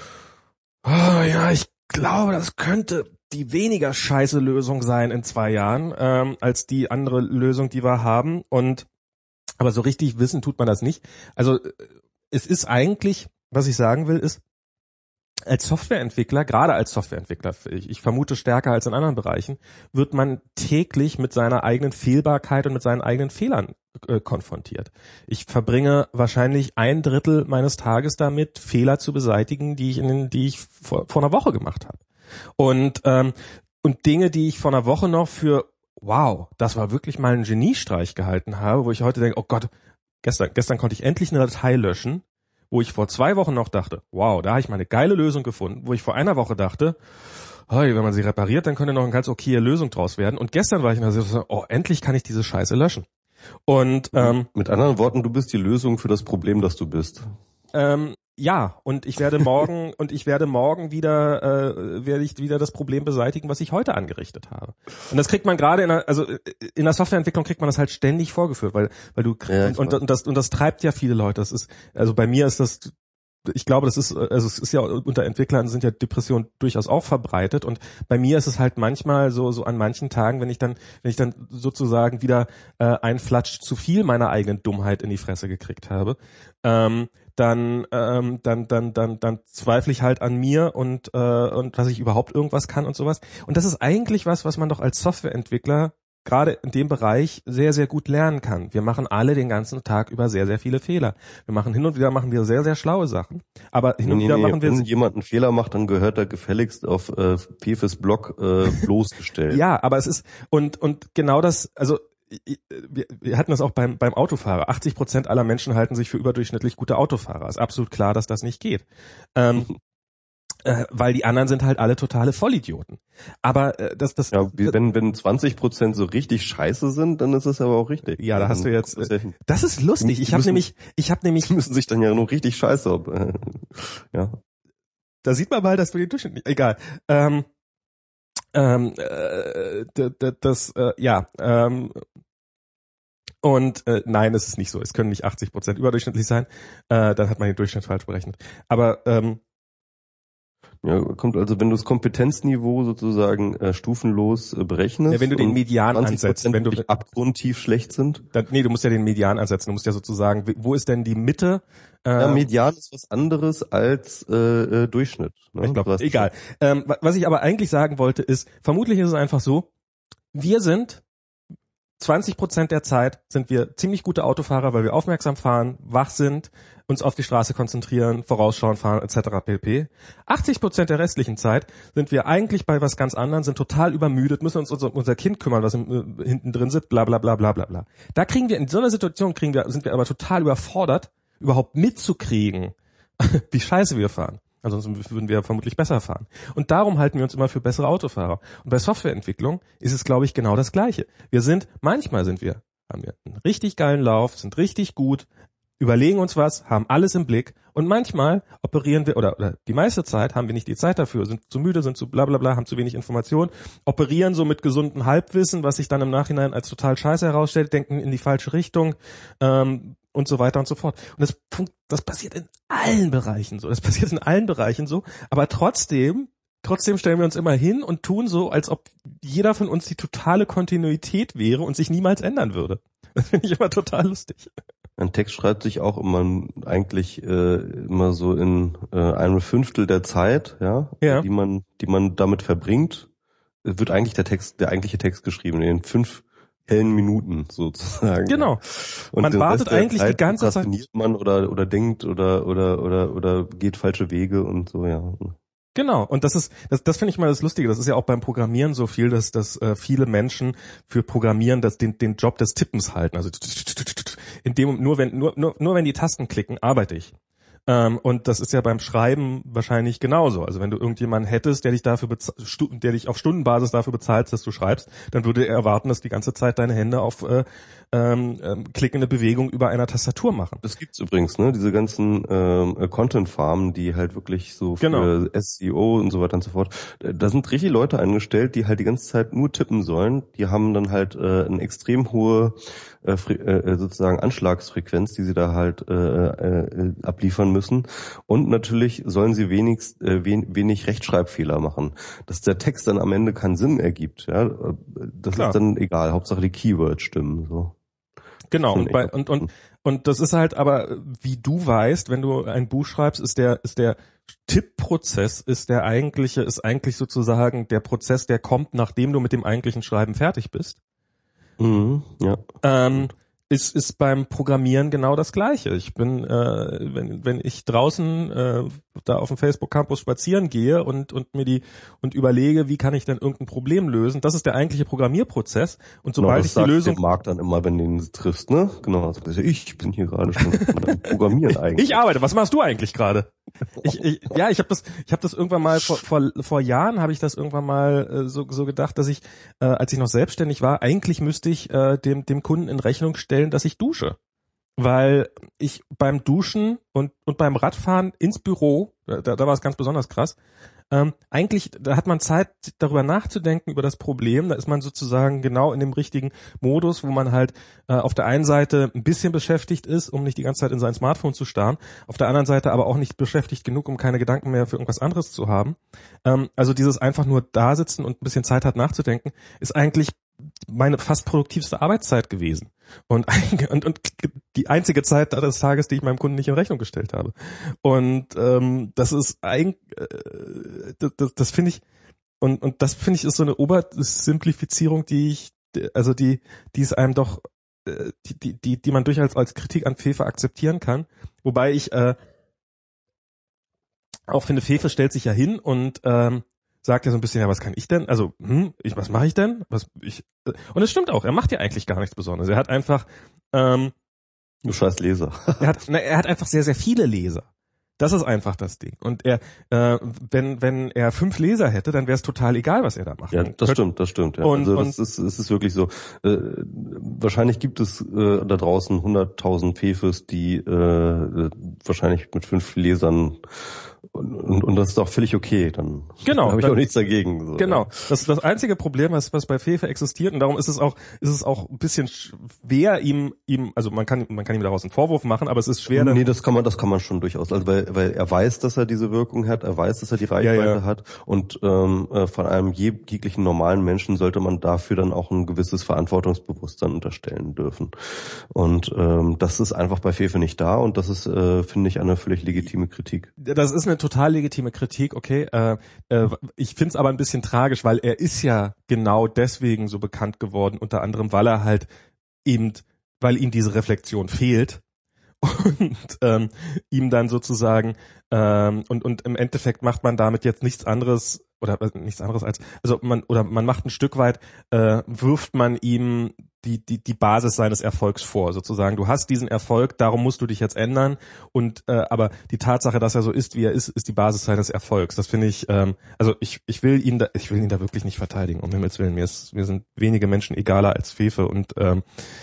oh ja, ich glaube, das könnte die weniger scheiße Lösung sein in zwei Jahren, ähm, als die andere Lösung, die wir haben. Und aber so richtig wissen tut man das nicht. Also es ist eigentlich, was ich sagen will, ist, als Softwareentwickler, gerade als Softwareentwickler, ich, ich vermute stärker als in anderen Bereichen, wird man täglich mit seiner eigenen Fehlbarkeit und mit seinen eigenen Fehlern äh, konfrontiert. Ich verbringe wahrscheinlich ein Drittel meines Tages damit, Fehler zu beseitigen, die ich in den, die ich vor, vor einer Woche gemacht habe. Und ähm, und Dinge, die ich vor einer Woche noch für wow, das war wirklich mal ein Geniestreich gehalten habe, wo ich heute denke, oh Gott, gestern gestern konnte ich endlich eine Datei löschen, wo ich vor zwei Wochen noch dachte, wow, da habe ich mal eine geile Lösung gefunden, wo ich vor einer Woche dachte, hey, wenn man sie repariert, dann könnte noch eine ganz okaye Lösung draus werden. Und gestern war ich in der Situation, oh, endlich kann ich diese Scheiße löschen. Und ähm, mit anderen Worten, du bist die Lösung für das Problem, das du bist. Ähm, ja, und ich werde morgen und ich werde morgen wieder äh, werde ich wieder das Problem beseitigen, was ich heute angerichtet habe. Und das kriegt man gerade in der, also in der Softwareentwicklung kriegt man das halt ständig vorgeführt, weil weil du Ja, und, und, und das und das treibt ja viele Leute. Das ist also bei mir ist das ich glaube, das ist, also es ist ja unter Entwicklern sind ja Depressionen durchaus auch verbreitet und bei mir ist es halt manchmal so, so an manchen Tagen, wenn ich dann, wenn ich dann sozusagen wieder äh, ein Flatsch zu viel meiner eigenen Dummheit in die Fresse gekriegt habe, ähm, dann, ähm, dann, dann, dann, dann zweifle ich halt an mir und äh, und dass ich überhaupt irgendwas kann und sowas. Und das ist eigentlich was, was man doch als Softwareentwickler gerade in dem Bereich sehr, sehr gut lernen kann. Wir machen alle den ganzen Tag über sehr, sehr viele Fehler. Wir machen hin und wieder machen wir sehr, sehr schlaue Sachen. Aber hin und nee, wieder nee, machen wir... Wenn jemand einen Fehler macht, dann gehört er gefälligst auf äh, Fefes Blog äh, bloßgestellt. Ja, aber es ist... Und und genau das... Also wir, wir hatten das auch beim beim Autofahrer. achtzig Prozent aller Menschen halten sich für überdurchschnittlich gute Autofahrer. Ist absolut klar, dass das nicht geht. Ähm, Äh, weil die anderen sind halt alle totale Vollidioten. Aber äh, das, das, ja, wie, wenn wenn zwanzig Prozent so richtig scheiße sind, dann ist es aber auch richtig. Ja, da hast du jetzt. Äh, das ist lustig. Ich habe nämlich, ich habe nämlich, die müssen sich dann ja nur richtig scheiße. Ob, äh, ja. Da sieht man mal, dass wir den Durchschnitt nicht. Egal. Ähm, ähm, äh, d, d, das, äh, ja. Ähm, und äh, nein, es ist nicht so. Es können nicht achtzig Prozent überdurchschnittlich sein. Äh, dann hat man den Durchschnitt falsch berechnet. Aber ähm, Ja, kommt also, wenn du das Kompetenzniveau sozusagen äh, stufenlos äh, berechnest. Ja, wenn du den Median ansetzt, wenn du abgrundtief schlecht sind. Dann, nee, du musst ja den Median ansetzen. Du musst ja sozusagen, wo ist denn die Mitte? Äh, ja, Median ist was anderes als äh, äh, Durchschnitt. Ne? Ich glaube, egal. Ähm, was ich aber eigentlich sagen wollte, ist, vermutlich ist es einfach so, wir sind zwanzig Prozent der Zeit sind wir ziemlich gute Autofahrer, weil wir aufmerksam fahren, wach sind, uns auf die Straße konzentrieren, vorausschauen, fahren et cetera pp. achtzig Prozent der restlichen Zeit sind wir eigentlich bei was ganz anderem, sind total übermüdet, müssen uns um unser Kind kümmern, was im, äh, hinten drin sitzt, bla bla bla bla bla bla. Da kriegen wir, in so einer Situation kriegen wir, sind wir aber total überfordert, überhaupt mitzukriegen, wie scheiße wir fahren. Ansonsten würden wir vermutlich besser fahren. Und darum halten wir uns immer für bessere Autofahrer. Und bei Softwareentwicklung ist es, glaube ich, genau das Gleiche. Wir sind, manchmal sind wir, haben wir einen richtig geilen Lauf, sind richtig gut, überlegen uns was, haben alles im Blick und manchmal operieren wir, oder, oder die meiste Zeit haben wir nicht die Zeit dafür, sind zu müde, sind zu bla bla bla, haben zu wenig Informationen, operieren so mit gesundem Halbwissen, was sich dann im Nachhinein als total scheiße herausstellt, denken in die falsche Richtung, ähm, und so weiter und so fort. Und das, das passiert in allen Bereichen so. Das passiert in allen Bereichen so. Aber trotzdem, trotzdem stellen wir uns immer hin und tun so, als ob jeder von uns die totale Kontinuität wäre und sich niemals ändern würde. Das finde ich immer total lustig. Ein Text schreibt sich auch immer eigentlich äh, immer so in äh, einem Fünftel der Zeit, ja, ja, die man, die man damit verbringt, wird eigentlich der Text, der eigentliche Text geschrieben in fünf hellen Minuten sozusagen. Genau. Und man wartet eigentlich Zeit die ganze Zeit. man oder oder denkt oder oder oder oder geht falsche Wege und so, ja. Genau. Und das ist, das, das finde ich mal das Lustige. Das ist ja auch beim Programmieren so viel, dass, dass äh, viele Menschen für Programmieren das den den Job des Tippens halten. Also in dem nur wenn nur nur nur wenn die Tasten klicken, arbeite ich. Ähm, und das ist ja beim Schreiben wahrscheinlich genauso. Also wenn du irgendjemanden hättest, der dich dafür bezahlt, der dich auf Stundenbasis dafür bezahlt, dass du schreibst, dann würde er erwarten, dass die ganze Zeit deine Hände auf äh, ähm, ähm, klickende Bewegung über einer Tastatur machen. Das gibt's übrigens, ne? Diese ganzen ähm, Content-Farmen, die halt wirklich so für genau. S E O und so weiter und so fort. Da sind richtig Leute eingestellt, die halt die ganze Zeit nur tippen sollen. Die haben dann halt äh, eine extrem hohe äh, äh, sozusagen Anschlagsfrequenz, die sie da halt äh, äh, abliefern müssen. Und natürlich sollen sie wenigst, äh, wen, wenig Rechtschreibfehler machen. Dass der Text dann am Ende keinen Sinn ergibt, ja, das Klar. ist dann egal. Hauptsache die Keywords stimmen, so. Genau, und, bei, und, und, und das ist halt aber, wie du weißt, wenn du ein Buch schreibst, ist der, ist der Tippprozess, ist der eigentliche, ist eigentlich sozusagen der Prozess, der kommt, nachdem du mit dem eigentlichen Schreiben fertig bist. Mhm, ja. Ähm, ist, ist beim Programmieren genau das Gleiche. Ich bin, äh, wenn, wenn ich draußen äh, da auf dem Facebook Campus spazieren gehe und, und mir die, und überlege, wie kann ich denn irgendein Problem lösen, das ist der eigentliche Programmierprozess. Und sobald genau, ich die Lösung. Den Markt dann immer, wenn du ihn triffst, ne? Genau. Also ich bin hier gerade schon Programmieren eigentlich. Ich arbeite. Was machst du eigentlich gerade? Ich, ich, ja, ich habe das, ich habe das irgendwann mal vor vor, vor Jahren habe ich das irgendwann mal äh, so so gedacht, dass ich, äh, als ich noch selbstständig war, eigentlich müsste ich äh, dem dem Kunden in Rechnung stellen, dass ich dusche. weil ich beim Duschen und und beim Radfahren ins Büro, da, da war es ganz besonders krass, ähm, eigentlich, da hat man Zeit, darüber nachzudenken, über das Problem. Da ist man sozusagen genau in dem richtigen Modus, wo man halt äh, auf der einen Seite ein bisschen beschäftigt ist, um nicht die ganze Zeit in sein Smartphone zu starren, auf der anderen Seite aber auch nicht beschäftigt genug, um keine Gedanken mehr für irgendwas anderes zu haben. Ähm, also dieses einfach nur da sitzen und ein bisschen Zeit hat nachzudenken, ist eigentlich meine fast produktivste Arbeitszeit gewesen. Und, und, und die einzige Zeit des Tages, die ich meinem Kunden nicht in Rechnung gestellt habe. Und ähm, das ist eigentlich, äh, das, das, das finde ich, und, und das finde ich ist so eine Obersimplifizierung, die ich, also die, die es einem doch, äh, die, die, die, die man durchaus als Kritik an Fefe akzeptieren kann. Wobei ich äh, auch finde, Fefe stellt sich ja hin und ähm, sagt ja so ein bisschen, ja, was kann ich denn? Also, hm, ich, was mache ich denn? Was ich äh, und es stimmt auch, er macht ja eigentlich gar nichts Besonderes. Er hat einfach ähm, du scheiß Leser. er hat na, er hat einfach sehr, sehr viele Leser. Das ist einfach das Ding. Und er, äh, wenn wenn er fünf Leser hätte, dann wäre es total egal, was er da macht. Ja, das stimmt, das stimmt. Ja. Und, also das und, ist, es ist wirklich so. Äh, wahrscheinlich gibt es äh, da draußen hunderttausend Fefes, die äh, wahrscheinlich mit fünf Lesern und, und, und das ist auch völlig okay. Dann genau, habe ich dann, auch nichts dagegen. So, genau. Ja. Das das einzige Problem, was was bei Fefe existiert, und darum ist es auch ist es auch ein bisschen schwer, ihm ihm also man kann man kann ihm daraus einen Vorwurf machen, aber es ist schwer. Nee, das kann man das kann man schon durchaus. Also weil weil er weiß, dass er diese Wirkung hat, er weiß, dass er die Reichweite ja, ja. hat und ähm, von einem jeglichen normalen Menschen sollte man dafür dann auch ein gewisses Verantwortungsbewusstsein unterstellen dürfen. Und ähm, das ist einfach bei Fefe nicht da und das ist, äh, finde ich, eine völlig legitime Kritik. Das ist eine total legitime Kritik, okay. Äh, äh, ich finde es aber ein bisschen tragisch, weil er ist ja genau deswegen so bekannt geworden, unter anderem, weil er halt eben, weil ihm diese Reflexion fehlt und ähm, ihm dann sozusagen ähm, und und im Endeffekt macht man damit jetzt nichts anderes oder äh, nichts anderes als also man oder man macht ein Stück weit äh, wirft man ihm die die die Basis seines Erfolgs vor, sozusagen. Du hast diesen Erfolg, darum musst du dich jetzt ändern und äh, aber die Tatsache, dass er so ist, wie er ist, ist die Basis seines Erfolgs. Das finde ich ähm, also ich ich will ihn da ich will ihn da wirklich nicht verteidigen, um Himmels Willen. Mir ist mir sind wenige Menschen egaler als Fefe und ähm,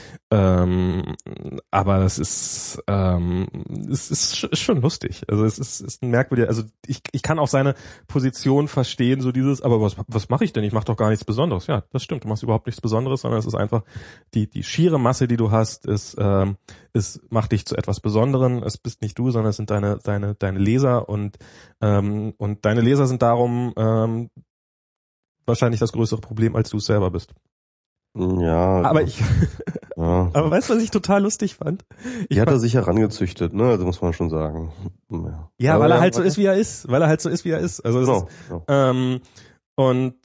ähm, aber das ist ähm, es ist, ist schon lustig. Also es ist, ist ein merkwürdiger, also ich ich kann auch seine Position verstehen, so dieses, aber was was mache ich denn? Ich mache doch gar nichts Besonderes. Ja, das stimmt, du machst überhaupt nichts Besonderes, sondern es ist einfach die die schiere Masse, die du hast, ist ähm, ist macht dich zu etwas Besonderem. Es bist nicht du, sondern es sind deine deine deine Leser und ähm, und deine Leser sind darum ähm, wahrscheinlich das größere Problem, als du es selber bist. Ja. Aber ich ja. Aber weißt du, was ich total lustig fand? Ich Die hat fand, er sich herangezüchtet, ne? Also muss man schon sagen. Ja, ja, aber weil er ja, halt so ist, wie er ist. Weil er halt so ist, wie er ist. Also es genau, ist, genau. ähm, und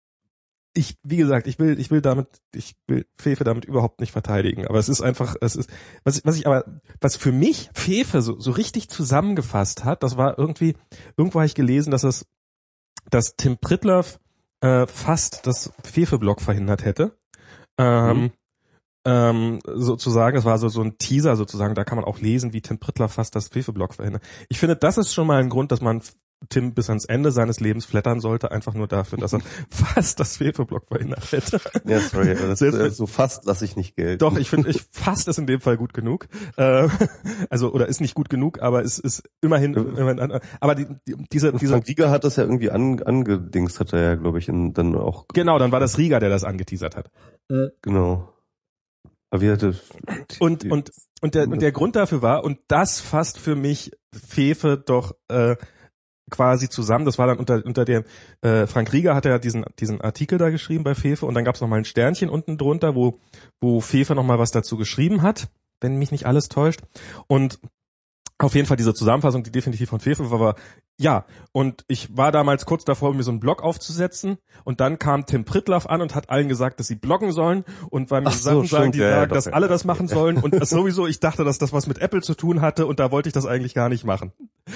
ich, wie gesagt, ich will, ich will damit, ich will Fefe damit überhaupt nicht verteidigen. Aber es ist einfach, es ist, was ich, was ich aber, was für mich Fefe so, so richtig zusammengefasst hat, das war irgendwie, irgendwo habe ich gelesen, dass es, dass Tim Pritlove äh, fast das Fefe-Blog verhindert hätte. Ähm, mhm. ähm, sozusagen, das war so, so ein Teaser sozusagen, da kann man auch lesen, wie Tim Pritlove fast das Fefe-Blog verhindert. Ich finde, das ist schon mal ein Grund, dass man Tim bis ans Ende seines Lebens flattern sollte, einfach nur dafür, dass er fast das Fefe-Blog verhindert hätte. Ja, sorry, das ist, äh, so fast lasse ich nicht gelten. Doch, ich finde, ich fast ist in dem Fall gut genug. Äh, also, oder ist nicht gut genug, aber es ist immerhin, immerhin aber die, die, diese, diese. Frank Rieger hat das ja irgendwie an, angedingst, hat er ja, glaube ich, in, dann auch. Genau, dann war das Rieger, der das angeteasert hat. Genau. Aber wie hatte, und, und, und der, und der Grund dafür war, und das fasst für mich Fefe doch, äh, quasi zusammen. Das war dann unter unter dem äh, Frank Rieger hat ja diesen diesen Artikel da geschrieben bei Fefe und dann gab es noch mal ein Sternchen unten drunter, wo wo Fefe noch mal was dazu geschrieben hat, wenn mich nicht alles täuscht. Und auf jeden Fall diese Zusammenfassung, die definitiv von Fefe war, war ja. Und ich war damals kurz davor, mir so einen Blog aufzusetzen. Und dann kam Tim Pritlove an und hat allen gesagt, dass sie bloggen sollen. Und weil mir so, Sachen sagen, die ja, sagen, ja, dass doch, alle das machen sollen. Und das sowieso, ich dachte, dass das was mit Apple zu tun hatte. Und da wollte ich das eigentlich gar nicht machen.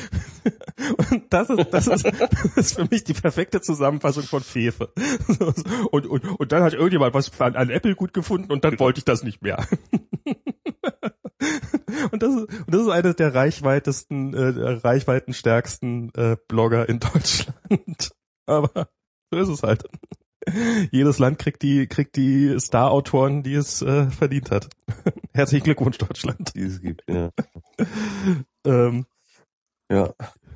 Und das ist, das ist, das ist für mich die perfekte Zusammenfassung von Fefe. Und, und, und dann hat irgendjemand was an, an Apple gut gefunden und dann wollte ich das nicht mehr. Und das ist, und das ist einer der reichweitesten, äh, reichweitenstärksten äh, Blogger in Deutschland. Aber so ist es halt. Jedes Land kriegt die, kriegt die Star-Autoren, die es äh, verdient hat. Herzlichen Glückwunsch, Deutschland. Die es gibt, ja. ähm. Ja.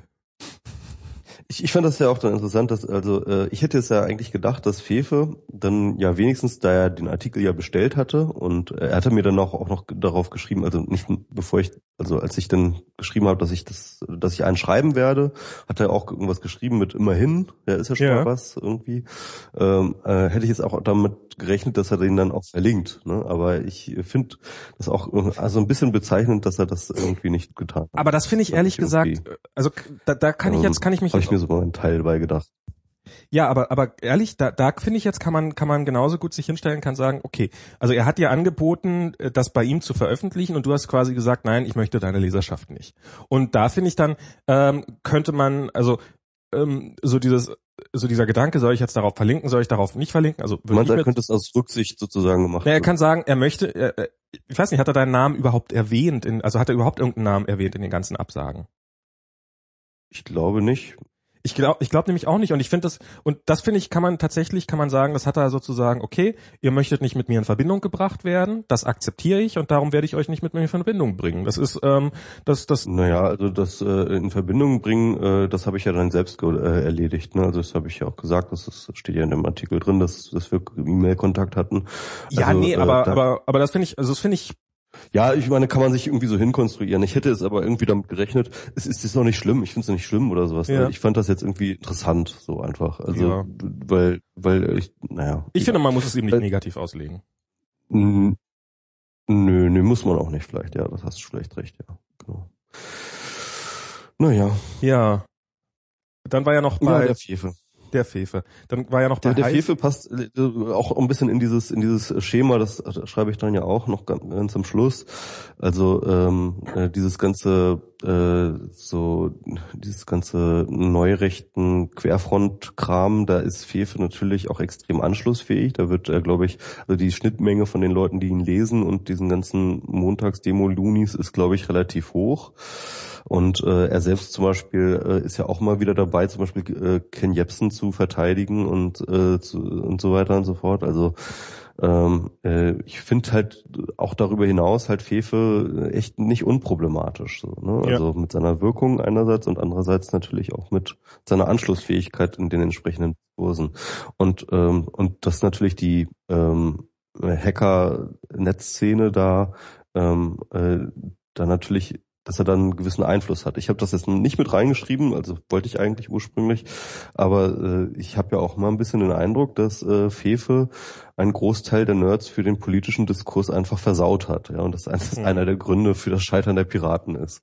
Ich, ich fand das ja auch dann interessant, dass, also äh, ich hätte jetzt ja eigentlich gedacht, dass Fefe dann ja wenigstens, da er den Artikel ja bestellt hatte und äh, er hatte mir dann auch, auch noch darauf geschrieben, also nicht bevor ich, also als ich dann geschrieben habe, dass ich das, dass ich einen schreiben werde, hat er auch irgendwas geschrieben mit immerhin, ja ist ja schon Ja. mal was irgendwie, ähm, äh, hätte ich jetzt auch damit gerechnet, dass er den dann auch verlinkt, ne? Aber ich finde das auch also ein bisschen bezeichnend, dass er das irgendwie nicht getan hat. Aber das finde ich ehrlich gesagt, irgendwie, also da, da kann ich jetzt, kann ich mich habe ich jetzt mir so einen Teil bei gedacht. Ja, aber aber ehrlich, da da finde ich jetzt kann man kann man genauso gut sich hinstellen, kann sagen, okay, also er hat dir angeboten, das bei ihm zu veröffentlichen und du hast quasi gesagt, nein, ich möchte deine Leserschaft nicht. Und da finde ich dann ähm, könnte man also ähm, so dieses so dieser Gedanke, soll ich jetzt darauf verlinken, soll ich darauf nicht verlinken? Also man sagt, könnte es aus Rücksicht sozusagen gemacht. Na, er kann sagen, er möchte, er, ich weiß nicht, hat er deinen Namen überhaupt erwähnt? In, also hat er überhaupt irgendeinen Namen erwähnt in den ganzen Absagen? Ich glaube nicht. Ich glaube, ich glaube nämlich auch nicht. Und ich finde das, und das finde ich, kann man tatsächlich, kann man sagen, das hat er sozusagen, okay, ihr möchtet nicht mit mir in Verbindung gebracht werden, das akzeptiere ich und darum werde ich euch nicht mit mir in Verbindung bringen. Das ist, ähm, das, das. Naja, also das äh, in Verbindung bringen, äh, das habe ich ja dann selbst ge- äh, erledigt. Ne? Also das habe ich ja auch gesagt, das, ist, steht ja in dem Artikel drin, dass, dass wir E-Mail-Kontakt hatten. Also, ja, nee, aber, äh, da, aber, aber das finde ich, also das finde ich. Ja, ich meine, kann man sich irgendwie so hinkonstruieren. Ich hätte es aber irgendwie damit gerechnet. Es ist jetzt noch nicht schlimm. Ich finde es nicht schlimm oder sowas. Ja. Ich fand das jetzt irgendwie interessant, so einfach. Also, Ja. weil, weil ich, naja. Ich ja. finde, man muss es eben nicht äh, negativ auslegen. Nö, nö, muss man auch nicht vielleicht. Ja, das hast du vielleicht recht, ja. Genau. Naja. Ja. Dann war ja noch bei Ja, der Fefe. Der Fefe. Dann war ja noch bei Der, der Heiß- Fefe passt äh, auch ein bisschen in dieses in dieses Schema, das schreibe ich dann ja auch noch ganz, ganz am Schluss. Also ähm, äh, dieses ganze äh, so dieses ganze neurechten Querfront-Kram, da ist Fefe natürlich auch extrem anschlussfähig. Da wird, äh, glaube ich, also die Schnittmenge von den Leuten, die ihn lesen und diesen ganzen Montags-Demo-Lunis ist, glaube ich, relativ hoch. Und äh, er selbst zum Beispiel äh, ist ja auch mal wieder dabei, zum Beispiel äh, Ken Jebsen zu verteidigen und äh, zu, und so weiter und so fort. Also ähm, äh, ich finde halt auch darüber hinaus halt Fefe echt nicht unproblematisch. So, ne? Ja. Also mit seiner Wirkung einerseits und andererseits natürlich auch mit seiner Anschlussfähigkeit in den entsprechenden Kursen. Und ähm, und das natürlich die ähm, Hacker-Netzszene da ähm, äh, da natürlich, dass er dann einen gewissen Einfluss hat. Ich habe das jetzt nicht mit reingeschrieben, also wollte ich eigentlich ursprünglich, aber äh, ich habe ja auch mal ein bisschen den Eindruck, dass äh, Fefe einen Großteil der Nerds für den politischen Diskurs einfach versaut hat, ja, und dass das Mhm. einer der Gründe für das Scheitern der Piraten ist.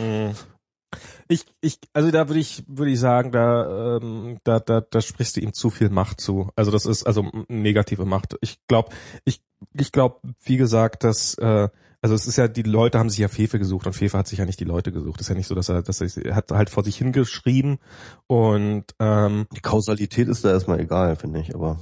Ich, ich, also da würde ich, würde ich sagen, da, ähm, da, da, da sprichst du ihm zu viel Macht zu. Also das ist also negative Macht. Ich glaube, ich, ich glaube, wie gesagt, dass, äh, also es ist ja, die Leute haben sich ja Fefe gesucht und Fefe hat sich ja nicht die Leute gesucht. Es ist ja nicht so, dass er, dass er, er hat halt vor sich hingeschrieben und ähm, Die Kausalität ist da erstmal egal, finde ich, aber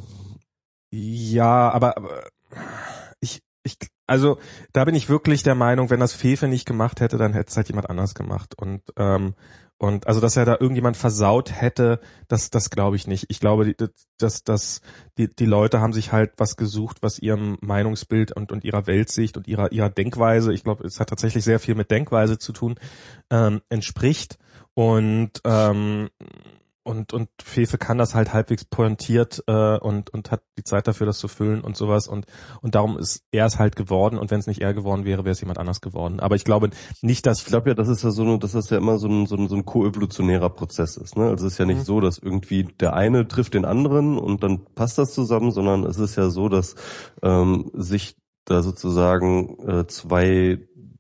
ja, aber, aber ich, ich, also da bin ich wirklich der Meinung, wenn das Fefe nicht gemacht hätte, dann hätte es halt jemand anders gemacht. Und ähm, und also dass er da irgendjemand versaut hätte, das das glaube ich nicht. Ich glaube, die, dass dass die die Leute haben sich halt was gesucht, was ihrem Meinungsbild und und ihrer Weltsicht und ihrer ihrer Denkweise, ich glaube, es hat tatsächlich sehr viel mit Denkweise zu tun, ähm, entspricht. Und ähm, Und, und Fefe kann das halt halbwegs pointiert äh, und, und hat die Zeit dafür, das zu füllen und sowas. Und, und darum ist er es halt geworden. Und wenn es nicht er geworden wäre, wäre es jemand anders geworden. Aber ich glaube nicht, dass... ich glaube ja, das ist ja so, eine, dass das ja immer so ein, so ein, so ein koevolutionärer Prozess ist. Ne? Also es ist ja nicht Mhm. so, dass irgendwie der eine trifft den anderen und dann passt das zusammen, sondern es ist ja so, dass ähm, sich da sozusagen äh, zwei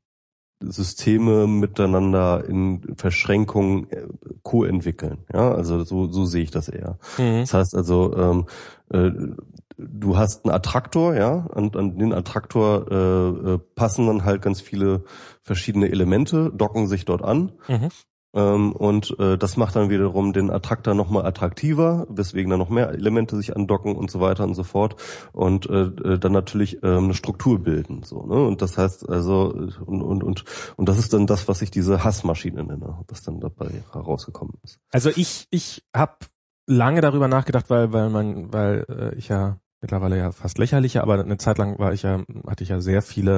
Systeme miteinander in Verschränkung äh, co-entwickeln. Ja, also so, so sehe ich das eher. Mhm. Das heißt also, ähm, äh, du hast einen Attraktor, ja, und an den Attraktor äh, äh, passen dann halt ganz viele verschiedene Elemente, docken sich dort an. Mhm. Ähm, und äh, das macht dann wiederum den Attraktor nochmal attraktiver, weswegen dann noch mehr Elemente sich andocken und so weiter und so fort und äh, dann natürlich äh, eine Struktur bilden, so, ne? Und das heißt also und und und und das ist dann das, was ich diese Hassmaschine nenne, was dann dabei herausgekommen ist. Also ich ich habe lange darüber nachgedacht, weil weil man weil äh, ich ja mittlerweile ja fast lächerlicher, aber eine Zeit lang war ich ja hatte ich ja sehr viele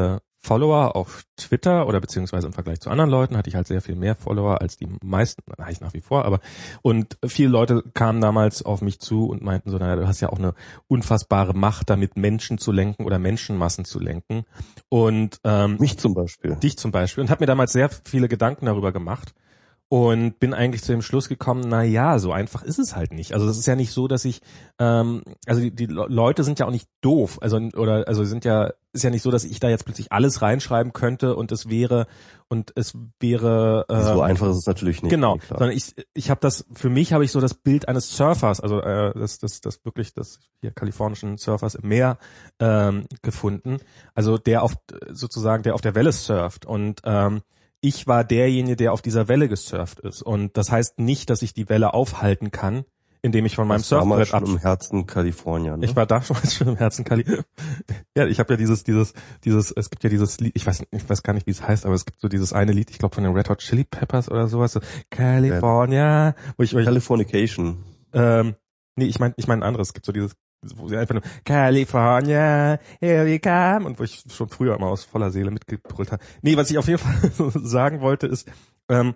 Follower auf Twitter oder beziehungsweise im Vergleich zu anderen Leuten hatte ich halt sehr viel mehr Follower als die meisten, habe ich nach wie vor, aber und viele Leute kamen damals auf mich zu und meinten so, naja, du hast ja auch eine unfassbare Macht, damit Menschen zu lenken oder Menschenmassen zu lenken und ähm, mich zum Beispiel. Dich zum Beispiel und habe mir damals sehr viele Gedanken darüber gemacht. Und bin eigentlich zu dem Schluss gekommen, na ja, so einfach ist es halt nicht. Also es ist ja nicht so, dass ich, ähm, also die, die Leute sind ja auch nicht doof, also oder also sind ja, ist ja nicht so, dass ich da jetzt plötzlich alles reinschreiben könnte und es wäre und es wäre äh, so einfach ist es natürlich nicht. Genau, klar. sondern ich ich habe das für mich habe ich so das Bild eines Surfers, also äh, das das das wirklich das hier kalifornischen Surfers im Meer ähm, gefunden, also der auf sozusagen der auf der Welle surft und ähm, ich war derjenige, der auf dieser Welle gesurft ist. Und das heißt nicht, dass ich die Welle aufhalten kann, indem ich von meinem Surfbrett ab. Im Herzen Kalifornien. Ne? Ich war da schon schon im Herzen Kalifornien. Ja, ich habe ja dieses, dieses, dieses, es gibt ja dieses Lied, ich weiß, ich weiß gar nicht, wie es heißt, aber es gibt so dieses eine Lied, ich glaube von den Red Hot Chili Peppers oder sowas, so California, wo ich, wo ich Californication. Ähm, nee, ich meine, ich meine ein anderes. Es gibt so dieses, wo sie einfach nur California, here we come und wo ich schon früher immer aus voller Seele mitgebrüllt habe. Nee, was ich auf jeden Fall sagen wollte ist, ähm,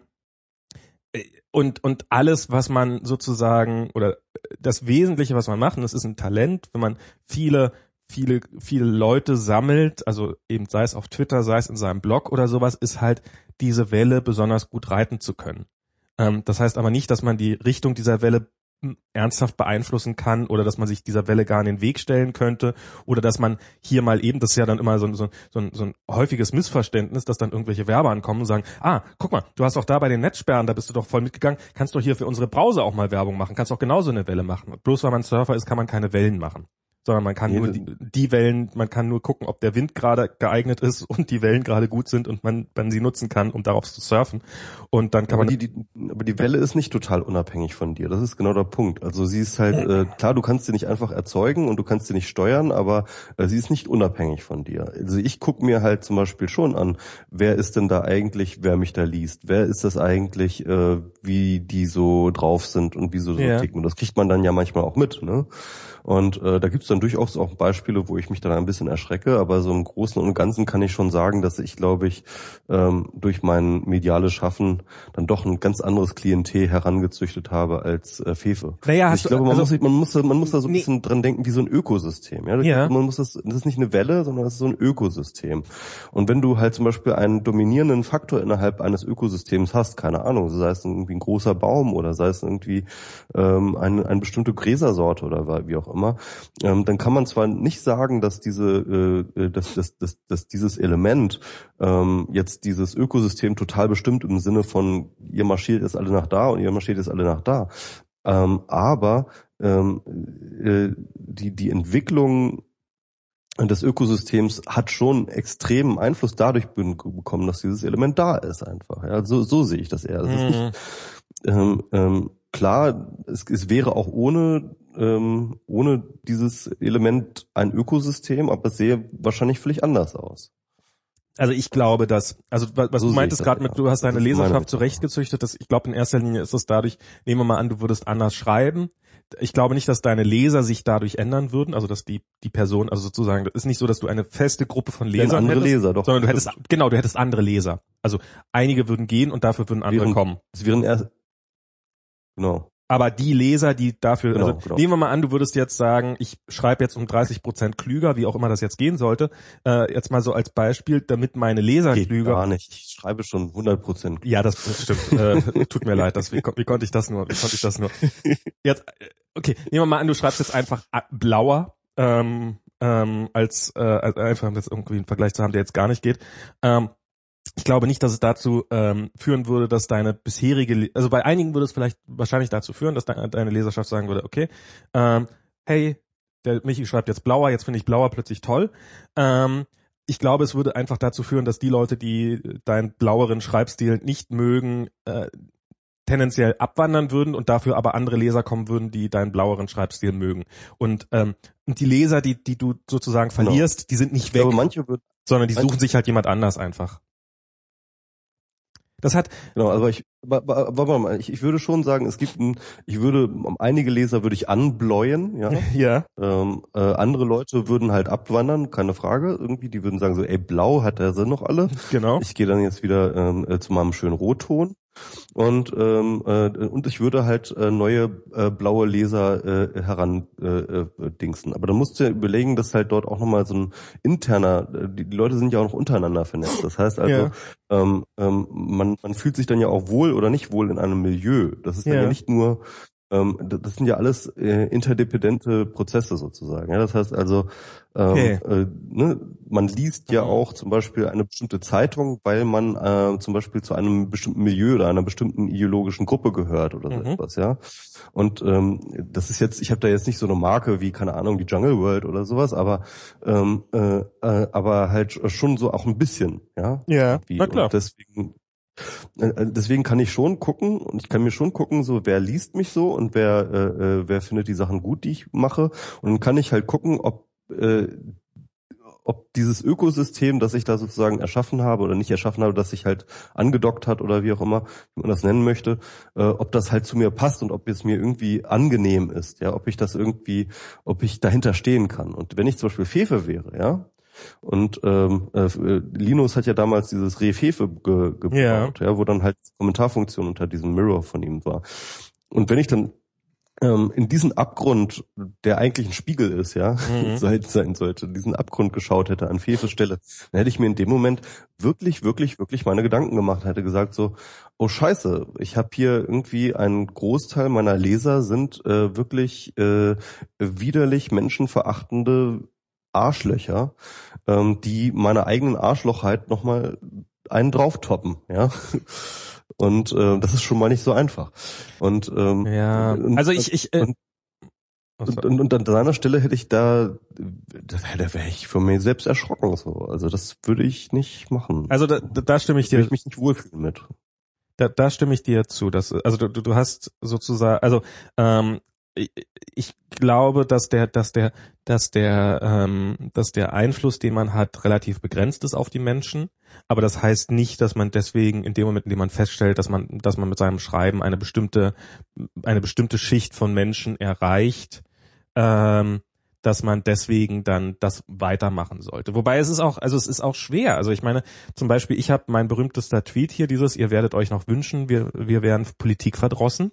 und und alles, was man sozusagen oder das Wesentliche, was man macht, und das ist ein Talent, wenn man viele viele viele Leute sammelt, also eben sei es auf Twitter, sei es in seinem Blog oder sowas, ist halt diese Welle besonders gut reiten zu können. Ähm, das heißt aber nicht, dass man die Richtung dieser Welle ernsthaft beeinflussen kann oder dass man sich dieser Welle gar in den Weg stellen könnte oder dass man hier mal eben, das ist ja dann immer so, so, so, ein, so ein häufiges Missverständnis, dass dann irgendwelche Werber ankommen und sagen, ah, guck mal, du hast auch da bei den Netzsperren, da bist du doch voll mitgegangen, kannst doch hier für unsere Browser auch mal Werbung machen, kannst auch genauso eine Welle machen. Bloß weil man Surfer ist, kann man keine Wellen machen. Sondern man kann nee, nur die, die Wellen, man kann nur gucken, ob der Wind gerade geeignet ist und die Wellen gerade gut sind und man, man sie nutzen kann, um darauf zu surfen. Und dann kann aber man. Die, die, aber die Welle ist nicht total unabhängig von dir. Das ist genau der Punkt. Also sie ist halt, äh, klar, du kannst sie nicht einfach erzeugen und du kannst sie nicht steuern, aber äh, sie ist nicht unabhängig von dir. Also ich gucke mir halt zum Beispiel schon an, wer ist denn da eigentlich, wer mich da liest? Wer ist das eigentlich, äh, wie die so drauf sind und wie so, so ja. ticken? Und das kriegt man dann ja manchmal auch mit, ne? Und äh, da gibt's dann durchaus auch Beispiele, wo ich mich dann ein bisschen erschrecke, aber so im Großen und Ganzen kann ich schon sagen, dass ich, glaube ich, ähm, durch mein mediales Schaffen dann doch ein ganz anderes Klientel herangezüchtet habe als äh, Fefe. Naja, ich glaube, man, also, muss, man, muss, man muss da so ein nee. bisschen dran denken wie so ein Ökosystem. Ja? ja. Man muss das, das ist nicht eine Welle, sondern das ist so ein Ökosystem. Und wenn du halt zum Beispiel einen dominierenden Faktor innerhalb eines Ökosystems hast, keine Ahnung, sei es irgendwie ein großer Baum oder sei es irgendwie ähm, eine, eine bestimmte Gräsersorte oder wie auch immer, ähm, dann kann man zwar nicht sagen, dass diese, äh, dass, dass, dass, dass dieses Element ähm, jetzt dieses Ökosystem total bestimmt im Sinne von ihr marschiert jetzt alle nach da und ihr marschiert jetzt alle nach da, ähm, aber ähm, äh, die die Entwicklung des Ökosystems hat schon extremen Einfluss dadurch bekommen, dass dieses Element da ist einfach. Ja, so, so sehe ich das eher. Das mhm. ist nicht, ähm, ähm, klar, es, es wäre auch ohne ähm, ohne dieses Element ein Ökosystem, aber es sehe wahrscheinlich völlig anders aus. Also ich glaube, dass, also was so du meintest gerade mit, du hast deine Leserschaft zurechtgezüchtet, dass ich glaube in erster Linie ist es dadurch, nehmen wir mal an, du würdest anders schreiben. Ich glaube nicht, dass deine Leser sich dadurch ändern würden, also dass die die Person, also sozusagen, das ist nicht so, dass du eine feste Gruppe von Lesern andere hättest, Leser, doch, sondern du hättest, genau, du hättest andere Leser. Also einige würden gehen und dafür würden andere wären, kommen. Es wären erst, genau. Aber die Leser, die dafür, genau, also genau. nehmen wir mal an, du würdest jetzt sagen, ich schreibe jetzt um dreißig Prozent klüger, wie auch immer das jetzt gehen sollte, äh, jetzt mal so als Beispiel, damit meine Leser Geht klüger. Gar nicht, ich schreibe schon hundert Prozent. Ja, das, das stimmt. äh, tut mir leid, das, wie, wie konnte ich das nur? Wie konnte ich das nur? Jetzt, okay, nehmen wir mal an, du schreibst jetzt einfach blauer, ähm, ähm, als äh, einfach um jetzt irgendwie einen Vergleich zu haben, der jetzt gar nicht geht. Ähm, Ich glaube nicht, dass es dazu ähm, führen würde, dass deine bisherige, also bei einigen würde es vielleicht wahrscheinlich dazu führen, dass de- deine Leserschaft sagen würde, okay, ähm, hey, der Michi schreibt jetzt blauer, jetzt finde ich blauer plötzlich toll. Ähm, ich glaube, es würde einfach dazu führen, dass die Leute, die deinen blaueren Schreibstil nicht mögen, äh, tendenziell abwandern würden und dafür aber andere Leser kommen würden, die deinen blaueren Schreibstil mögen. Und ähm, und die Leser, die die du sozusagen verlierst, genau. die sind nicht ich weg, glaube, manche würd, sondern die manche suchen sich halt jemand anders einfach. Das hat genau, also ich Aber, warte mal, ich, ich würde schon sagen, es gibt ein, ich würde, einige Leser würde ich anbläuen, ja. Ja. Ähm, äh, andere Leute würden halt abwandern, keine Frage, irgendwie, die würden sagen so, ey, blau hat der Sinn noch alle. Genau. Ich gehe dann jetzt wieder ähm, äh, zu meinem schönen Rotton. Und ähm, äh, und ich würde halt äh, neue äh, blaue Leser äh, heran äh, äh, dingsen. Aber dann musst du ja überlegen, dass halt dort auch nochmal so ein interner, äh, die, die Leute sind ja auch noch untereinander vernetzt. Das heißt also, Ja. ähm, ähm, man, man fühlt sich dann ja auch wohl oder nicht wohl in einem Milieu. Das ist dann Ja. ja nicht nur, ähm, das sind ja alles äh, interdependente Prozesse sozusagen. Ja, das heißt also, ähm, Okay. äh, ne, man liest ja auch zum Beispiel eine bestimmte Zeitung, weil man äh, zum Beispiel zu einem bestimmten Milieu oder einer bestimmten ideologischen Gruppe gehört oder so Mhm. etwas, ja. Und ähm, das ist jetzt, ich habe da jetzt nicht so eine Marke wie, keine Ahnung, die Jungle World oder sowas, aber ähm, äh, äh, aber halt schon so auch ein bisschen, ja. Ja, Irgendwie. na klar. Und deswegen äh, deswegen kann ich schon gucken und ich kann mir schon gucken, so wer liest mich so und wer äh, äh, wer findet die Sachen gut, die ich mache, und dann kann ich halt gucken, ob äh, ob dieses Ökosystem, das ich da sozusagen erschaffen habe oder nicht erschaffen habe, das sich halt angedockt hat oder wie auch immer, wie man das nennen möchte, äh, ob das halt zu mir passt und ob es mir irgendwie angenehm ist, ja, ob ich das irgendwie, ob ich dahinter stehen kann. Und wenn ich zum Beispiel Fefe wäre, ja, und ähm, äh, Linus hat ja damals dieses Refefe ge gebaut, Ja. ja, wo dann halt die Kommentarfunktion unter diesem Mirror von ihm war. Und wenn ich dann ähm, in diesen Abgrund, der eigentlich ein Spiegel ist, ja, Mhm. sein, sein sollte, diesen Abgrund geschaut hätte an Fefes Stelle, dann hätte ich mir in dem Moment wirklich, wirklich, wirklich meine Gedanken gemacht, hätte gesagt so, oh Scheiße, ich habe hier irgendwie einen Großteil meiner Leser sind äh, wirklich äh, widerlich menschenverachtende Arschlöcher, ähm, die meiner eigenen Arschlochheit nochmal einen drauftoppen, ja. Und äh, das ist schon mal nicht so einfach. Und ähm, Ja, und, also ich, ich, äh, und, und, und, und an seiner Stelle hätte ich da, da, da wäre ich von mir selbst erschrocken. So. Also das würde ich nicht machen. also da, da stimme ich Da würde dir, ich mich nicht wohlfühlen mit. da, da stimme ich dir zu. Dass, also du, du hast sozusagen, also ähm, ich, ich glaube, dass der, dass der, dass der, ähm, dass der Einfluss, den man hat, relativ begrenzt ist auf die Menschen. Aber das heißt nicht, dass man deswegen in dem Moment, in dem man feststellt, dass man, dass man mit seinem Schreiben eine bestimmte, eine bestimmte Schicht von Menschen erreicht, ähm, dass man deswegen dann das weitermachen sollte. Wobei es ist auch, also es ist auch schwer. Also ich meine, zum Beispiel, ich habe mein berühmtester Tweet hier, dieses, ihr werdet euch noch wünschen, wir, wir wären Politik verdrossen.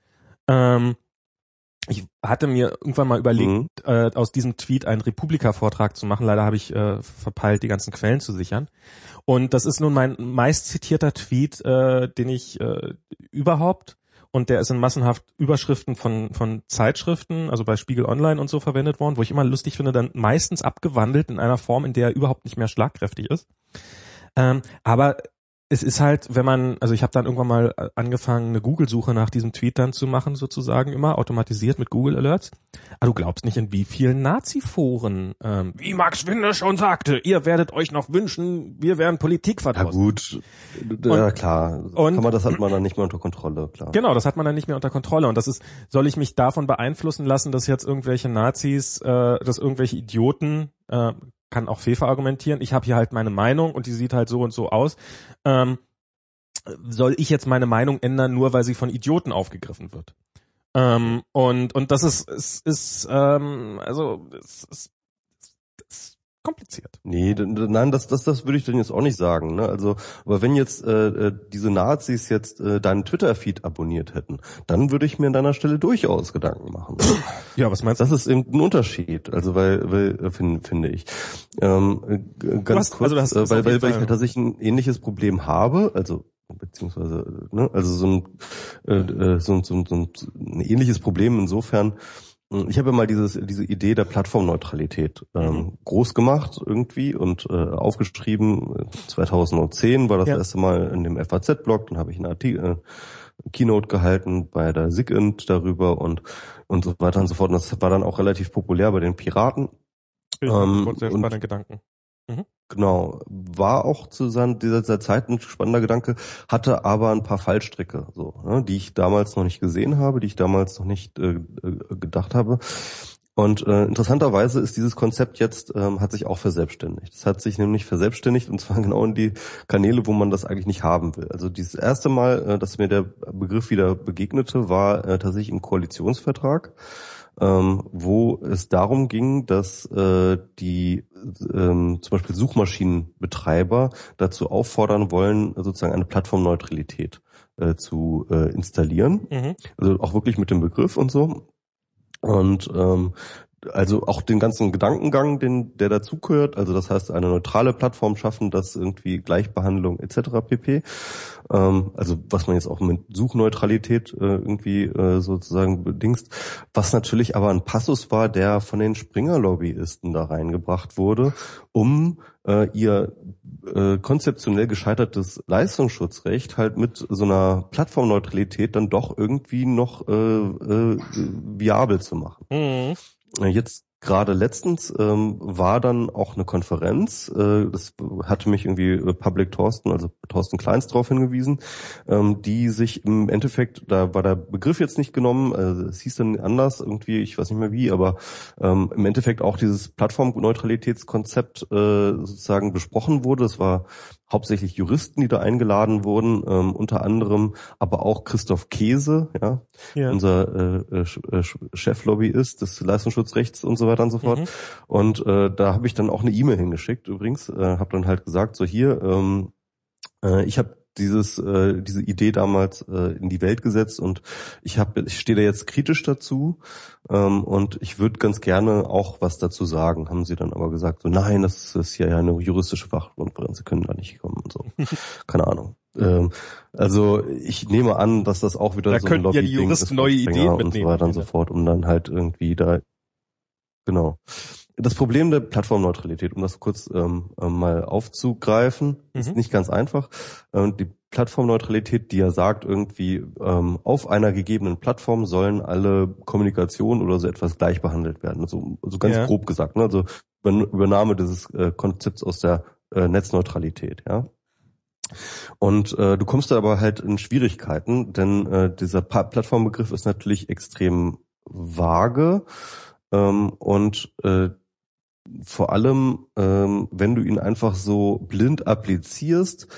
Ähm, Ich hatte mir irgendwann mal überlegt, Mhm. äh, aus diesem Tweet einen Republika-Vortrag zu machen. Leider habe ich äh, verpeilt, die ganzen Quellen zu sichern. Und das ist nun mein meistzitierter Tweet, äh, den ich äh, überhaupt, und der ist in massenhaft Überschriften von von Zeitschriften, also bei Spiegel Online und so verwendet worden, wo ich immer lustig finde, dann meistens abgewandelt in einer Form, in der er überhaupt nicht mehr schlagkräftig ist. Ähm, aber es ist halt, wenn man, also ich habe dann irgendwann mal angefangen, eine Google-Suche nach diesem Tweet dann zu machen, sozusagen immer, automatisiert mit Google Alerts. Aber du glaubst nicht, in wie vielen Nazi-Foren, ähm, wie Max Winde schon sagte, ihr werdet euch noch wünschen, wir wären Politik Ja verdrossen. gut, ja klar, und- kann man das hat man dann nicht mehr unter Kontrolle, klar. Genau, das hat man dann nicht mehr unter Kontrolle. Und das ist, soll ich mich davon beeinflussen lassen, dass jetzt irgendwelche Nazis, äh, dass irgendwelche Idioten, äh, kann auch Fefe argumentieren, ich habe hier halt meine Meinung und die sieht halt so und so aus. Ähm, soll ich jetzt meine Meinung ändern, nur weil sie von Idioten aufgegriffen wird? Ähm, und und das ist ist, ist ähm, also es ist, ist kompliziert. Nee, d- d- nein, das, das, das würde ich dann jetzt auch nicht sagen. Ne? Also, aber wenn jetzt äh, äh, diese Nazis jetzt äh, deinen Twitter-Feed abonniert hätten, dann würde ich mir an deiner Stelle durchaus Gedanken machen. Ja, was meinst du? Das ist eben ein Unterschied, also weil, weil äh, find, finde ich. Ähm, äh, ganz hast- kurz, also das ist äh, auf weil, jeden weil, weil ich Fall- halt tatsächlich ein ähnliches Problem habe, also beziehungsweise, ne, also so ein, äh, äh, so, ein- so, ein- so ein, ein ähnliches Problem insofern. Ich habe ja mal dieses, diese Idee der Plattformneutralität ähm, Mhm. groß gemacht irgendwie und äh, aufgeschrieben. zweitausendzehn war das Ja. erste Mal in dem F A Z-Blog, dann habe ich einen Artikel, äh, Keynote gehalten bei der SIGINT darüber und und so weiter und so fort. Und das war dann auch relativ populär bei den Piraten. Ich ähm, ähm, sehr und- spannende Gedanken. Genau, war auch zu seiner, dieser, dieser Zeit ein spannender Gedanke, hatte aber ein paar Fallstricke, so, ne, die ich damals noch nicht gesehen habe, die ich damals noch nicht äh, äh, gedacht habe. Und äh, interessanterweise ist dieses Konzept jetzt, ähm, hat sich auch verselbstständigt. Es hat sich nämlich verselbstständigt und zwar genau in die Kanäle, wo man das eigentlich nicht haben will. Also dieses erste Mal, äh, dass mir der Begriff wieder begegnete, war äh, tatsächlich im Koalitionsvertrag, ähm, wo es darum ging, dass äh, die ähm, zum Beispiel Suchmaschinenbetreiber dazu auffordern wollen, sozusagen eine Plattformneutralität äh, zu äh, installieren. Mhm. Also auch wirklich mit dem Begriff und so. Und ähm, also auch den ganzen Gedankengang, den der dazugehört, also das heißt eine neutrale Plattform schaffen, das irgendwie Gleichbehandlung et cetera pp. Ähm, also was man jetzt auch mit Suchneutralität äh, irgendwie äh, sozusagen bedingst, was natürlich aber ein Passus war, der von den Springer-Lobbyisten da reingebracht wurde, um äh, ihr äh, konzeptionell gescheitertes Leistungsschutzrecht halt mit so einer Plattformneutralität dann doch irgendwie noch äh, äh, viabel zu machen. Mhm. Jetzt gerade letztens ähm, war dann auch eine Konferenz, äh, das hatte mich irgendwie Public Thorsten, also Thorsten Kleins drauf hingewiesen, ähm, die sich im Endeffekt, da war der Begriff jetzt nicht genommen, äh, es hieß dann anders irgendwie, ich weiß nicht mehr wie, aber ähm, im Endeffekt auch dieses Plattformneutralitätskonzept äh, sozusagen besprochen wurde. Es war hauptsächlich Juristen, die da eingeladen wurden, ähm, unter anderem aber auch Christoph Käse, ja, ja. unser äh, äh, Cheflobbyist des Leistungsschutzrechts und so weiter und so fort. Mhm. Und äh, da habe ich dann auch eine E-Mail hingeschickt übrigens, äh, habe dann halt gesagt, so hier, ähm, äh, ich habe dieses äh, diese Idee damals äh, in die Welt gesetzt und ich habe ich stehe da jetzt kritisch dazu ähm, und ich würde ganz gerne auch was dazu sagen. Haben sie dann aber gesagt, so nein, das ist ja eine juristische Fachkonferenz, sie können da nicht kommen und so. Keine Ahnung. Ähm, also ich nehme an, dass das auch wieder da so ein Lobby-Ding ist. Da könnten ja die Juristen neue Ideen und so weiter und so fort, um dann halt irgendwie da genau. Das Problem der Plattformneutralität, um das kurz ähm, mal aufzugreifen, mhm. ist nicht ganz einfach. Ähm, die Plattformneutralität, die ja sagt irgendwie, ähm, auf einer gegebenen Plattform sollen alle Kommunikation oder so etwas gleich behandelt werden. Also, also ganz ja. grob gesagt, ne? Also Übernahme dieses äh, Konzepts aus der äh, Netzneutralität, ja. Und äh, du kommst da aber halt in Schwierigkeiten, denn äh, dieser pa- Plattformbegriff ist natürlich extrem vage ähm, und äh, vor allem, ähm, wenn du ihn einfach so blind applizierst,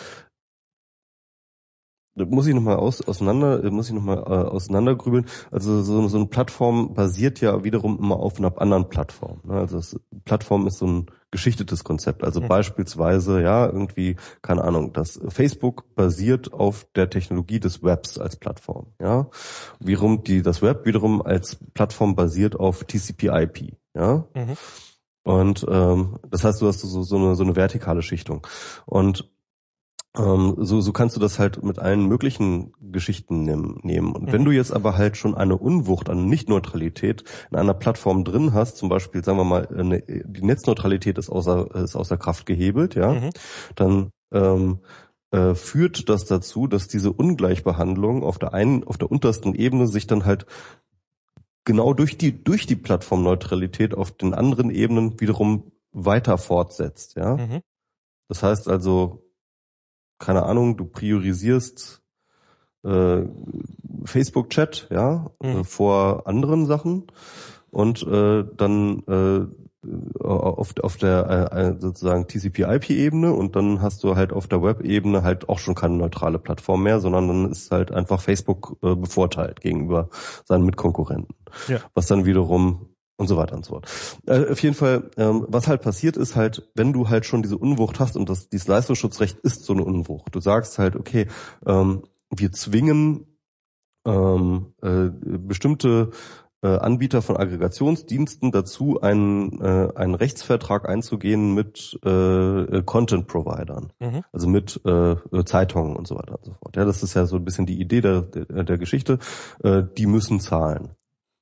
muss ich nochmal aus, auseinander, muss ich nochmal äh, auseinandergrübeln. Also so, so eine Plattform basiert ja wiederum immer auf einer anderen Plattform. Ne? Also das, Plattform ist so ein geschichtetes Konzept. Also mhm. beispielsweise, ja, irgendwie, keine Ahnung, das Facebook basiert auf der Technologie des Webs als Plattform. Ja, wiederum die das Web wiederum als Plattform basiert auf T C P I P. Ja. Mhm. Und ähm, das heißt, du hast so, so, eine, so eine vertikale Schichtung. Und ähm, so, so kannst du das halt mit allen möglichen Geschichten nehm, nehmen. Und mhm. wenn du jetzt aber halt schon eine Unwucht, eine Nicht-Neutralität in einer Plattform drin hast, zum Beispiel, sagen wir mal, eine, die Netzneutralität ist außer, ist außer Kraft gehebelt, ja, mhm. dann ähm, äh, führt das dazu, dass diese Ungleichbehandlung auf der einen, auf der untersten Ebene sich dann halt genau durch die durch die Plattformneutralität auf den anderen Ebenen wiederum weiter fortsetzt, ja. Mhm. Das heißt also, keine Ahnung, du priorisierst äh, Facebook-Chat, ja, mhm. äh, vor anderen Sachen und äh, dann äh, auf auf der äh, sozusagen T C P I P-Ebene und dann hast du halt auf der Web-Ebene halt auch schon keine neutrale Plattform mehr, sondern dann ist halt einfach Facebook äh, bevorteilt gegenüber seinen Mitkonkurrenten. Ja. Was dann wiederum und so weiter und so fort. Äh, auf jeden Fall, ähm, was halt passiert ist halt, wenn du halt schon diese Unwucht hast und das dieses Leistungsschutzrecht ist so eine Unwucht. Du sagst halt, okay, ähm, wir zwingen ähm, äh, bestimmte äh, Anbieter von Aggregationsdiensten dazu, einen äh, einen Rechtsvertrag einzugehen mit äh, Content-Providern, mhm. also mit äh, Zeitungen und so weiter und so fort. Ja, das ist ja so ein bisschen die Idee der der, der Geschichte. Äh, die müssen zahlen.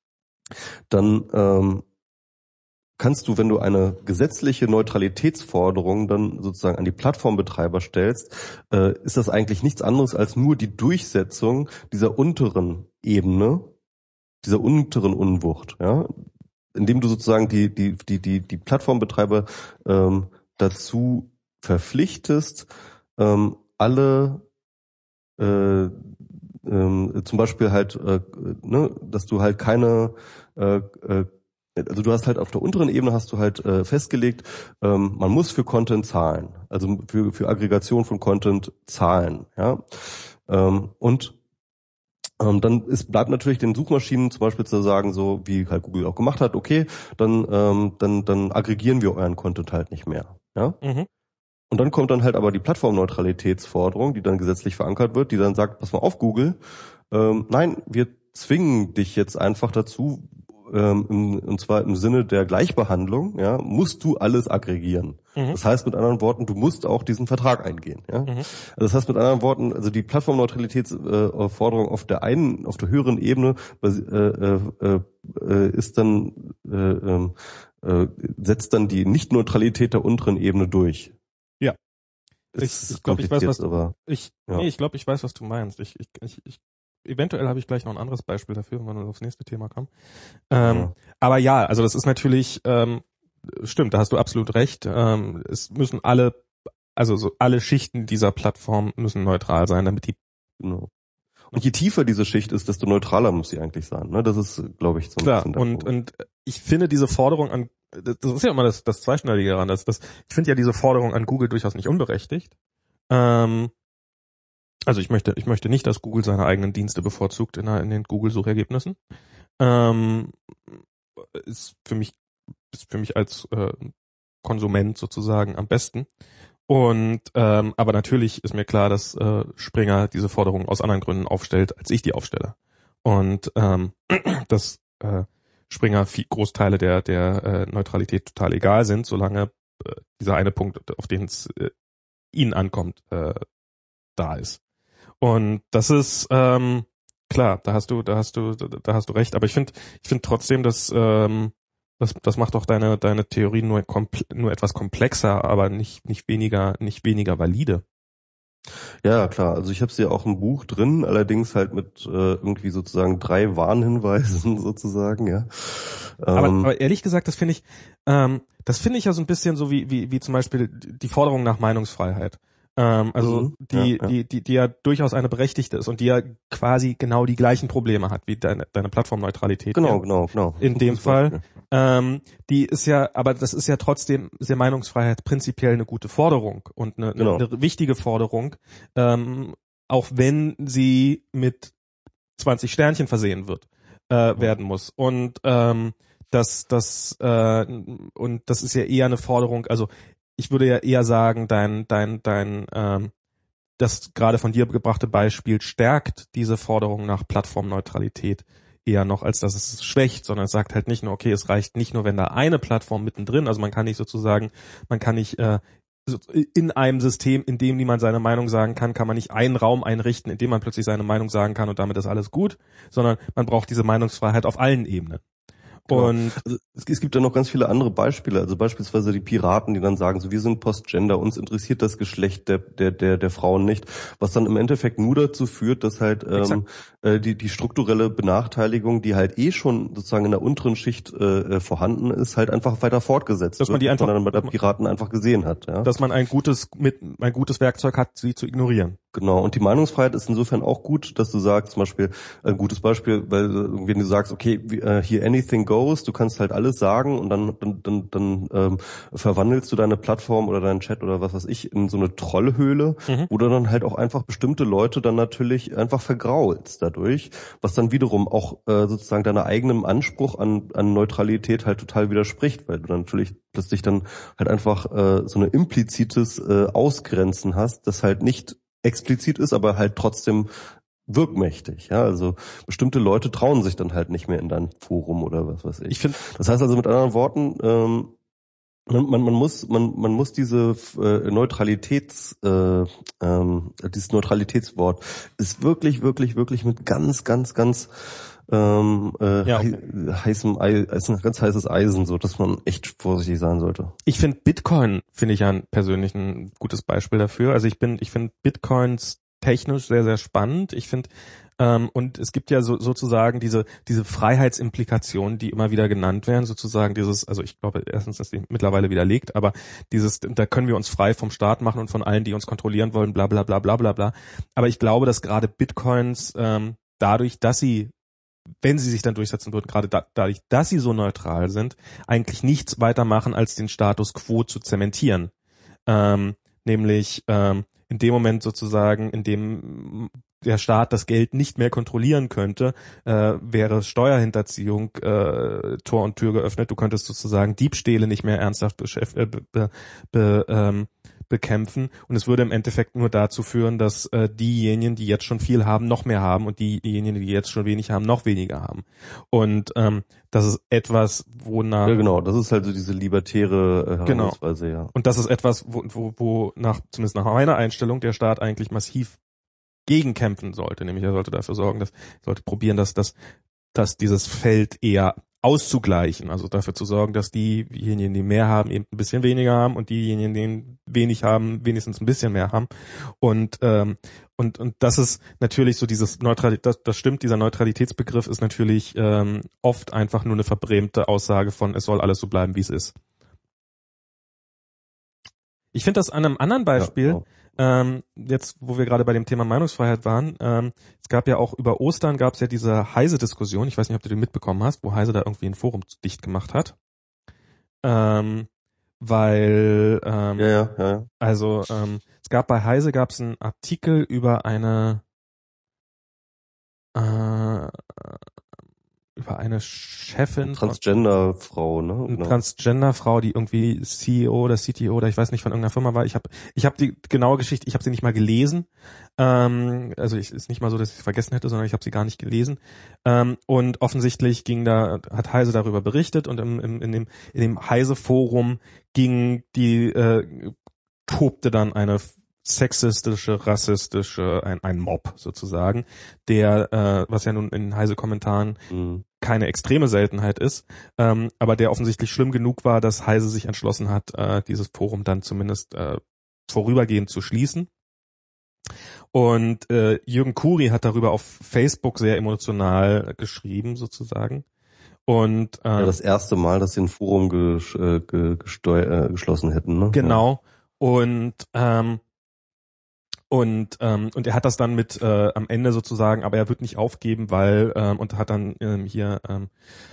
Dann ähm, kannst du, wenn du eine gesetzliche Neutralitätsforderung dann sozusagen an die Plattformbetreiber stellst, äh, ist das eigentlich nichts anderes als nur die Durchsetzung dieser unteren Ebene, dieser unteren Unwucht, ja, indem du sozusagen die die die die die Plattformbetreiber ähm, dazu verpflichtest, ähm, alle äh, ähm, zum Beispiel halt, äh, ne, dass du halt keine äh, äh, also du hast halt auf der unteren Ebene hast du halt äh, festgelegt, ähm, man muss für Content zahlen, also für für Aggregation von Content zahlen, ja. Ähm, und ähm, dann ist, bleibt natürlich den Suchmaschinen zum Beispiel zu sagen, so wie halt Google auch gemacht hat, okay, dann ähm, dann dann aggregieren wir euren Content halt nicht mehr, ja. Mhm. Und dann kommt dann halt aber die Plattformneutralitätsforderung, die dann gesetzlich verankert wird, die dann sagt, pass mal auf Google, ähm, nein, wir zwingen dich jetzt einfach dazu, ähm, im, und zwar im Sinne der Gleichbehandlung, ja, musst du alles aggregieren. Mhm. Das heißt mit anderen Worten, du musst auch diesen Vertrag eingehen. Ja? Mhm. Also das heißt mit anderen Worten, also die Plattformneutralitätsforderung äh, auf der einen, auf der höheren Ebene äh, äh, äh, ist dann äh, äh, setzt dann die Nicht-Neutralität der unteren Ebene durch. Ja. Ich, ich glaube, ich weiß, was aber, ich ja. nee, ich glaube, ich weiß, was du meinst. Ich, ich, ich, ich eventuell habe ich gleich noch ein anderes Beispiel dafür, wenn wir aufs nächste Thema kommen. Ähm, ja. Aber ja, also das ist natürlich, ähm, stimmt, da hast du absolut recht. Ähm, es müssen alle, also so alle Schichten dieser Plattform müssen neutral sein, damit die. Genau. Und je tiefer diese Schicht ist, desto neutraler muss sie eigentlich sein. Ne? Das ist, glaube ich, so ein Klar, bisschen der und, und ich finde diese Forderung an, das ist ja immer das, das Zweischneidige daran, dass das, ich finde ja diese Forderung an Google durchaus nicht unberechtigt. Ähm, Also ich möchte, ich möchte nicht, dass Google seine eigenen Dienste bevorzugt in, in den Google-Suchergebnissen. Ähm, ist für mich, ist für mich als äh, Konsument sozusagen am besten. Und ähm, aber natürlich ist mir klar, dass äh, Springer diese Forderung aus anderen Gründen aufstellt, als ich die aufstelle. Und ähm, dass äh, Springer viel Großteile der der äh, Neutralität total egal sind, solange äh, dieser eine Punkt, auf den es äh, ihnen ankommt, äh, da ist. Und das ist ähm, klar, da hast du, da hast du, da hast du recht. Aber ich finde, ich finde trotzdem, dass ähm, das, das macht doch deine deine Theorie nur komple- nur etwas komplexer, aber nicht nicht weniger nicht weniger valide. Ja, klar. Also ich habe sie ja auch im Buch drin, allerdings halt mit äh, irgendwie sozusagen drei Warnhinweisen sozusagen, ja. Ähm, aber, aber ehrlich gesagt, das finde ich, ähm, das finde ich ja so ein bisschen so wie wie wie zum Beispiel die Forderung nach Meinungsfreiheit. Ähm, also mhm, die, ja, ja. die, die, die ja durchaus eine berechtigte ist und die ja quasi genau die gleichen Probleme hat wie deine, deine Plattformneutralität. Genau, ja. genau, genau. In dem Fall. Ähm, die ist ja, aber das ist ja trotzdem sehr Meinungsfreiheit prinzipiell eine gute Forderung und eine, genau. eine, eine wichtige Forderung, ähm, auch wenn sie mit zwanzig Sternchen versehen wird, äh, mhm. werden muss. Und ähm, das, das, äh, und das ist ja eher eine Forderung, also ich würde ja eher sagen, dein, dein, dein, ähm, das gerade von dir gebrachte Beispiel stärkt diese Forderung nach Plattformneutralität eher noch, als dass es schwächt, sondern es sagt halt nicht nur, okay, es reicht nicht nur, wenn da eine Plattform mittendrin, also man kann nicht sozusagen, man kann nicht äh, in einem System, in dem niemand seine Meinung sagen kann, kann man nicht einen Raum einrichten, in dem man plötzlich seine Meinung sagen kann und damit ist alles gut, sondern man braucht diese Meinungsfreiheit auf allen Ebenen. Genau. Und also es, es gibt ja noch ganz viele andere Beispiele, also beispielsweise die Piraten, die dann sagen, so wir sind Postgender, uns interessiert das Geschlecht der der der der Frauen nicht, was dann im Endeffekt nur dazu führt, dass halt ähm, äh, die die strukturelle Benachteiligung, die halt eh schon sozusagen in der unteren Schicht äh, vorhanden ist, halt einfach weiter fortgesetzt dass man die wird, einfach, was man dann bei der Piraten einfach gesehen hat, ja. Dass man ein gutes mit ein gutes Werkzeug hat, sie zu ignorieren. Genau, und die Meinungsfreiheit ist insofern auch gut, dass du sagst, zum Beispiel, ein gutes Beispiel, weil wenn du sagst, okay, hier anything goes, du kannst halt alles sagen und dann dann dann, dann ähm, verwandelst du deine Plattform oder deinen Chat oder was weiß ich in so eine Trollhöhle, mhm. wo du dann halt auch einfach bestimmte Leute dann natürlich einfach vergraulst dadurch, was dann wiederum auch äh, sozusagen deinem eigenen Anspruch an an Neutralität halt total widerspricht, weil du dann natürlich plötzlich dann halt einfach äh, so eine implizites äh, Ausgrenzen hast, das halt nicht explizit ist, aber halt trotzdem wirkmächtig. Ja, also bestimmte Leute trauen sich dann halt nicht mehr in dein Forum oder was weiß ich. Ich finde, das heißt also mit anderen Worten, ähm, man, man, man muss man man muss diese äh, Neutralitäts äh, ähm, dieses Neutralitätswort ist wirklich wirklich wirklich mit ganz ganz ganz ähm, äh, ja, okay. heißem Eisen, ganz heißes Eisen, so dass man echt vorsichtig sein sollte. Ich finde Bitcoin finde ich ja persönlich ein gutes Beispiel dafür. Also ich bin ich finde Bitcoins technisch sehr sehr spannend. Ich finde ähm, und es gibt ja so, sozusagen diese diese Freiheitsimplikationen, die immer wieder genannt werden, sozusagen dieses, also ich glaube erstens ist die mittlerweile widerlegt, aber dieses, da können wir uns frei vom Staat machen und von allen, die uns kontrollieren wollen, bla bla bla bla bla bla. Aber ich glaube, dass gerade Bitcoins ähm, dadurch, dass sie wenn sie sich dann durchsetzen würden, gerade da, dadurch, dass sie so neutral sind, eigentlich nichts weiter machen, als den Status quo zu zementieren. Ähm, nämlich ähm, in dem Moment sozusagen, in dem der Staat das Geld nicht mehr kontrollieren könnte, äh, wäre Steuerhinterziehung äh, Tor und Tür geöffnet. Du könntest sozusagen Diebstähle nicht mehr ernsthaft beschäft, äh, be, be, be, ähm, bekämpfen und es würde im Endeffekt nur dazu führen, dass äh, diejenigen, die jetzt schon viel haben, noch mehr haben und die, diejenigen, die jetzt schon wenig haben, noch weniger haben. Und ähm, das ist etwas, wonach... Ja, genau, das ist halt so diese libertäre äh, Herangehensweise, genau. ja. Und das ist etwas, wo, wo, wo nach, zumindest nach meiner Einstellung, der Staat eigentlich massiv gegenkämpfen sollte. Nämlich er sollte dafür sorgen, dass, er sollte probieren, dass, dass, dass dieses Feld eher auszugleichen, also dafür zu sorgen, dass diejenigen, die mehr haben, eben ein bisschen weniger haben und diejenigen, die wenig haben, wenigstens ein bisschen mehr haben. Und ähm, und und das ist natürlich so dieses Neutralität, das, das stimmt, dieser Neutralitätsbegriff ist natürlich ähm, oft einfach nur eine verbrämte Aussage von, es soll alles so bleiben, wie es ist. Ich finde das an einem anderen Beispiel, ja, genau. ähm, jetzt wo wir gerade bei dem Thema Meinungsfreiheit waren, ähm, es gab ja auch über Ostern gab es ja diese Heise-Diskussion, ich weiß nicht, ob du die mitbekommen hast, wo Heise da irgendwie ein Forum dicht gemacht hat. Ähm, weil, ähm, ja, ja, ja. also ähm, es gab bei Heise gab es einen Artikel über eine äh, über eine Chefin, Transgender-Frau, ne? Eine genau. Transgender-Frau, die irgendwie C E O oder C T O oder ich weiß nicht von irgendeiner Firma war. Ich habe ich habe die genaue Geschichte, ich habe sie nicht mal gelesen. Ähm, also ich ist nicht mal so, dass ich sie vergessen hätte, sondern ich habe sie gar nicht gelesen. Ähm, und offensichtlich ging da hat Heise darüber berichtet und im, im, in dem in dem Heise-Forum ging die äh, tobte dann eine sexistische, rassistische, ein, ein Mob sozusagen, der, äh, was ja nun in Heise-Kommentaren mhm. keine extreme Seltenheit ist, ähm, aber der offensichtlich schlimm genug war, dass Heise sich entschlossen hat, äh, dieses Forum dann zumindest äh, vorübergehend zu schließen. Und äh, Jürgen Kuri hat darüber auf Facebook sehr emotional geschrieben sozusagen. Und äh, ja, das erste Mal, dass sie ein Forum ges- äh, gesteu- äh, geschlossen hätten, ne? Genau. Ja. Und ähm, Und ähm, und er hat das dann mit äh, am Ende sozusagen, aber er wird nicht aufgeben, weil ähm, und hat dann ähm, hier ähm,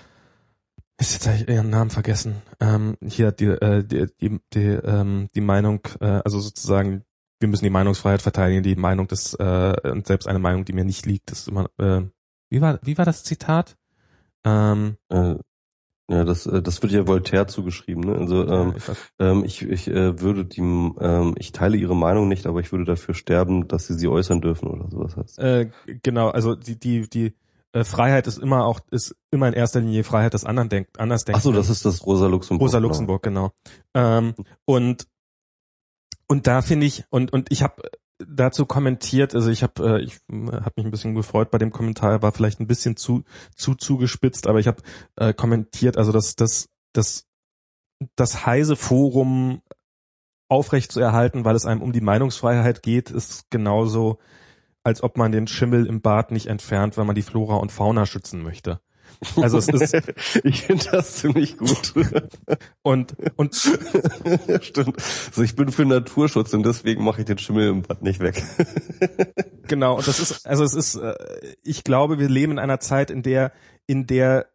ist jetzt hab ich ihren Namen vergessen. Ähm, hier die äh, die die die, ähm, die Meinung, äh, also sozusagen wir müssen die Meinungsfreiheit verteidigen, die Meinung des äh, und selbst eine Meinung, die mir nicht liegt, ist immer äh, wie war wie war das Zitat? Ähm, äh. Ja, das das wird ja Voltaire zugeschrieben, ne? Also ähm, ja, ich ich, ich äh, würde die ähm, ich teile ihre Meinung nicht, aber ich würde dafür sterben, dass sie sie äußern dürfen oder sowas heißt. Äh, genau, also die die die äh, Freiheit ist immer auch ist immer in erster Linie Freiheit des anderen denkt anders denken. Ach so, das ist das Rosa Luxemburg. Rosa Luxemburg, genau. genau. Ähm, und und da finde ich und und ich habe dazu kommentiert, also ich habe äh, ich habe mich ein bisschen gefreut bei dem Kommentar, war vielleicht ein bisschen zu zu zugespitzt, aber ich habe äh, kommentiert, also dass das das das Heise Forum aufrecht zu erhalten, weil es einem um die Meinungsfreiheit geht, ist genauso, als ob man den Schimmel im Bad nicht entfernt, weil man die Flora und Fauna schützen möchte. Also es ist, ich finde das ziemlich gut. Und und stimmt. Also ich bin für Naturschutz und deswegen mache ich den Schimmel im Bad nicht weg. Genau. Und das ist, also es ist, ich glaube, wir leben in einer Zeit, in der in der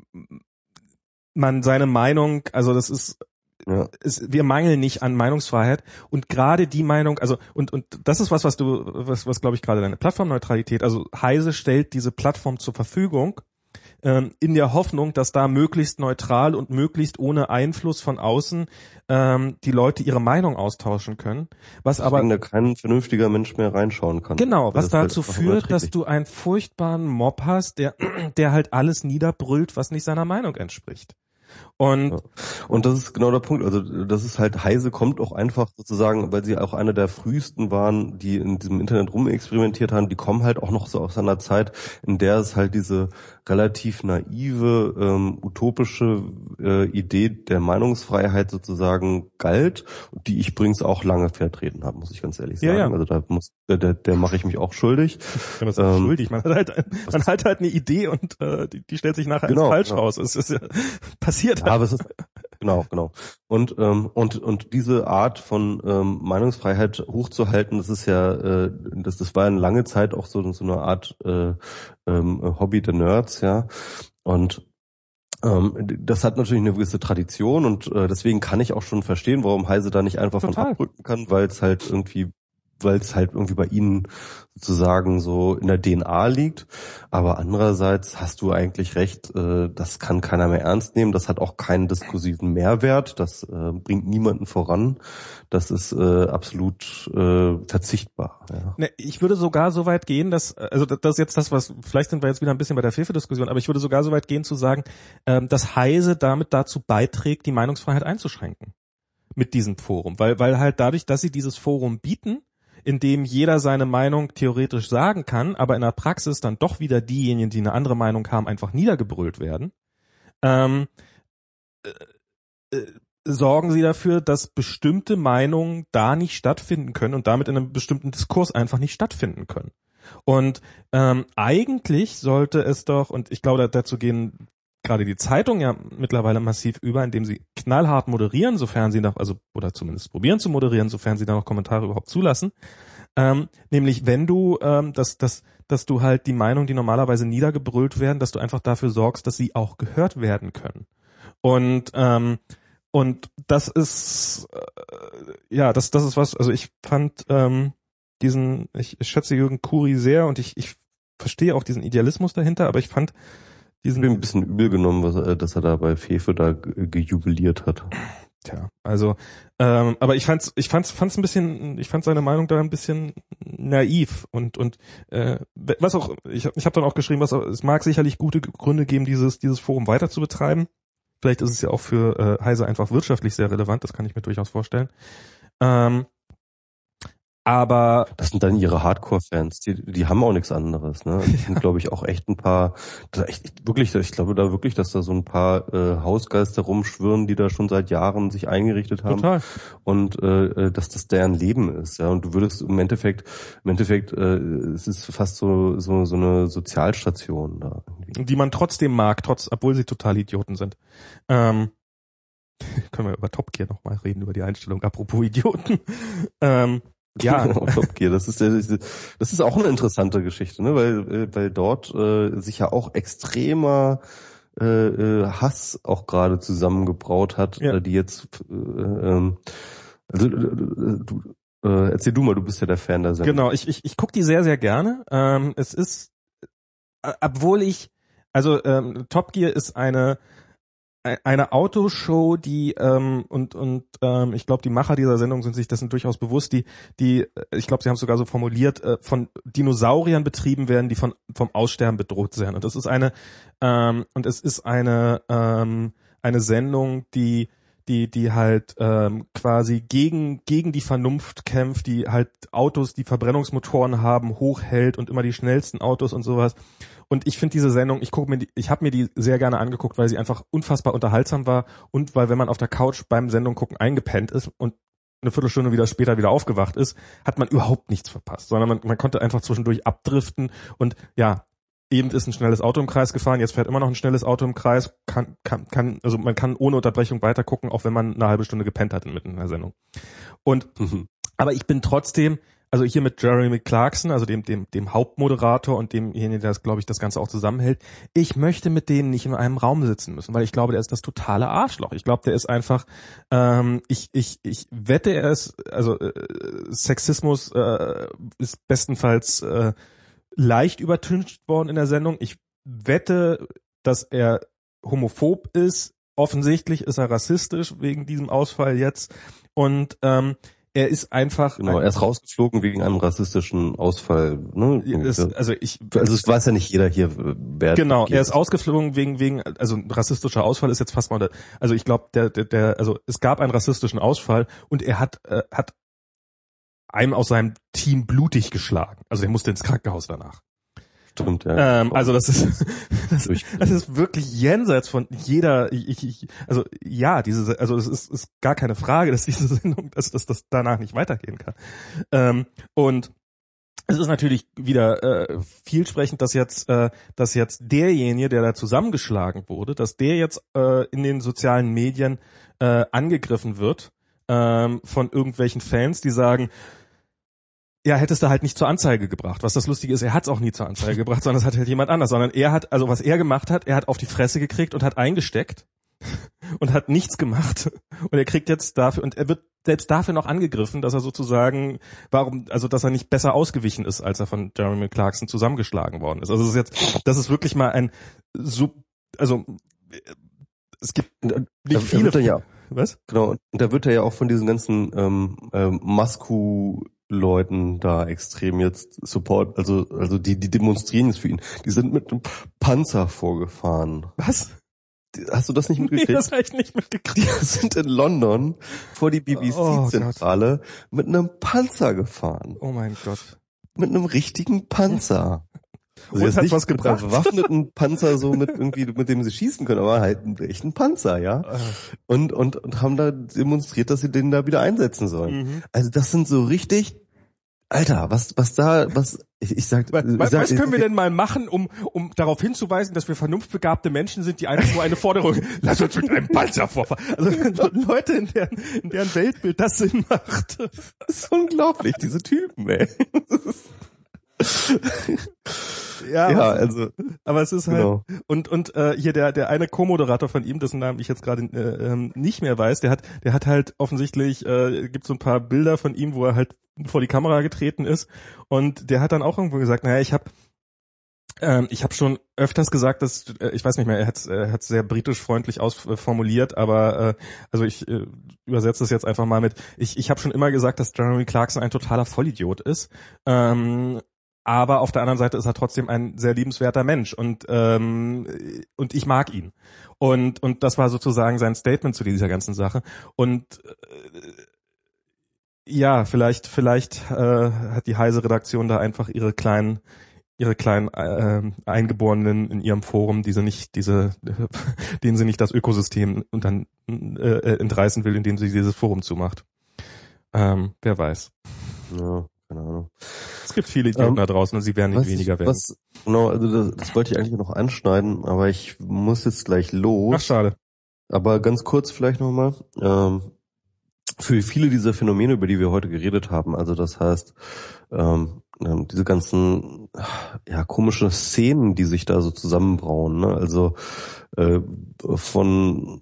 man seine Meinung, also das ist Ja. Es, wir mangeln nicht an Meinungsfreiheit und gerade die Meinung, also und und das ist was, was du, was was glaube ich gerade deine Plattformneutralität, also Heise stellt diese Plattform zur Verfügung ähm, in der Hoffnung, dass da möglichst neutral und möglichst ohne Einfluss von außen ähm, die Leute ihre Meinung austauschen können, was Deswegen aber da kein vernünftiger Mensch mehr reinschauen kann. Genau, was dazu halt führt, dass du einen furchtbaren Mob hast, der der halt alles niederbrüllt, was nicht seiner Meinung entspricht. Und, ja. und das ist genau der Punkt. Also das ist halt, Heise kommt auch einfach sozusagen, weil sie auch eine der frühesten waren, die in diesem Internet rumexperimentiert haben, die kommen halt auch noch so aus einer Zeit, in der es halt diese relativ naive, ähm, utopische äh, Idee der Meinungsfreiheit sozusagen galt, die ich übrigens auch lange vertreten habe, muss ich ganz ehrlich sagen. Ja, ja. Also da muss, der, der, der mache ich mich auch schuldig. Ja, das ist ähm, schuldig. Man hat halt, man hat halt eine Idee und äh, die, die stellt sich nachher genau, als falsch genau. raus. Es ist ja passiert. Ja, aber es ist, Genau, genau. Und ähm, und und diese Art von ähm, Meinungsfreiheit hochzuhalten, das ist ja, äh, das das war eine lange Zeit auch so so eine Art äh, ähm, Hobby der Nerds, ja. Und ähm, das hat natürlich eine gewisse Tradition und äh, deswegen kann ich auch schon verstehen, warum Heise da nicht einfach Total. von abrücken kann, weil es halt irgendwie weil es halt irgendwie bei ihnen sozusagen so in der D N A liegt. Aber andererseits hast du eigentlich recht, äh, das kann keiner mehr ernst nehmen. Das hat auch keinen diskursiven Mehrwert. Das äh, bringt niemanden voran. Das ist äh, absolut äh, verzichtbar. Ja. Ne, ich würde sogar so weit gehen, dass, also das ist jetzt das, was, vielleicht sind wir jetzt wieder ein bisschen bei der Fefe-Diskussion, aber ich würde sogar so weit gehen zu sagen, ähm, dass Heise damit dazu beiträgt, die Meinungsfreiheit einzuschränken. Mit diesem Forum. Weil, weil halt dadurch, dass sie dieses Forum bieten, in dem jeder seine Meinung theoretisch sagen kann, aber in der Praxis dann doch wieder diejenigen, die eine andere Meinung haben, einfach niedergebrüllt werden, ähm, äh, äh, sorgen sie dafür, dass bestimmte Meinungen da nicht stattfinden können und damit in einem bestimmten Diskurs einfach nicht stattfinden können. Und ähm, eigentlich sollte es doch, und ich glaube, dazu gehen gerade die Zeitungen ja mittlerweile massiv über, indem sie knallhart moderieren, sofern sie noch, also oder zumindest probieren zu moderieren, sofern sie da noch Kommentare überhaupt zulassen. Ähm, nämlich wenn du, ähm, dass, dass, dass du halt die Meinungen, die normalerweise niedergebrüllt werden, dass du einfach dafür sorgst, dass sie auch gehört werden können. Und ähm, und das ist äh, ja, das das ist was. Also ich fand ähm, diesen, ich, ich schätze Jürgen Kuri sehr und ich ich verstehe auch diesen Idealismus dahinter, aber ich fand diesen, ich bin ein bisschen übel genommen, was, dass er da bei Fefe da gejubiliert hat. Tja, also, ähm, aber ich fand's, ich fand's, fand's ein bisschen, ich fand seine Meinung da ein bisschen naiv und und äh, was auch, ich habe, ich habe dann auch geschrieben, was auch, es mag sicherlich gute Gründe geben, dieses dieses Forum weiter zu betreiben. Vielleicht ist es ja auch für äh, Heise einfach wirtschaftlich sehr relevant, das kann ich mir durchaus vorstellen. Ähm, Aber das sind dann ihre Hardcore-Fans, die die haben auch nichts anderes, ne? Das sind, glaube ich, auch echt ein paar, das echt, echt wirklich, ich glaube da wirklich, dass da so ein paar äh, Hausgeister rumschwirren, die da schon seit Jahren sich eingerichtet haben. Total. Und äh, dass das deren Leben ist, ja. Und du würdest im Endeffekt, im Endeffekt, äh, es ist fast so so so eine Sozialstation da, irgendwie. Die man trotzdem mag, trotz, obwohl sie total Idioten sind. Ähm, können wir über Top Gear noch mal reden, über die Einstellung, apropos Idioten. ähm, Ja, Top Gear, das ist das ist auch eine interessante Geschichte, ne, weil weil dort äh, sich ja auch extremer äh, Hass auch gerade zusammengebraut hat, ja. äh, die jetzt äh, ähm, also äh, du äh, erzähl du mal, du bist ja der Fan der Sendung. Genau, ich ich ich guck die sehr sehr gerne. Ähm, es ist, äh, obwohl ich, also ähm, Top Gear ist eine eine Autoshow, die ähm, und und ähm, ich glaube, die Macher dieser Sendung sind sich dessen durchaus bewusst, die die ich glaube, sie haben es sogar so formuliert, äh, von Dinosauriern betrieben werden, die von vom Aussterben bedroht sind. Und das ist eine ähm, und es ist eine ähm, eine Sendung, die die die halt ähm, quasi gegen gegen die Vernunft kämpft, die halt Autos, die Verbrennungsmotoren haben, hochhält und immer die schnellsten Autos und sowas. Und ich finde diese Sendung, ich gucke mir die, ich habe mir die sehr gerne angeguckt, weil sie einfach unfassbar unterhaltsam war und weil, wenn man auf der Couch beim Sendung gucken eingepennt ist und eine Viertelstunde wieder später wieder aufgewacht ist, hat man überhaupt nichts verpasst, sondern man, man konnte einfach zwischendurch abdriften und ja, eben ist ein schnelles Auto im Kreis gefahren, jetzt fährt immer noch ein schnelles Auto im Kreis, kann, kann, kann, also man kann ohne Unterbrechung weiter gucken, auch wenn man eine halbe Stunde gepennt hat mitten in der Sendung. Und, mhm. aber ich bin trotzdem, also hier mit Jeremy Clarkson, also dem dem dem Hauptmoderator und demjenigen, der das, glaube ich, das Ganze auch zusammenhält, ich möchte mit denen nicht in einem Raum sitzen müssen, weil ich glaube, der ist das totale Arschloch. Ich glaube, der ist einfach, ähm, ich ich ich wette, er ist, also äh, Sexismus äh, ist bestenfalls äh, leicht übertüncht worden in der Sendung. Ich wette, dass er homophob ist. Offensichtlich ist er rassistisch wegen diesem Ausfall jetzt und ähm, er ist einfach... Genau, er ist rausgeflogen wegen einem rassistischen Ausfall. Ne? Es, also ich, also es weiß ja nicht jeder hier, wer... Genau, er ist ausgeflogen wegen, wegen, also ein rassistischer Ausfall ist jetzt fast mal... Also ich glaube, der, der, der, also es gab einen rassistischen Ausfall und er hat, äh, hat einem aus seinem Team blutig geschlagen. Also der musste ins Krankenhaus danach. Stimmt, ja. Ähm, also das ist das, das ist wirklich jenseits von jeder, ich, ich, also ja, diese, also es ist, ist gar keine Frage, dass diese Sendung, dass, dass das danach nicht weitergehen kann. Ähm, und es ist natürlich wieder äh, vielsprechend, dass jetzt, äh, dass jetzt derjenige, der da zusammengeschlagen wurde, dass der jetzt äh, in den sozialen Medien äh, angegriffen wird ähm, von irgendwelchen Fans, die sagen, ja, hättest du halt nicht zur Anzeige gebracht. Was das Lustige ist, er hat es auch nie zur Anzeige gebracht, sondern es hat halt jemand anders. Sondern er hat, also was er gemacht hat, er hat auf die Fresse gekriegt und hat eingesteckt und hat nichts gemacht. Und er kriegt jetzt dafür, und er wird selbst dafür noch angegriffen, dass er sozusagen, warum, also dass er nicht besser ausgewichen ist, als er von Jeremy Clarkson zusammengeschlagen worden ist. Also das ist jetzt, das ist wirklich mal ein, Sub, also es gibt nicht viele. Da ja, was? Genau, und da wird er ja auch von diesen ganzen ähm, ähm, Masku Leuten da extrem jetzt Support, also also die die demonstrieren jetzt für ihn. Die sind mit einem Panzer vorgefahren. Was? Hast du das nicht mitgekriegt? Nee, das habe ich nicht mitgekriegt. Die sind in London vor die B B C-Zentrale oh, mit einem Panzer gefahren. Oh mein Gott. Mit einem richtigen Panzer. Also und hat was gebracht? Mit einem bewaffneten Panzer, so mit irgendwie, mit dem sie schießen können, aber halt einen echten Panzer, ja. Und, und, und haben da demonstriert, dass sie den da wieder einsetzen sollen. Mhm. Also das sind so richtig, Alter, was, was da, was, ich, ich sag, was, ich was, sag, was können wir denn mal machen, um, um darauf hinzuweisen, dass wir vernunftbegabte Menschen sind, die einfach nur eine Forderung, lass uns mit einem Panzer vorfahren. Also Leute, in deren, in deren Weltbild das Sinn macht. Das ist unglaublich, diese Typen, ey. Ja, ja, aber, also, aber es ist halt genau. und und äh, hier der der eine Co-Moderator von ihm, dessen Namen ich jetzt gerade äh, ähm, nicht mehr weiß, der hat der hat halt offensichtlich äh, gibt so ein paar Bilder von ihm, wo er halt vor die Kamera getreten ist und der hat dann auch irgendwo gesagt, naja, ich habe ähm, ich habe schon öfters gesagt, dass äh, ich weiß nicht mehr, er hat er hat sehr britisch freundlich ausformuliert, aber äh, also ich äh, übersetze das jetzt einfach mal mit ich ich habe schon immer gesagt, dass Jeremy Clarkson ein totaler Vollidiot ist. Ähm, Aber auf der anderen Seite ist er trotzdem ein sehr liebenswerter Mensch und ähm, und ich mag ihn. Und und das war sozusagen sein Statement zu dieser ganzen Sache. Und äh, ja, vielleicht vielleicht äh, hat die Heise-Redaktion da einfach ihre kleinen ihre kleinen äh, Eingeborenen in ihrem Forum, diese nicht diese denen sie nicht das Ökosystem und dann äh, entreißen will, indem sie dieses Forum zumacht. Ähm, wer weiß. Ja. Keine Ahnung. Es gibt viele Idioten um, da draußen und sie werden nicht weniger ich, werden. Was, genau, also das, das wollte ich eigentlich noch anschneiden, aber ich muss jetzt gleich los. Ach, schade. Aber ganz kurz vielleicht nochmal. Ähm, für viele dieser Phänomene, über die wir heute geredet haben, also das heißt, ähm, diese ganzen ja komische Szenen, die sich da so zusammenbrauen, ne? Also äh, von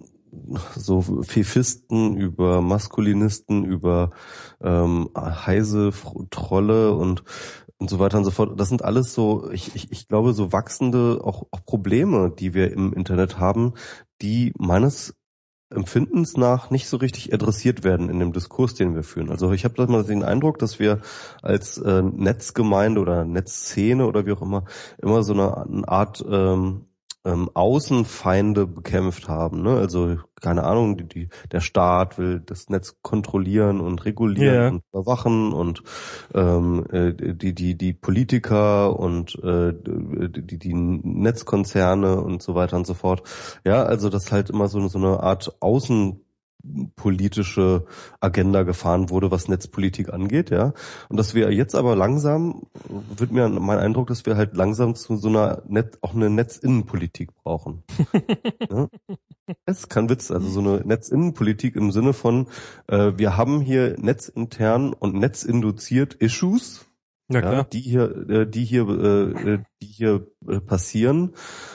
so Fefisten über Maskulinisten, über ähm, Heise, Trolle und und so weiter und so fort. Das sind alles so, ich, ich, ich glaube, so wachsende auch, auch Probleme, die wir im Internet haben, die meines Empfindens nach nicht so richtig adressiert werden in dem Diskurs, den wir führen. Also ich habe da mal den Eindruck, dass wir als äh, Netzgemeinde oder Netzszene oder wie auch immer immer so eine, eine Art ähm, ähm, Außenfeinde bekämpft haben, ne? Also keine Ahnung, die, die der Staat will das Netz kontrollieren und regulieren yeah. und überwachen und ähm, die die die Politiker und äh, die die Netzkonzerne und so weiter und so fort. Ja, also das halt immer so so eine Art Außen politische Agenda gefahren wurde, was Netzpolitik angeht, ja. Und dass wir jetzt aber langsam, wird mir mein Eindruck, dass wir halt langsam zu so einer Net, auch eine Netzinnenpolitik brauchen. Ja? Das ist kein Witz, also so eine Netzinnenpolitik im Sinne von, äh, wir haben hier netzintern und netzinduziert Issues, ja, klar. Ja, die hier, äh, die hier, äh, die hier äh, passieren,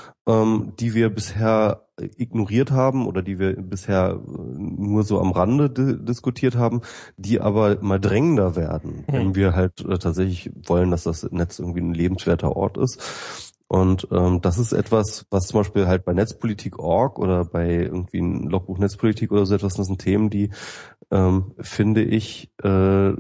ähm, die wir bisher ignoriert haben oder die wir bisher nur so am Rande di- diskutiert haben, die aber mal drängender werden, mhm. wenn wir halt äh, tatsächlich wollen, dass das Netz irgendwie ein lebenswerter Ort ist. Und ähm, das ist etwas, was zum Beispiel halt bei Netzpolitik Punkt org oder bei irgendwie ein Logbuch Netzpolitik oder so etwas, das sind Themen, die, ähm, finde ich, äh,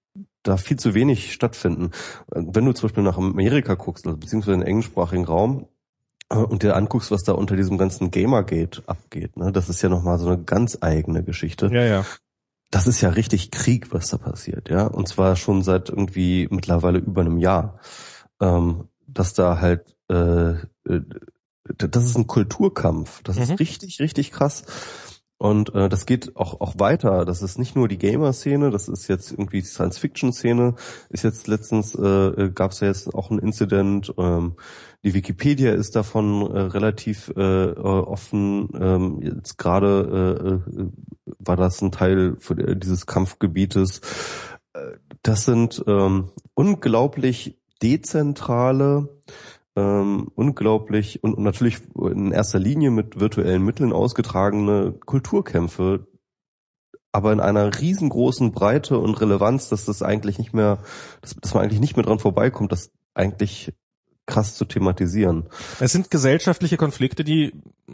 da viel zu wenig stattfinden. Wenn du zum Beispiel nach Amerika guckst, also beziehungsweise in den englischsprachigen Raum, und dir anguckst, was da unter diesem ganzen Gamergate abgeht, ne, das ist ja nochmal so eine ganz eigene Geschichte. Ja, ja. Das ist ja richtig Krieg, was da passiert, ja. Und zwar schon seit irgendwie mittlerweile über einem Jahr. Ähm, dass da halt, äh, äh, das ist ein Kulturkampf. Das mhm. ist richtig, richtig krass. Und äh, das geht auch auch weiter. Das ist nicht nur die Gamer-Szene, das ist jetzt irgendwie die Science-Fiction-Szene. Ist jetzt letztens äh, gab es ja jetzt auch ein Incident. Ähm, die Wikipedia ist davon äh, relativ äh, offen. Ähm, jetzt gerade äh, war das ein Teil für dieses Kampfgebietes. Das sind ähm, unglaublich dezentrale, ähm, unglaublich und, und natürlich in erster Linie mit virtuellen Mitteln ausgetragene Kulturkämpfe, aber in einer riesengroßen Breite und Relevanz, dass das eigentlich nicht mehr, dass, dass man eigentlich nicht mehr dran vorbeikommt, das eigentlich krass zu thematisieren. Es sind gesellschaftliche Konflikte, die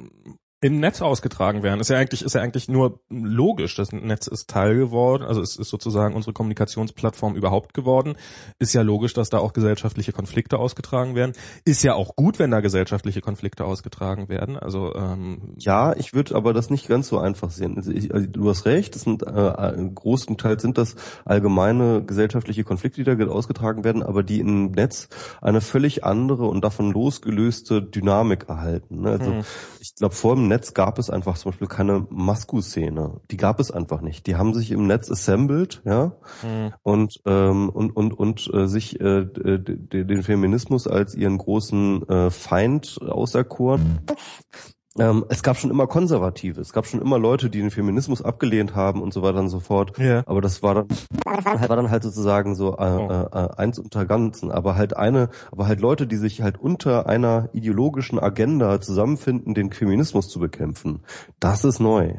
im Netz ausgetragen werden. Ist ja eigentlich, ist ja eigentlich nur logisch. Das Netz ist Teil geworden, also es ist sozusagen unsere Kommunikationsplattform überhaupt geworden. Ist ja logisch, dass da auch gesellschaftliche Konflikte ausgetragen werden. Ist ja auch gut, wenn da gesellschaftliche Konflikte ausgetragen werden. Also ähm, ja, ich würde aber das nicht ganz so einfach sehen. Also ich, also du hast recht, das sind äh, im großen Teil sind das allgemeine gesellschaftliche Konflikte, die da ausgetragen werden, aber die im Netz eine völlig andere und davon losgelöste Dynamik erhalten. Ne? Also hm. ich glaube, vor dem Netz gab es einfach zum Beispiel keine Masku-Szene. Die gab es einfach nicht. Die haben sich im Netz assembled, ja, mhm. und ähm, und und und äh, sich äh, d- den Feminismus als ihren großen äh, Feind auserkoren. Ähm, es gab schon immer Konservative, es gab schon immer Leute, die den Feminismus abgelehnt haben und so weiter und so fort. Ja. Aber das war dann halt, war dann halt sozusagen so äh, oh. äh, eins unter Ganzen. Aber halt eine, aber halt Leute, die sich halt unter einer ideologischen Agenda zusammenfinden, den Feminismus zu bekämpfen. Das ist neu.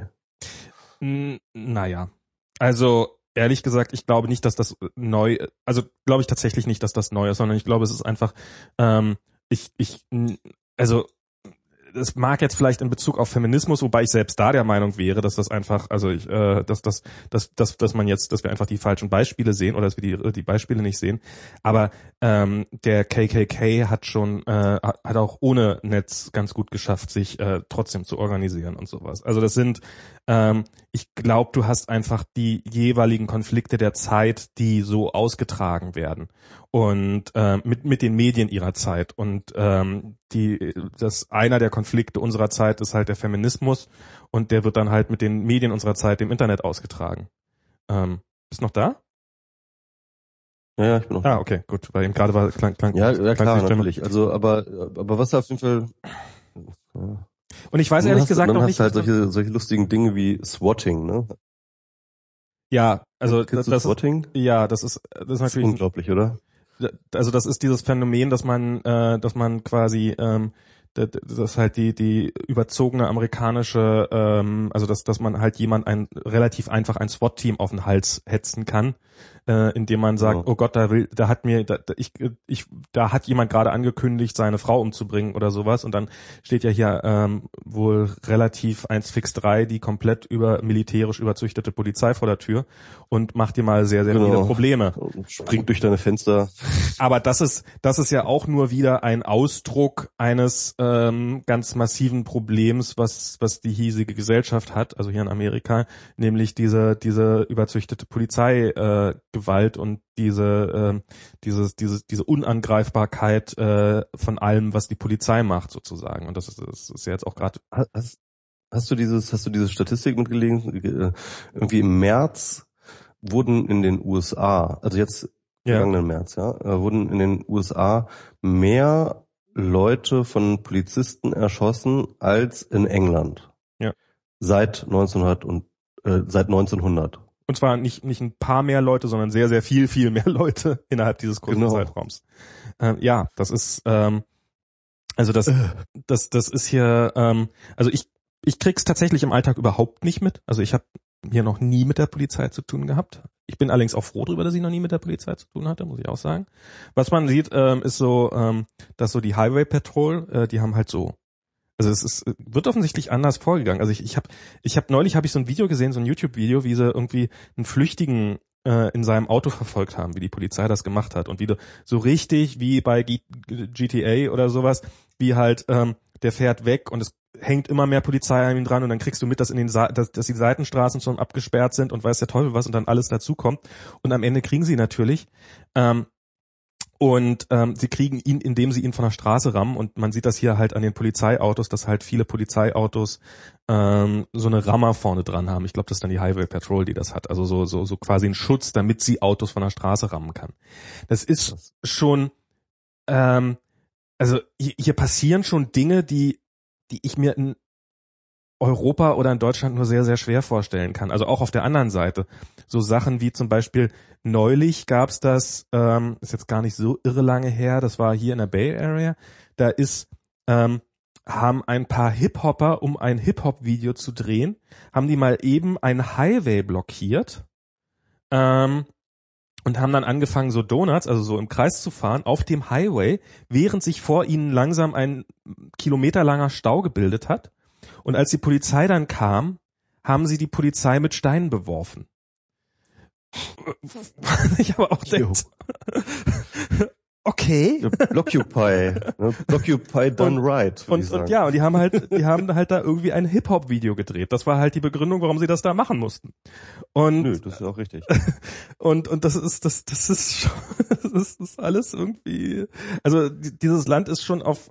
N- naja, also ehrlich gesagt, ich glaube nicht, dass das neu, also glaube ich tatsächlich nicht, dass das neu ist, sondern ich glaube, es ist einfach, ähm, ich, ich, also es mag jetzt vielleicht in Bezug auf Feminismus, wobei ich selbst da der Meinung wäre, dass das einfach, also ich, äh, dass, dass, dass, dass, dass man jetzt, dass wir einfach die falschen Beispiele sehen oder dass wir die, die Beispiele nicht sehen. Aber ähm, der K K K hat schon, äh, hat auch ohne Netz ganz gut geschafft, sich äh, trotzdem zu organisieren und sowas. Also das sind, ähm, ich glaube, du hast einfach die jeweiligen Konflikte der Zeit, die so ausgetragen werden und äh, mit mit den Medien ihrer Zeit und ähm, die das einer der Konflikte unserer Zeit ist halt der Feminismus und der wird dann halt mit den Medien unserer Zeit, dem Internet, ausgetragen. Ähm, bist du noch da? Ja, ja, ich bin noch. Ah, okay, gut, weil eben gerade war klang klang ja, ja klar, natürlich. Also, aber aber was da auf jeden Fall. Ja. Und ich weiß ehrlich hast, gesagt noch nicht. Dann hast du halt solche solche lustigen Dinge wie Swatting, ne? Ja, also das, das Swatting? Ist, ja, das ist das ist natürlich das ist unglaublich, oder? Also das ist dieses Phänomen, dass man, äh, dass man quasi, ähm, dass halt die die überzogene amerikanische, ähm, also dass dass man halt jemand ein relativ einfach ein SWAT-Team auf den Hals hetzen kann, äh, indem man sagt, oh, oh Gott, da will, da hat mir, da, ich, ich, da hat jemand gerade angekündigt, seine Frau umzubringen oder sowas, und dann steht ja hier ähm, wohl relativ eins fix drei die komplett über militärisch überzüchtete Polizei vor der Tür und macht dir mal sehr sehr genau. viele Probleme. Springt durch deine Fenster. Aber das ist das ist ja auch nur wieder ein Ausdruck eines ähm, ganz massiven Problems, was was die hiesige Gesellschaft hat, also hier in Amerika, nämlich diese diese überzüchtete Polizeigewalt äh, Gewalt und diese äh, dieses dieses diese Unangreifbarkeit äh, von allem, was die Polizei macht, sozusagen. Und das ist das ist ja jetzt auch gerade. Hast, hast du dieses hast du diese Statistik mitgelesen? Irgendwie im März wurden in den U S A, also jetzt ja. vergangenen März, ja, wurden in den U S A mehr Leute von Polizisten erschossen als in England. Ja. Seit neunzehnhundert und äh, seit neunzehnhundert. Und zwar nicht nicht ein paar mehr Leute, sondern sehr, sehr viel, viel mehr Leute innerhalb dieses kurzen genau. Zeitraums. Ähm, ja, das ist ähm, also das das das ist hier ähm, also ich ich krieg's tatsächlich im Alltag überhaupt nicht mit. Also ich habe hier noch nie mit der Polizei zu tun gehabt. Ich bin allerdings auch froh darüber, dass ich noch nie mit der Polizei zu tun hatte, muss ich auch sagen. Was man sieht, ähm, ist so, ähm, dass so die Highway Patrol, äh, die haben halt so Also es ist, wird offensichtlich anders vorgegangen. Also ich, ich habe, ich habe neulich habe ich so ein Video gesehen, so ein YouTube-Video, wie sie irgendwie einen Flüchtigen äh, in seinem Auto verfolgt haben, wie die Polizei das gemacht hat und wie du so richtig wie bei G- GTA oder sowas, wie halt ähm, der fährt weg und es hängt immer mehr Polizei an ihm dran und dann kriegst du mit, dass in den Sa- dass, dass die Seitenstraßen schon abgesperrt sind und weiß der Teufel was und dann alles dazu kommt und am Ende kriegen sie natürlich ähm, Und ähm, sie kriegen ihn, indem sie ihn von der Straße rammen. Und man sieht das hier halt an den Polizeiautos, dass halt viele Polizeiautos ähm, so eine Rammer vorne dran haben. Ich glaube, das ist dann die Highway Patrol, die das hat. Also so so so quasi ein Schutz, damit sie Autos von der Straße rammen kann. Das ist schon, ähm, also hier, hier passieren schon Dinge, die die ich mir in Europa oder in Deutschland nur sehr, sehr schwer vorstellen kann. Also auch auf der anderen Seite. So Sachen wie zum Beispiel neulich gab's das, ähm, ist jetzt gar nicht so irre lange her, das war hier in der Bay Area, da ist, ähm, haben ein paar Hip-Hopper, um ein Hip-Hop-Video zu drehen, haben die mal eben einen Highway blockiert, ähm, und haben dann angefangen, so Donuts, also so im Kreis zu fahren, auf dem Highway, während sich vor ihnen langsam ein kilometerlanger Stau gebildet hat. Und als die Polizei dann kam, haben sie die Polizei mit Steinen beworfen. Ich aber auch denkt, okay. Blockupy, ne? Blockupy done und, right. Und, und ja, und die haben halt, die haben halt da irgendwie ein Hip-Hop-Video gedreht. Das war halt die Begründung, warum sie das da machen mussten. Und nö, das ist auch richtig. Und und das ist das das ist schon, das ist, das ist alles irgendwie. Also dieses Land ist schon auf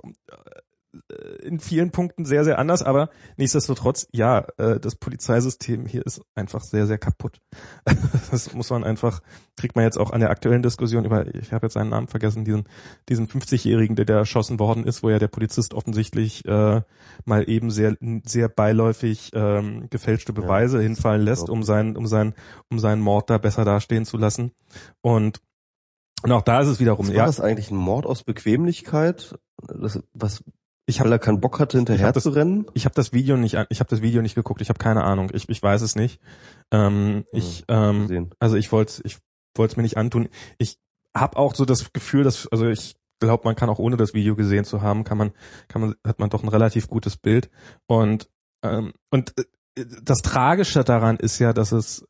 in vielen Punkten sehr, sehr anders, aber nichtsdestotrotz, ja, das Polizeisystem hier ist einfach sehr, sehr kaputt. Das muss man einfach, kriegt man jetzt auch an der aktuellen Diskussion über, ich habe jetzt seinen Namen vergessen, diesen diesen fünfzigjährigen, der da erschossen worden ist, wo ja der Polizist offensichtlich äh, mal eben sehr sehr beiläufig ähm, gefälschte Beweise ja, hinfallen lässt, um seinen um seinen um seinen Mord da besser dastehen zu lassen. Und und auch da ist es wiederum, war ja. das eigentlich ein Mord aus Bequemlichkeit? Das, was Ich hab, weil er keinen Bock hatte, hinterher zu rennen? Ich habe das Video nicht, ich habe das Video nicht geguckt. Ich habe keine Ahnung. Ich, ich weiß es nicht. Ähm, ich, ähm, sehen. also ich wollte, ich wollte es mir nicht antun. Ich habe auch so das Gefühl, dass, also ich glaube, man kann auch ohne das Video gesehen zu haben, kann man, kann man, hat man doch ein relativ gutes Bild. Und ähm, und das Tragische daran ist ja, dass es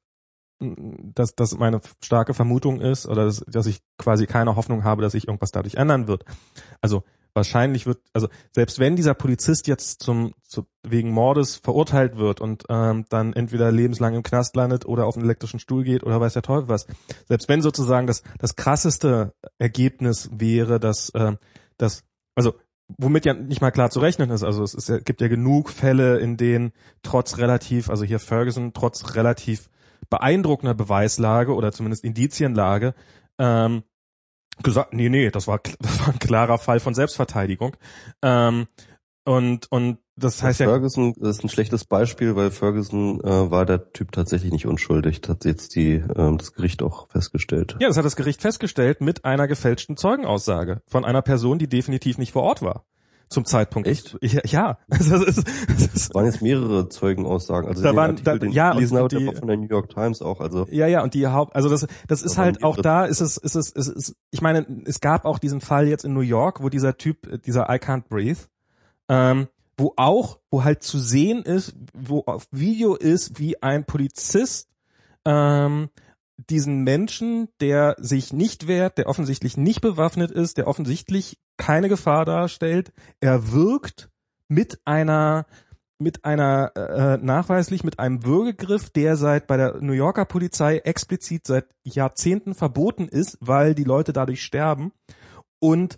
dass das meine starke Vermutung ist oder dass, dass ich quasi keine Hoffnung habe, dass sich irgendwas dadurch ändern wird. Also wahrscheinlich wird, also selbst wenn dieser Polizist jetzt zum, zu, wegen Mordes verurteilt wird und ähm, dann entweder lebenslang im Knast landet oder auf einen elektrischen Stuhl geht oder weiß der Teufel was, selbst wenn sozusagen das das krasseste Ergebnis wäre, dass äh, dass also womit ja nicht mal klar zu rechnen ist, also es ist ja, gibt ja genug Fälle, in denen trotz relativ, also hier Ferguson trotz relativ beeindruckender Beweislage oder zumindest Indizienlage ähm, gesagt, nee, nee, das war das war ein klarer Fall von Selbstverteidigung. Ähm, und und das heißt ja, Ferguson ist ein schlechtes Beispiel, weil Ferguson äh, war der Typ tatsächlich nicht unschuldig. Das hat jetzt die äh, das Gericht auch festgestellt. Ja, das hat das Gericht festgestellt mit einer gefälschten Zeugenaussage von einer Person, die definitiv nicht vor Ort war. Zum Zeitpunkt. Echt? Ja, ja. Das ist, das ist, waren jetzt mehrere Zeugenaussagen. Also da den waren, Artikel, da, den ja, ich gelesen habe, die, der war von der New York Times auch. Also ja, ja, und die Haupt, also das, das ist da halt auch da, ist es, ist es, ist es. Ich meine, es gab auch diesen Fall jetzt in New York, wo dieser Typ, dieser I Can't Breathe, ähm, wo auch, wo halt zu sehen ist, wo auf Video ist, wie ein Polizist ähm, diesen Menschen, der sich nicht wehrt, der offensichtlich nicht bewaffnet ist, der offensichtlich keine Gefahr darstellt, er wirkt mit einer mit einer äh, nachweislich mit einem Würgegriff, der seit bei der New Yorker Polizei explizit seit Jahrzehnten verboten ist, weil die Leute dadurch sterben, und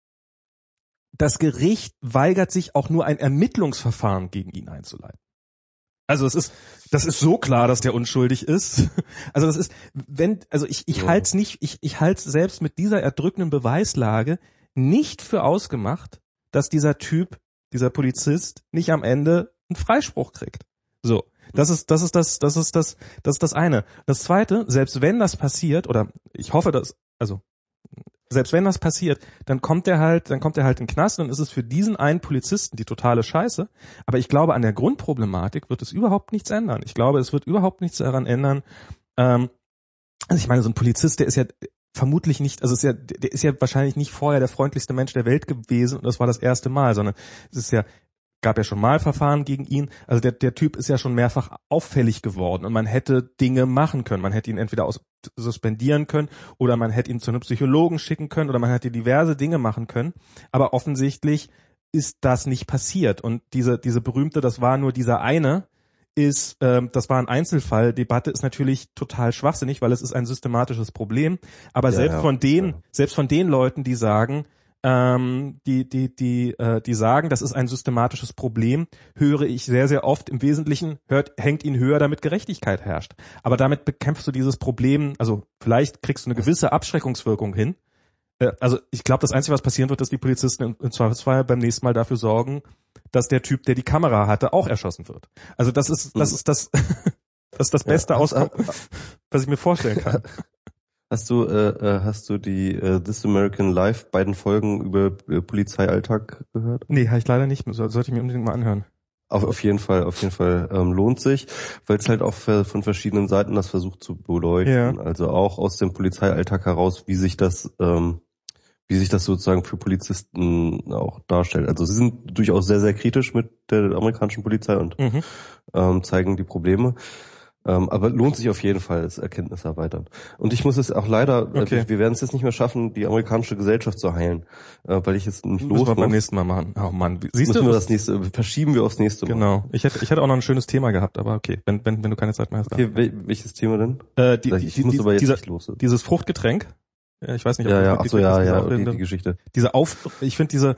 das Gericht weigert sich auch nur ein Ermittlungsverfahren gegen ihn einzuleiten. Also es ist, das ist so klar, dass der unschuldig ist. Also das ist, wenn, also ich, ich ja. halte es nicht, ich, ich halte es selbst mit dieser erdrückenden Beweislage nicht für ausgemacht, dass dieser Typ, dieser Polizist nicht am Ende einen Freispruch kriegt. So. Das ist, das ist das, das ist das, das ist das eine. Das zweite, selbst wenn das passiert, oder ich hoffe, dass, also, selbst wenn das passiert, dann kommt er halt, dann kommt er halt in den Knast, und ist es für diesen einen Polizisten die totale Scheiße. Aber ich glaube, an der Grundproblematik wird es überhaupt nichts ändern. Ich glaube, es wird überhaupt nichts daran ändern. Ähm, also ich meine, so ein Polizist, der ist ja vermutlich nicht, also ist ja, der ist ja wahrscheinlich nicht vorher der freundlichste Mensch der Welt gewesen, und das war das erste Mal, sondern es ist ja, gab ja schon mal Verfahren gegen ihn. Also der, der Typ ist ja schon mehrfach auffällig geworden, und man hätte Dinge machen können. Man hätte ihn entweder aus, suspendieren können, oder man hätte ihn zu einem Psychologen schicken können, oder man hätte diverse Dinge machen können. Aber offensichtlich ist das nicht passiert. Und diese, diese berühmte, das war nur dieser eine, ist, ähm, das war ein Einzelfall. Debatte ist natürlich total schwachsinnig, weil es ist ein systematisches Problem. Aber Ja, selbst ja, von den, ja. selbst von den Leuten, die sagen, ähm, die, die, die, äh, die sagen, das ist ein systematisches Problem, höre ich sehr, sehr oft im Wesentlichen, hört, hängt ihn höher, damit Gerechtigkeit herrscht. Aber damit bekämpfst du dieses Problem, also vielleicht kriegst du eine gewisse Abschreckungswirkung hin. Äh, also ich glaube, das Einzige, was passieren wird, dass die Polizisten im, im Zweifelsfall beim nächsten Mal dafür sorgen, dass der Typ, der die Kamera hatte, auch erschossen wird. Also das ist, das ist das, das ist das beste Ja, Auskommen, was ich mir vorstellen kann. Hast du, äh, hast du die äh, This American Life beiden Folgen über äh, Polizeialltag gehört? Nee, habe ich leider nicht. So, sollte ich mir unbedingt mal anhören. Auf, auf jeden Fall, auf jeden Fall ähm, lohnt sich, weil es halt auch von verschiedenen Seiten das versucht zu beleuchten. Ja. Also auch aus dem Polizeialltag heraus, wie sich das, ähm, wie sich das sozusagen für Polizisten auch darstellt. Also sie sind durchaus sehr, sehr kritisch mit der amerikanischen Polizei und Mhm. ähm, zeigen die Probleme. Ähm, aber lohnt sich auf jeden Fall, das Erkenntnis erweitern. Und ich muss es auch leider, Okay. äh, wir werden es jetzt nicht mehr schaffen, die amerikanische Gesellschaft zu heilen, äh, weil ich jetzt nicht Müssen los wir beim muss. nächsten Mal machen. Oh Mann, siehst Müssen du? wir das nächste, verschieben wir aufs nächste Mal. Genau. Ich hätte, ich hätte auch noch ein schönes Thema gehabt, aber okay, wenn, wenn, wenn du keine Zeit mehr hast. Okay, wel- welches Thema denn? Äh, die, ich die, muss die, aber jetzt dieser, nicht los. dieses Fruchtgetränk. Ja, ich weiß nicht, ob Ja, du ja, das ach so, ja, diese ja, aufregende- die, die Geschichte. Diese Auf, ich finde diese,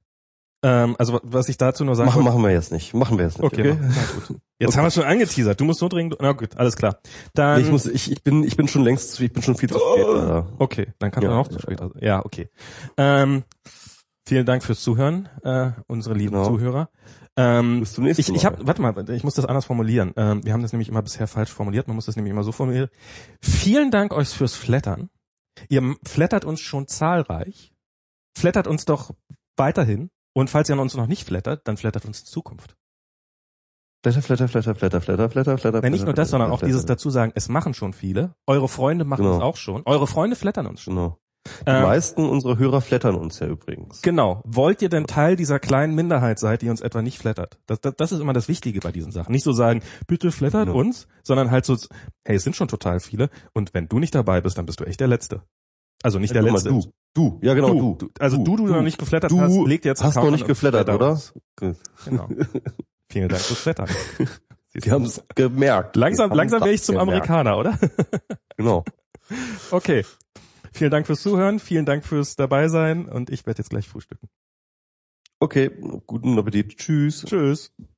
ähm, also was ich dazu nur sagen Machen, wollte. machen wir jetzt nicht. Machen wir jetzt nicht. Okay, Okay. na gut. Jetzt Okay. haben wir schon angeteasert. Du musst nur dringend, na gut, alles klar. Dann, Ich muss, ich, ich bin, ich bin schon längst, ich bin schon viel zu spät. Alter. okay, dann kann Ja, man auch zu ja, spät. Also, ja, okay. Ähm, vielen Dank fürs Zuhören, äh, unsere lieben Genau. Zuhörer. Ähm, Bis zum nächsten ich, Mal. ich habe, warte mal, ich muss das anders formulieren. Ähm, wir haben das nämlich immer bisher falsch formuliert. Man muss das nämlich immer so formulieren. Vielen Dank euch fürs Flattern. Ihr flattert uns schon zahlreich. Flattert uns doch weiterhin. Und falls ihr an uns noch nicht flattert, dann flattert uns in Zukunft. Flatter, flatter, flatter, flatter, flatter, flatter, flatter. Nein, nicht nur das, sondern auch flatter, dieses flatter. dazu sagen, es machen schon viele. Eure Freunde machen Genau. es auch schon. Eure Freunde flattern uns schon. Genau. Die Ähm, meisten unserer Hörer flattern uns ja übrigens. Genau. Wollt ihr denn Teil dieser kleinen Minderheit sein, die uns etwa nicht flattert? Das, das, das ist immer das Wichtige bei diesen Sachen. Nicht so sagen, bitte flattert Genau. uns, sondern halt so, hey, es sind schon total viele und wenn du nicht dabei bist, dann bist du echt der Letzte. Also nicht Ja, der guck mal, Letzte. Du, ja genau, du, du. Also du, du, du noch nicht geflattert du hast, leg dir jetzt einen hast noch Account nicht an und geflattert, flatter oder? uns. Gut. Genau. Vielen Dank fürs Flattern. Die haben es gemerkt. Langsam, Die haben langsam das wäre ich zum gemerkt. Amerikaner, oder? Genau. Okay. Vielen Dank fürs Zuhören, vielen Dank fürs Dabeisein und ich werde jetzt gleich frühstücken. Okay, guten Appetit. Tschüss. Tschüss.